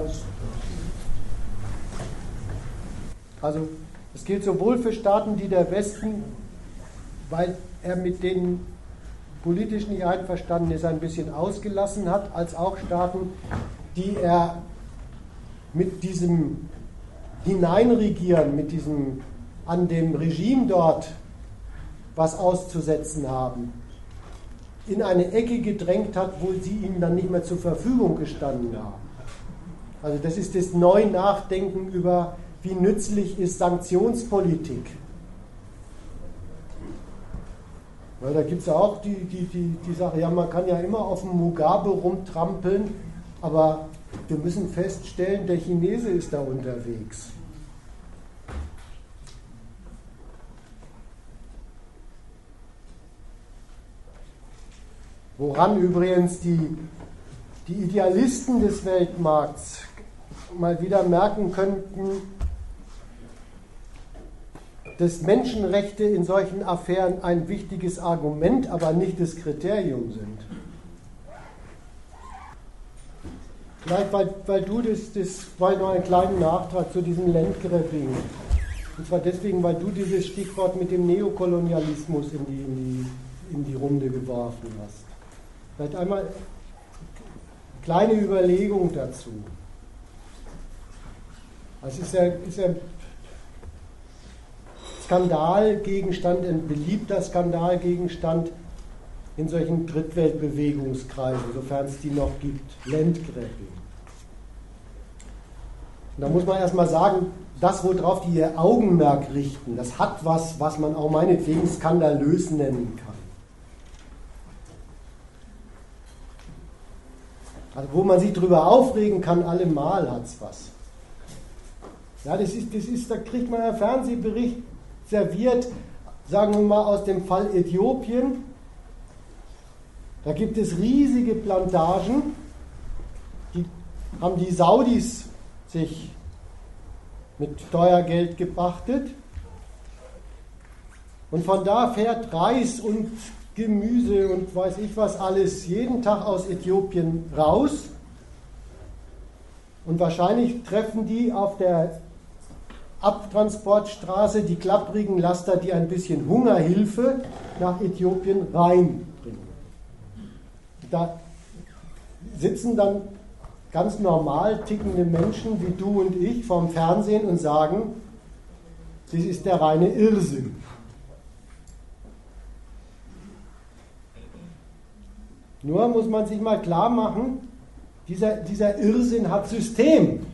Also es gilt sowohl für Staaten, die der Westen, weil er mit denen politisch nicht einverstanden ist, ein bisschen ausgelassen hat, als auch Staaten, die er mit diesem Hineinregieren, mit diesem an dem Regime dort was auszusetzen haben, in eine Ecke gedrängt hat, wo sie ihm dann nicht mehr zur Verfügung gestanden haben. Also das ist das Neu-Nachdenken über, wie nützlich ist Sanktionspolitik. Ja, da gibt es ja auch die, die, die, die Sache, ja, man kann ja immer auf dem Mugabe rumtrampeln, aber wir müssen feststellen, der Chinese ist da unterwegs. Woran übrigens die, die Idealisten des Weltmarkts mal wieder merken könnten, dass Menschenrechte in solchen Affären ein wichtiges Argument, aber nicht das Kriterium sind. Vielleicht, weil, weil du das, das war noch einen kleinen Nachtrag zu diesem Landgrabbing. Und zwar deswegen, weil du dieses Stichwort mit dem Neokolonialismus in die, in die, in die Runde geworfen hast. Vielleicht einmal eine kleine Überlegung dazu. Es ist ja, ist ja Skandalgegenstand, ein beliebter Skandalgegenstand in solchen Drittweltbewegungskreisen, sofern es die noch gibt, Landgrabbing. Und da muss man erstmal sagen, das, worauf die ihr Augenmerk richten, das hat was, was man auch meinetwegen skandalös nennen kann. Also wo man sich drüber aufregen kann, allemal hat es was. Ja, das ist, das ist, da kriegt man einen Fernsehbericht serviert, sagen wir mal aus dem Fall Äthiopien. Da gibt es riesige Plantagen, die haben die Saudis sich mit Steuergeld gepachtet. Und von da fährt Reis und Gemüse und weiß ich was alles jeden Tag aus Äthiopien raus. Und wahrscheinlich treffen die auf der Abtransportstraße die klapprigen Laster, die ein bisschen Hungerhilfe nach Äthiopien reinbringen. Da sitzen dann ganz normal tickende Menschen wie du und ich vorm Fernsehen und sagen, das ist der reine Irrsinn. Nur muss man sich mal klar machen, dieser, dieser Irrsinn hat System.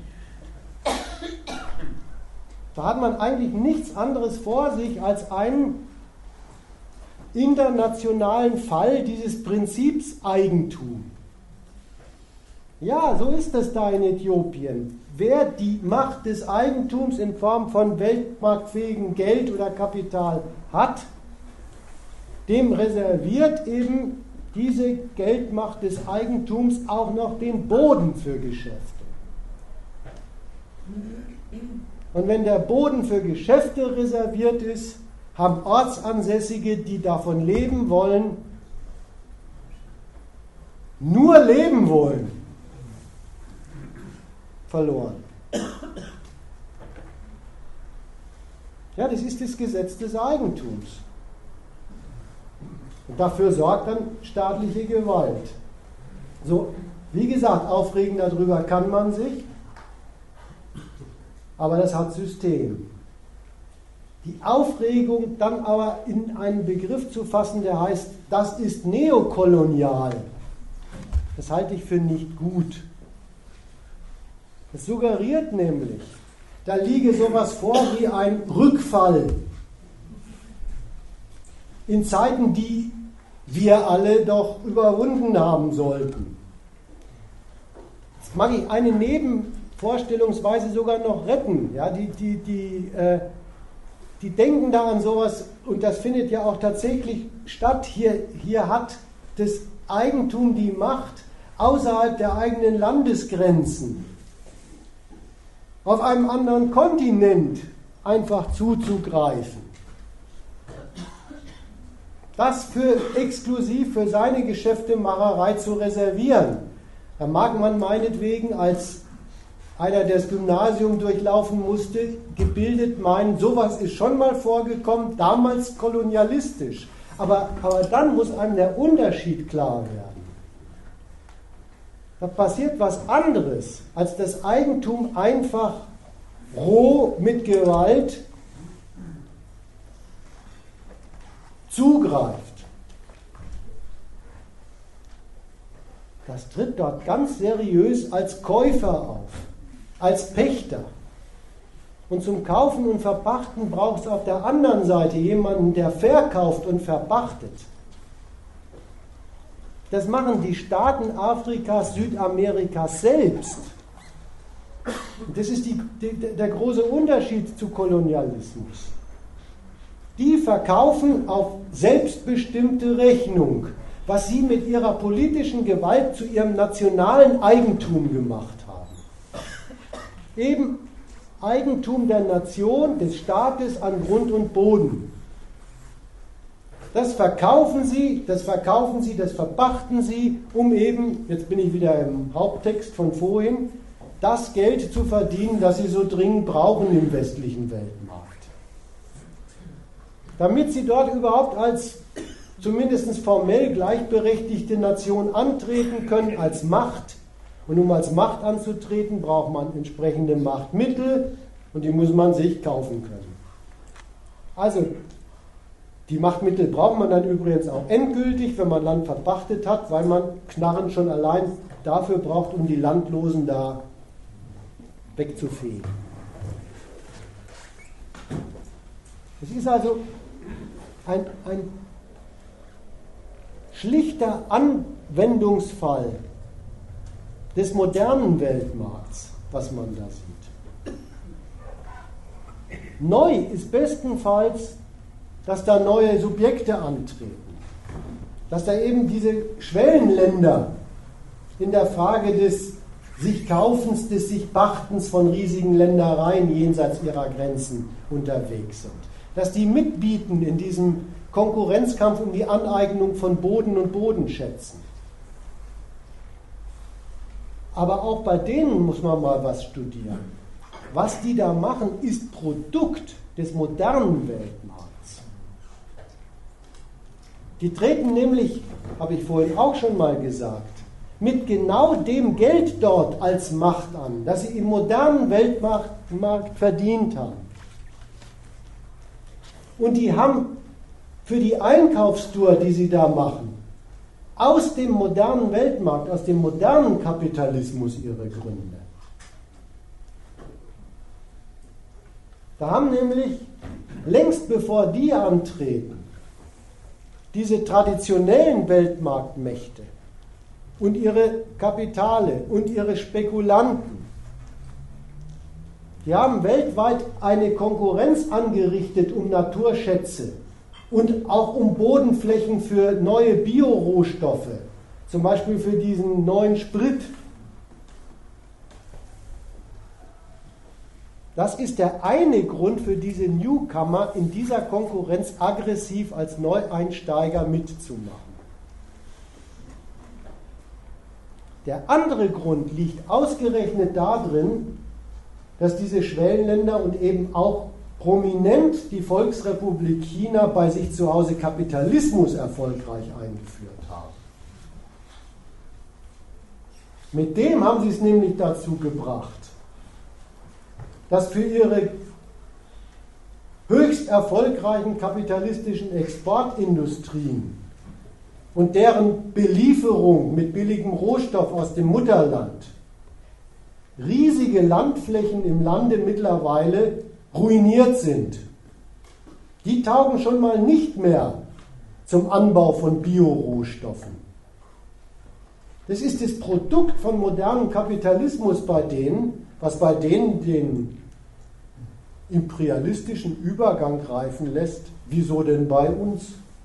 Da hat man eigentlich nichts anderes vor sich als einen internationalen Fall dieses Prinzips Eigentum. Ja, so ist das da in Äthiopien. Wer die Macht des Eigentums in Form von weltmarktfähigem Geld oder Kapital hat, dem reserviert eben diese Geldmacht des Eigentums auch noch den Boden für Geschäfte. Und wenn der Boden für Geschäfte reserviert ist, haben Ortsansässige, die davon leben wollen, nur leben wollen, verloren. Ja, das ist das Gesetz des Eigentums. Und dafür sorgt dann staatliche Gewalt. So, wie gesagt, aufregen darüber kann man sich, aber das hat System. Die Aufregung dann aber in einen Begriff zu fassen, der heißt, das ist neokolonial, das halte ich für nicht gut. Das suggeriert nämlich, da liege sowas vor wie ein Rückfall in Zeiten, die wir alle doch überwunden haben sollten. Jetzt mag ich eine Nebenvorstellungsweise sogar noch retten. Ja, die, die, die, äh, die denken da an sowas, und das findet ja auch tatsächlich statt. Hier, hier hat das Eigentum die Macht, außerhalb der eigenen Landesgrenzen auf einem anderen Kontinent einfach zuzugreifen. Das für exklusiv für seine Geschäftemacherei zu reservieren. Da mag man meinetwegen als einer, der das Gymnasium durchlaufen musste, gebildet meinen, sowas ist schon mal vorgekommen, damals kolonialistisch. Aber, aber dann muss einem der Unterschied klar werden. Da passiert was anderes, als das Eigentum einfach roh mit Gewalt zugreift. Das tritt dort ganz seriös als Käufer auf, als Pächter. Und zum Kaufen und Verpachten braucht es auf der anderen Seite jemanden, der verkauft und verpachtet. das machen die Staaten Afrikas, Südamerikas selbst. Und das ist die, die, der große Unterschied zu Kolonialismus. Die verkaufen auf selbstbestimmte Rechnung, was sie mit ihrer politischen Gewalt zu ihrem nationalen Eigentum gemacht haben. Eben Eigentum der Nation, des Staates an Grund und Boden. Das verkaufen sie, das verkaufen sie, das verpachten sie, um eben, jetzt bin ich wieder im Haupttext von vorhin, das Geld zu verdienen, das sie so dringend brauchen im westlichen Weltmarkt. Damit sie dort überhaupt als zumindest formell gleichberechtigte Nation antreten können, als Macht. Und um als Macht anzutreten, braucht man entsprechende Machtmittel und die muss man sich kaufen können. Also, die Machtmittel braucht man dann übrigens auch endgültig, wenn man Land verpachtet hat, weil man Knarren schon allein dafür braucht, um die Landlosen da wegzufegen. Es ist also ein, ein schlichter Anwendungsfall des modernen Weltmarkts, was man da sieht. Neu ist bestenfalls, dass da neue Subjekte antreten, dass da eben diese Schwellenländer in der Frage des sich Kaufens, des sich Pachtens von riesigen Ländereien jenseits ihrer Grenzen unterwegs sind, dass die mitbieten in diesem Konkurrenzkampf um die Aneignung von Boden und Bodenschätzen. Aber auch bei denen muss man mal was studieren. Was die da machen, ist Produkt des modernen Weltmarkts. Die treten nämlich, habe ich vorhin auch schon mal gesagt, mit genau dem Geld dort als Macht an, das sie im modernen Weltmarkt verdient haben. Und die haben für die Einkaufstour, die sie da machen, aus dem modernen Weltmarkt, aus dem modernen Kapitalismus ihre Gründe. Da haben nämlich längst bevor die antreten, diese traditionellen Weltmarktmächte und ihre Kapitale und ihre Spekulanten, die haben weltweit eine Konkurrenz angerichtet um Naturschätze und auch um Bodenflächen für neue Biorohstoffe, zum Beispiel für diesen neuen Sprit. Das ist der eine Grund für diese Newcomer, in dieser Konkurrenz aggressiv als Neueinsteiger mitzumachen. Der andere Grund liegt ausgerechnet darin, dass diese Schwellenländer und eben auch prominent die Volksrepublik China bei sich zu Hause Kapitalismus erfolgreich eingeführt haben. Mit dem haben sie es nämlich dazu gebracht, dass für ihre höchst erfolgreichen kapitalistischen Exportindustrien und deren Belieferung mit billigem Rohstoff aus dem Mutterland riesige Landflächen im Lande mittlerweile ruiniert sind. Die taugen schon mal nicht mehr zum Anbau von Biorohstoffen. Das ist das Produkt von modernem Kapitalismus bei denen, was bei denen den imperialistischen Übergang reifen lässt. Wieso denn bei uns?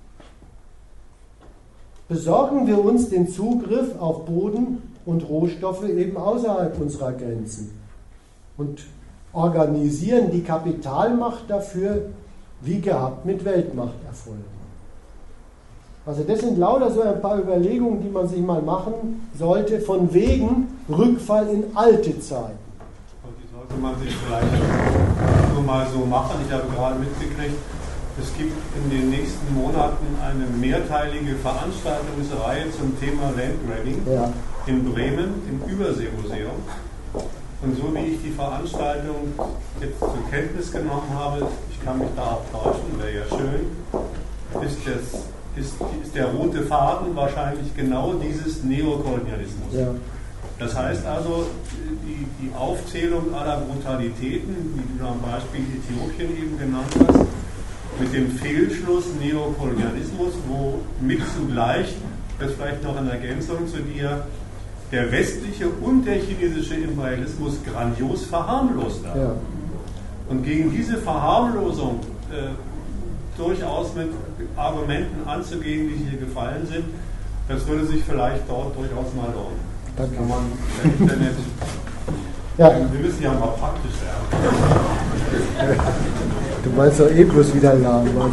Besorgen wir uns den Zugriff auf Boden und Rohstoffe eben außerhalb unserer Grenzen und organisieren die Kapitalmacht dafür, wie gehabt mit Weltmachterfolgen. Also das sind lauter so ein paar Überlegungen, die man sich mal machen sollte, von wegen Rückfall in alte Zeiten. Und die sollte man sich vielleicht nur mal so machen. Ich habe gerade mitgekriegt, es gibt in den nächsten Monaten eine mehrteilige Veranstaltungsreihe zum Thema Landgrabbing ja. in Bremen im Überseemuseum. Und so wie ich die Veranstaltung jetzt zur Kenntnis genommen habe, ich kann mich da auch täuschen, wäre ja schön, ist, das, ist, ist der rote Faden wahrscheinlich genau dieses Neokolonialismus. Ja. Das heißt also, die, die Aufzählung aller Brutalitäten, wie du am Beispiel Äthiopien eben genannt hast, mit dem Fehlschluss Neokolonialismus, wo mit zugleich das vielleicht noch in Ergänzung zu dir, der westliche und der chinesische Imperialismus grandios verharmlost haben. Ja. Und gegen diese Verharmlosung äh, durchaus mit Argumenten anzugehen, die hier gefallen sind, das würde sich vielleicht dort durchaus mal lohnen. Danke. Kann man im Internet. Ja. Wir müssen ja mal praktisch werden. Du meinst doch eh bloß wieder labern.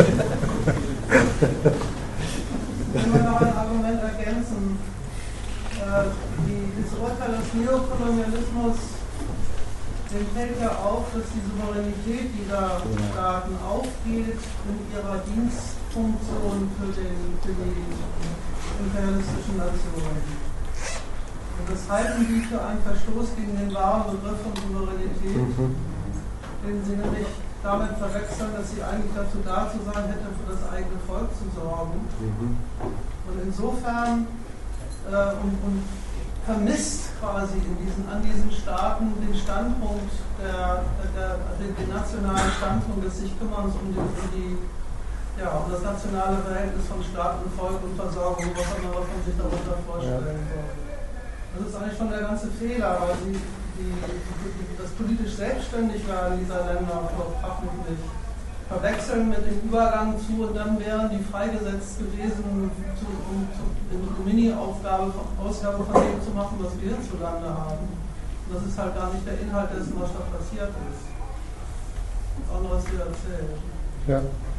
Ich will noch ein Argument ergänzen. Äh, die, das Urteil des Neokolonialismus, dem fällt ja auf, dass die Souveränität dieser Staaten aufgeht in ihrer Dienstfunktion für, den, für die imperialistischen Nationen. Und das halten die für einen Verstoß gegen den wahren Begriff von Souveränität, mhm. den sie nämlich damit verwechseln, dass sie eigentlich dazu da zu sein hätte, für das eigene Volk zu sorgen. Mhm. Und insofern äh, und, und vermisst quasi in diesen, an diesen Staaten den Standpunkt, der, der, der, den nationalen Standpunkt des sich Kümmerns um, die, um, die, ja, um das nationale Verhältnis von Staat und Volk und Versorgung, was auch immer man sich darunter vorstellen soll. Das ist eigentlich schon der ganze Fehler, weil sie die, die, das politisch Selbstständigwerden dieser Länder fachlich verwechseln mit dem Übergang zu, und dann wären die freigesetzt gewesen, zu, um zu, eine Mini-Aufgabe, Ausgabe von dem zu machen, was wir hierzulande haben. Und das ist halt gar nicht der Inhalt dessen, was da passiert ist. Nichts anderes zu erzählen. Ja.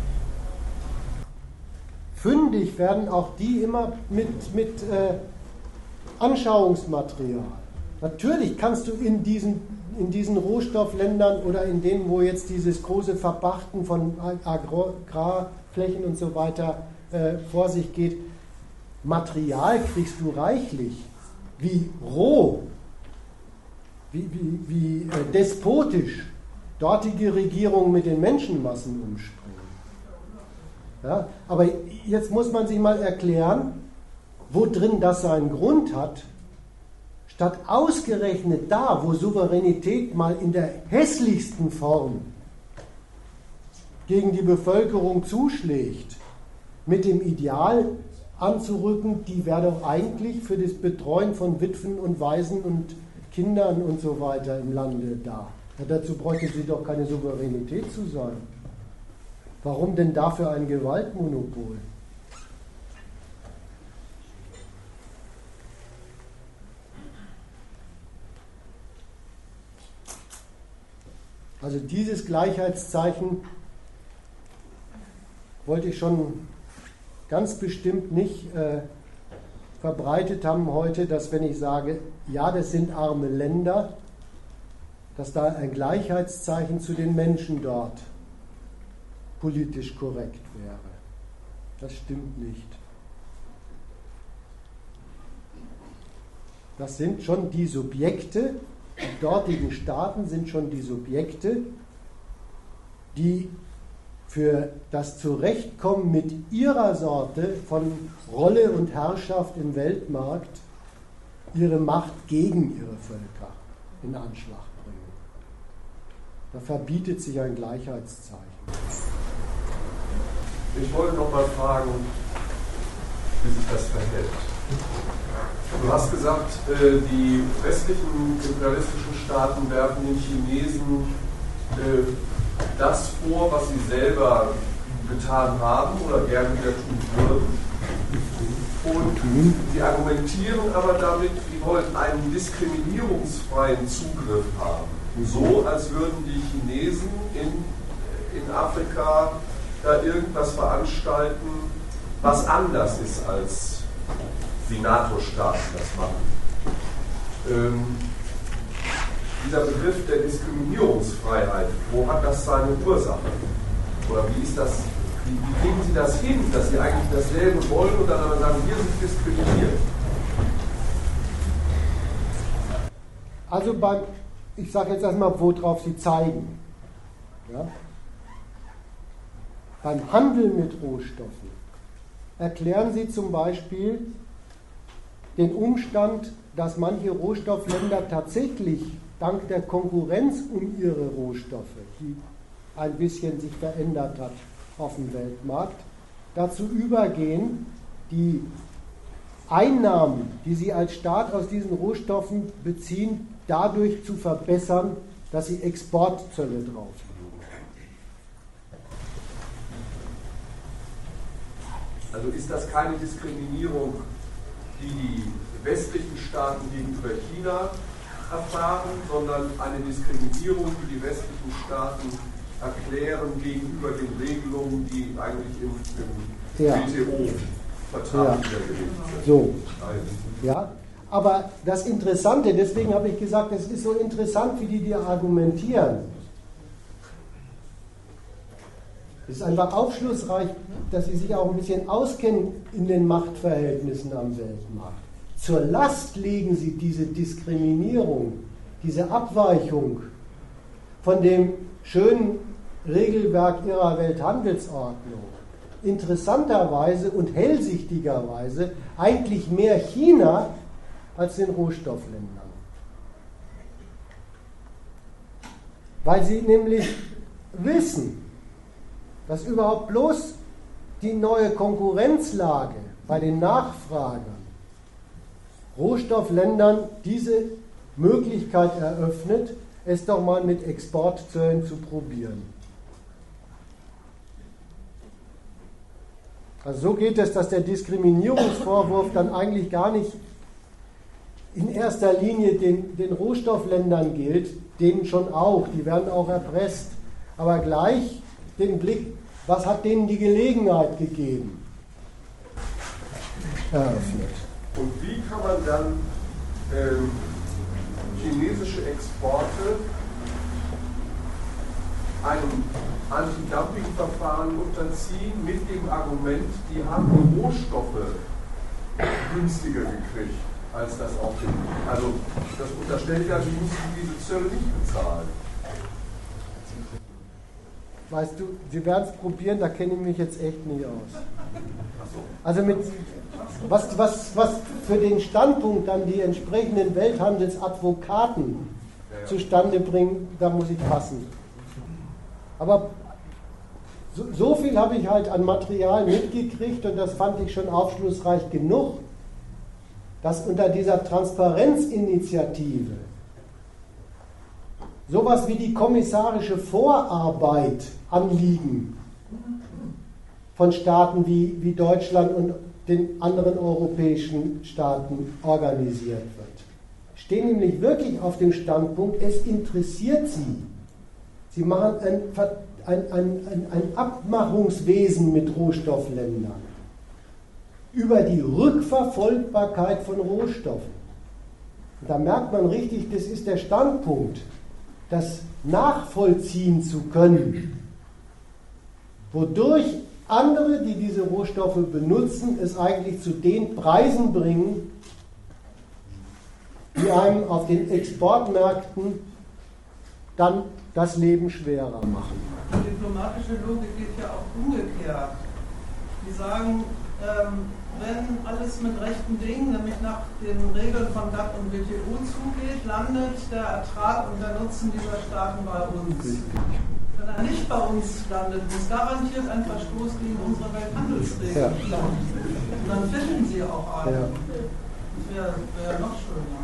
Fündig werden auch die immer mit, mit äh, Anschauungsmaterial. Natürlich kannst du in diesen, in diesen Rohstoffländern oder in denen, wo jetzt dieses große Verpachten von Agrarflächen und so weiter äh, vor sich geht, Material kriegst du reichlich, wie roh, wie, wie, wie äh, despotisch dortige Regierungen mit den Menschenmassen umspringen. Ja, aber jetzt muss man sich mal erklären, wo drin das seinen Grund hat, statt ausgerechnet da, wo Souveränität mal in der hässlichsten Form gegen die Bevölkerung zuschlägt, mit dem Ideal anzurücken, die wäre doch eigentlich für das Betreuen von Witwen und Waisen und Kindern und so weiter im Lande da. Ja, dazu bräuchte sie doch keine Souveränität zu sein. Warum denn dafür ein Gewaltmonopol? Also dieses Gleichheitszeichen wollte ich schon ganz bestimmt nicht äh, verbreitet haben heute, dass wenn ich sage, ja, das sind arme Länder, dass da ein Gleichheitszeichen zu den Menschen dort politisch korrekt wäre. Das stimmt nicht. Das sind schon die Subjekte, die dortigen Staaten sind schon die Subjekte, die für das Zurechtkommen mit ihrer Sorte von Rolle und Herrschaft im Weltmarkt ihre Macht gegen ihre Völker in Anschlag bringen. Da verbietet sich ein Gleichheitszeichen. Ich wollte noch mal fragen, wie sich das verhält. Du hast gesagt, die westlichen imperialistischen Staaten werfen den Chinesen das vor, was sie selber getan haben oder gerne wieder tun würden. Und sie argumentieren aber damit, sie wollen einen diskriminierungsfreien Zugriff haben. So, als würden die Chinesen in, in Afrika da irgendwas veranstalten, was anders ist als die NATO-Staaten das machen. Ähm, dieser Begriff der Diskriminierungsfreiheit, wo hat das seine Ursache? Oder wie ist das, wie, wie kriegen Sie das hin, dass Sie eigentlich dasselbe wollen und dann aber sagen, wir sind diskriminiert? Also beim, ich sage jetzt erstmal, worauf Sie zeigen. Ja? Beim Handel mit Rohstoffen erklären Sie zum Beispiel den Umstand, dass manche Rohstoffländer tatsächlich dank der Konkurrenz um ihre Rohstoffe, die ein bisschen sich verändert hat auf dem Weltmarkt, dazu übergehen, die Einnahmen, die sie als Staat aus diesen Rohstoffen beziehen, dadurch zu verbessern, dass sie Exportzölle drauflegen. Also ist das keine Diskriminierung, die die westlichen Staaten gegenüber China erfahren, sondern eine Diskriminierung, die die westlichen Staaten erklären gegenüber den Regelungen, die eigentlich im, im Ja. W T O-Vertrag Ja. niedergelegt sind. So. Ja, aber das Interessante, deswegen habe ich gesagt, es ist so interessant, wie die dir argumentieren. Es ist einfach aufschlussreich, dass sie sich auch ein bisschen auskennen in den Machtverhältnissen am Weltmarkt. Zur Last legen sie diese Diskriminierung, diese Abweichung von dem schönen Regelwerk ihrer Welthandelsordnung interessanterweise und hellsichtigerweise eigentlich mehr China als den Rohstoffländern. Weil sie nämlich wissen, dass überhaupt bloß die neue Konkurrenzlage bei den Nachfragern Rohstoffländern diese Möglichkeit eröffnet, es doch mal mit Exportzöllen zu probieren. Also so geht es, dass der Diskriminierungsvorwurf dann eigentlich gar nicht in erster Linie den, den Rohstoffländern gilt, denen schon auch, die werden auch erpresst, aber gleich den Blick, was hat denen die Gelegenheit gegeben, eröffnet. Und wie kann man dann ähm, chinesische Exporte einem Anti-Dumping-Verfahren unterziehen mit dem Argument, die haben die Rohstoffe günstiger gekriegt als das auf dem. Also das unterstellt ja, sie müssen diese Zölle nicht bezahlen. Weißt du, Sie werden es probieren, da kenne ich mich jetzt echt nicht aus. Also mit, was, was, was für den Standpunkt dann die entsprechenden Welthandelsadvokaten Ja, ja. zustande bringen, da muss ich passen. Aber so, so viel habe ich halt an Material mitgekriegt und das fand ich schon aufschlussreich genug, dass unter dieser Transparenzinitiative sowas wie die kommissarische Vorarbeit Anliegen von Staaten wie, wie Deutschland und den anderen europäischen Staaten organisiert wird. Stehen nämlich wirklich auf dem Standpunkt, es interessiert sie. Sie machen ein, ein, ein, ein Abmachungswesen mit Rohstoffländern über die Rückverfolgbarkeit von Rohstoffen. Und da merkt man richtig, das ist der Standpunkt, das nachvollziehen zu können, wodurch andere, die diese Rohstoffe benutzen, es eigentlich zu den Preisen bringen, die einem auf den Exportmärkten dann das Leben schwerer machen. Die diplomatische Logik geht ja auch umgekehrt. Die sagen, ähm, wenn alles mit rechten Dingen, nämlich nach den Regeln von G A T T und W T O zugeht, landet der Ertrag und der Nutzen dieser Staaten bei uns. Wenn er nicht bei uns landet, muss garantiert ein Verstoß gegen unsere Welthandelsregeln. Ja. Und dann finden sie auch alle. Ja. Das wäre wär noch schöner.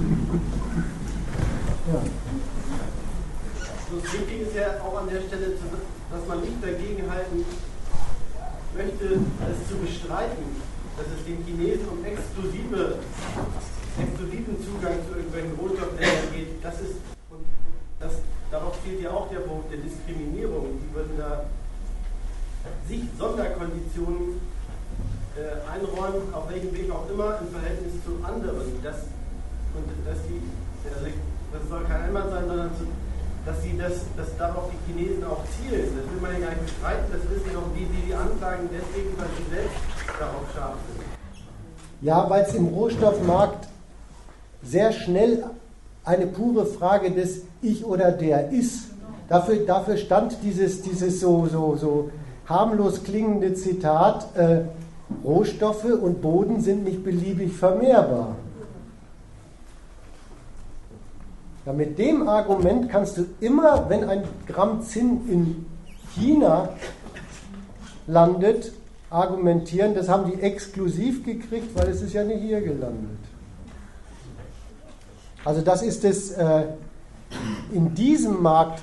Ja. Das Wichtige ist ja auch an der Stelle, dass man nicht dagegen halten möchte, es zu bestreiten, dass es den Chinesen um exklusive, exklusiven Zugang zu irgendwelchen Rohstoffländern geht. Das ist, und das, darauf zielt ja auch der Punkt der Diskriminierung. Die würden da sich Sonderkonditionen äh, einräumen, auf welchem Weg auch immer, im Verhältnis zu anderen. Das, und dass die, also das soll kein Einwand sein, sondern zu, dass sie das, dass darauf die Chinesen auch zielen. Das will man ja gar nicht bestreiten, das wissen doch die, die die anklagen, deswegen, weil sie selbst darauf scharf sind. Ja, weil es im Rohstoffmarkt sehr schnell eine pure Frage des Ich oder der ist. Dafür, dafür stand dieses, dieses so, so, so harmlos klingende Zitat, äh, Rohstoffe und Boden sind nicht beliebig vermehrbar. Ja, mit dem Argument kannst du immer, wenn ein Gramm Zinn in China landet, argumentieren, das haben die exklusiv gekriegt, weil es ist ja nicht hier gelandet. Also das ist es äh, in diesem Markt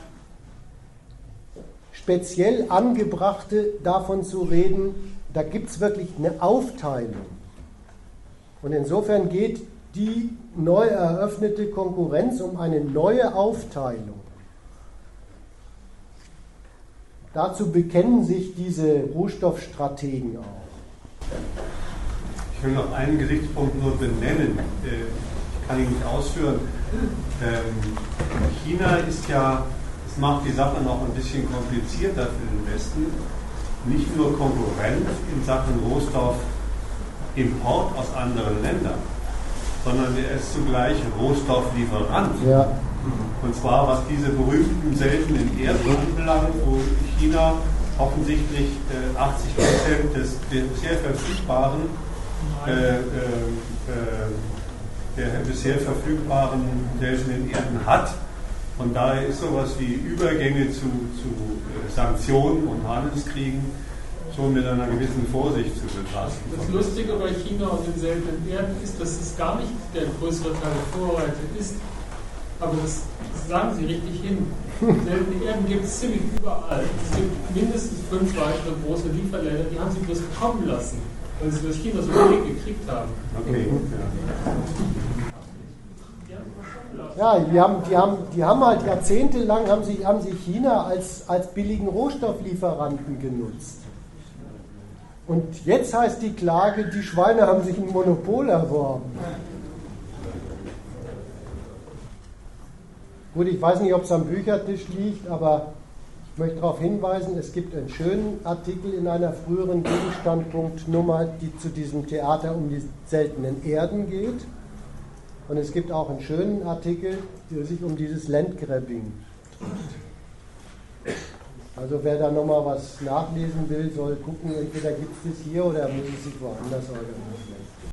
speziell angebrachte, davon zu reden, da gibt es wirklich eine Aufteilung. Und insofern geht die neu eröffnete Konkurrenz um eine neue Aufteilung. Dazu bekennen sich diese Rohstoffstrategen auch. Ich will noch einen Gesichtspunkt nur benennen. Ich kann ihn nicht ausführen. China ist ja, das macht die Sache noch ein bisschen komplizierter für den Westen, nicht nur Konkurrent in Sachen Rohstoffimport aus anderen Ländern, sondern er ist zugleich Rohstofflieferant. Ja. Und zwar was diese berühmten seltenen Erden anbelangt, wo China offensichtlich äh, achtzig Prozent des bisher verfügbaren äh, äh, der bisher verfügbaren seltenen Erden hat. Und daher ist sowas wie Übergänge zu, zu äh, Sanktionen und Handelskriegen schon mit einer gewissen Vorsicht zu betrachten. Das Lustige bei China und den seltenen Erden ist, dass es gar nicht der größere Teil der Vorreiter ist. Aber das sagen Sie richtig hin. Seltene Erden gibt es ziemlich überall. Es gibt mindestens fünf weitere große Lieferländer, die haben sie bloß kommen lassen, weil sie durch China so viel gekriegt haben. Okay. Ja, die haben, die haben, die haben halt jahrzehntelang haben sie, haben sie China als, als billigen Rohstofflieferanten genutzt. Und jetzt heißt die Klage, die Schweine haben sich ein Monopol erworben. Gut, ich weiß nicht, ob es am Büchertisch liegt, aber ich möchte darauf hinweisen, es gibt einen schönen Artikel in einer früheren Gegenstandpunktnummer, die zu diesem Theater um die seltenen Erden geht. Und es gibt auch einen schönen Artikel, der sich um dieses Landgrabbing dreht. Also wer da nochmal was nachlesen will, soll gucken, entweder gibt es das hier oder muss es sich woanders organisieren.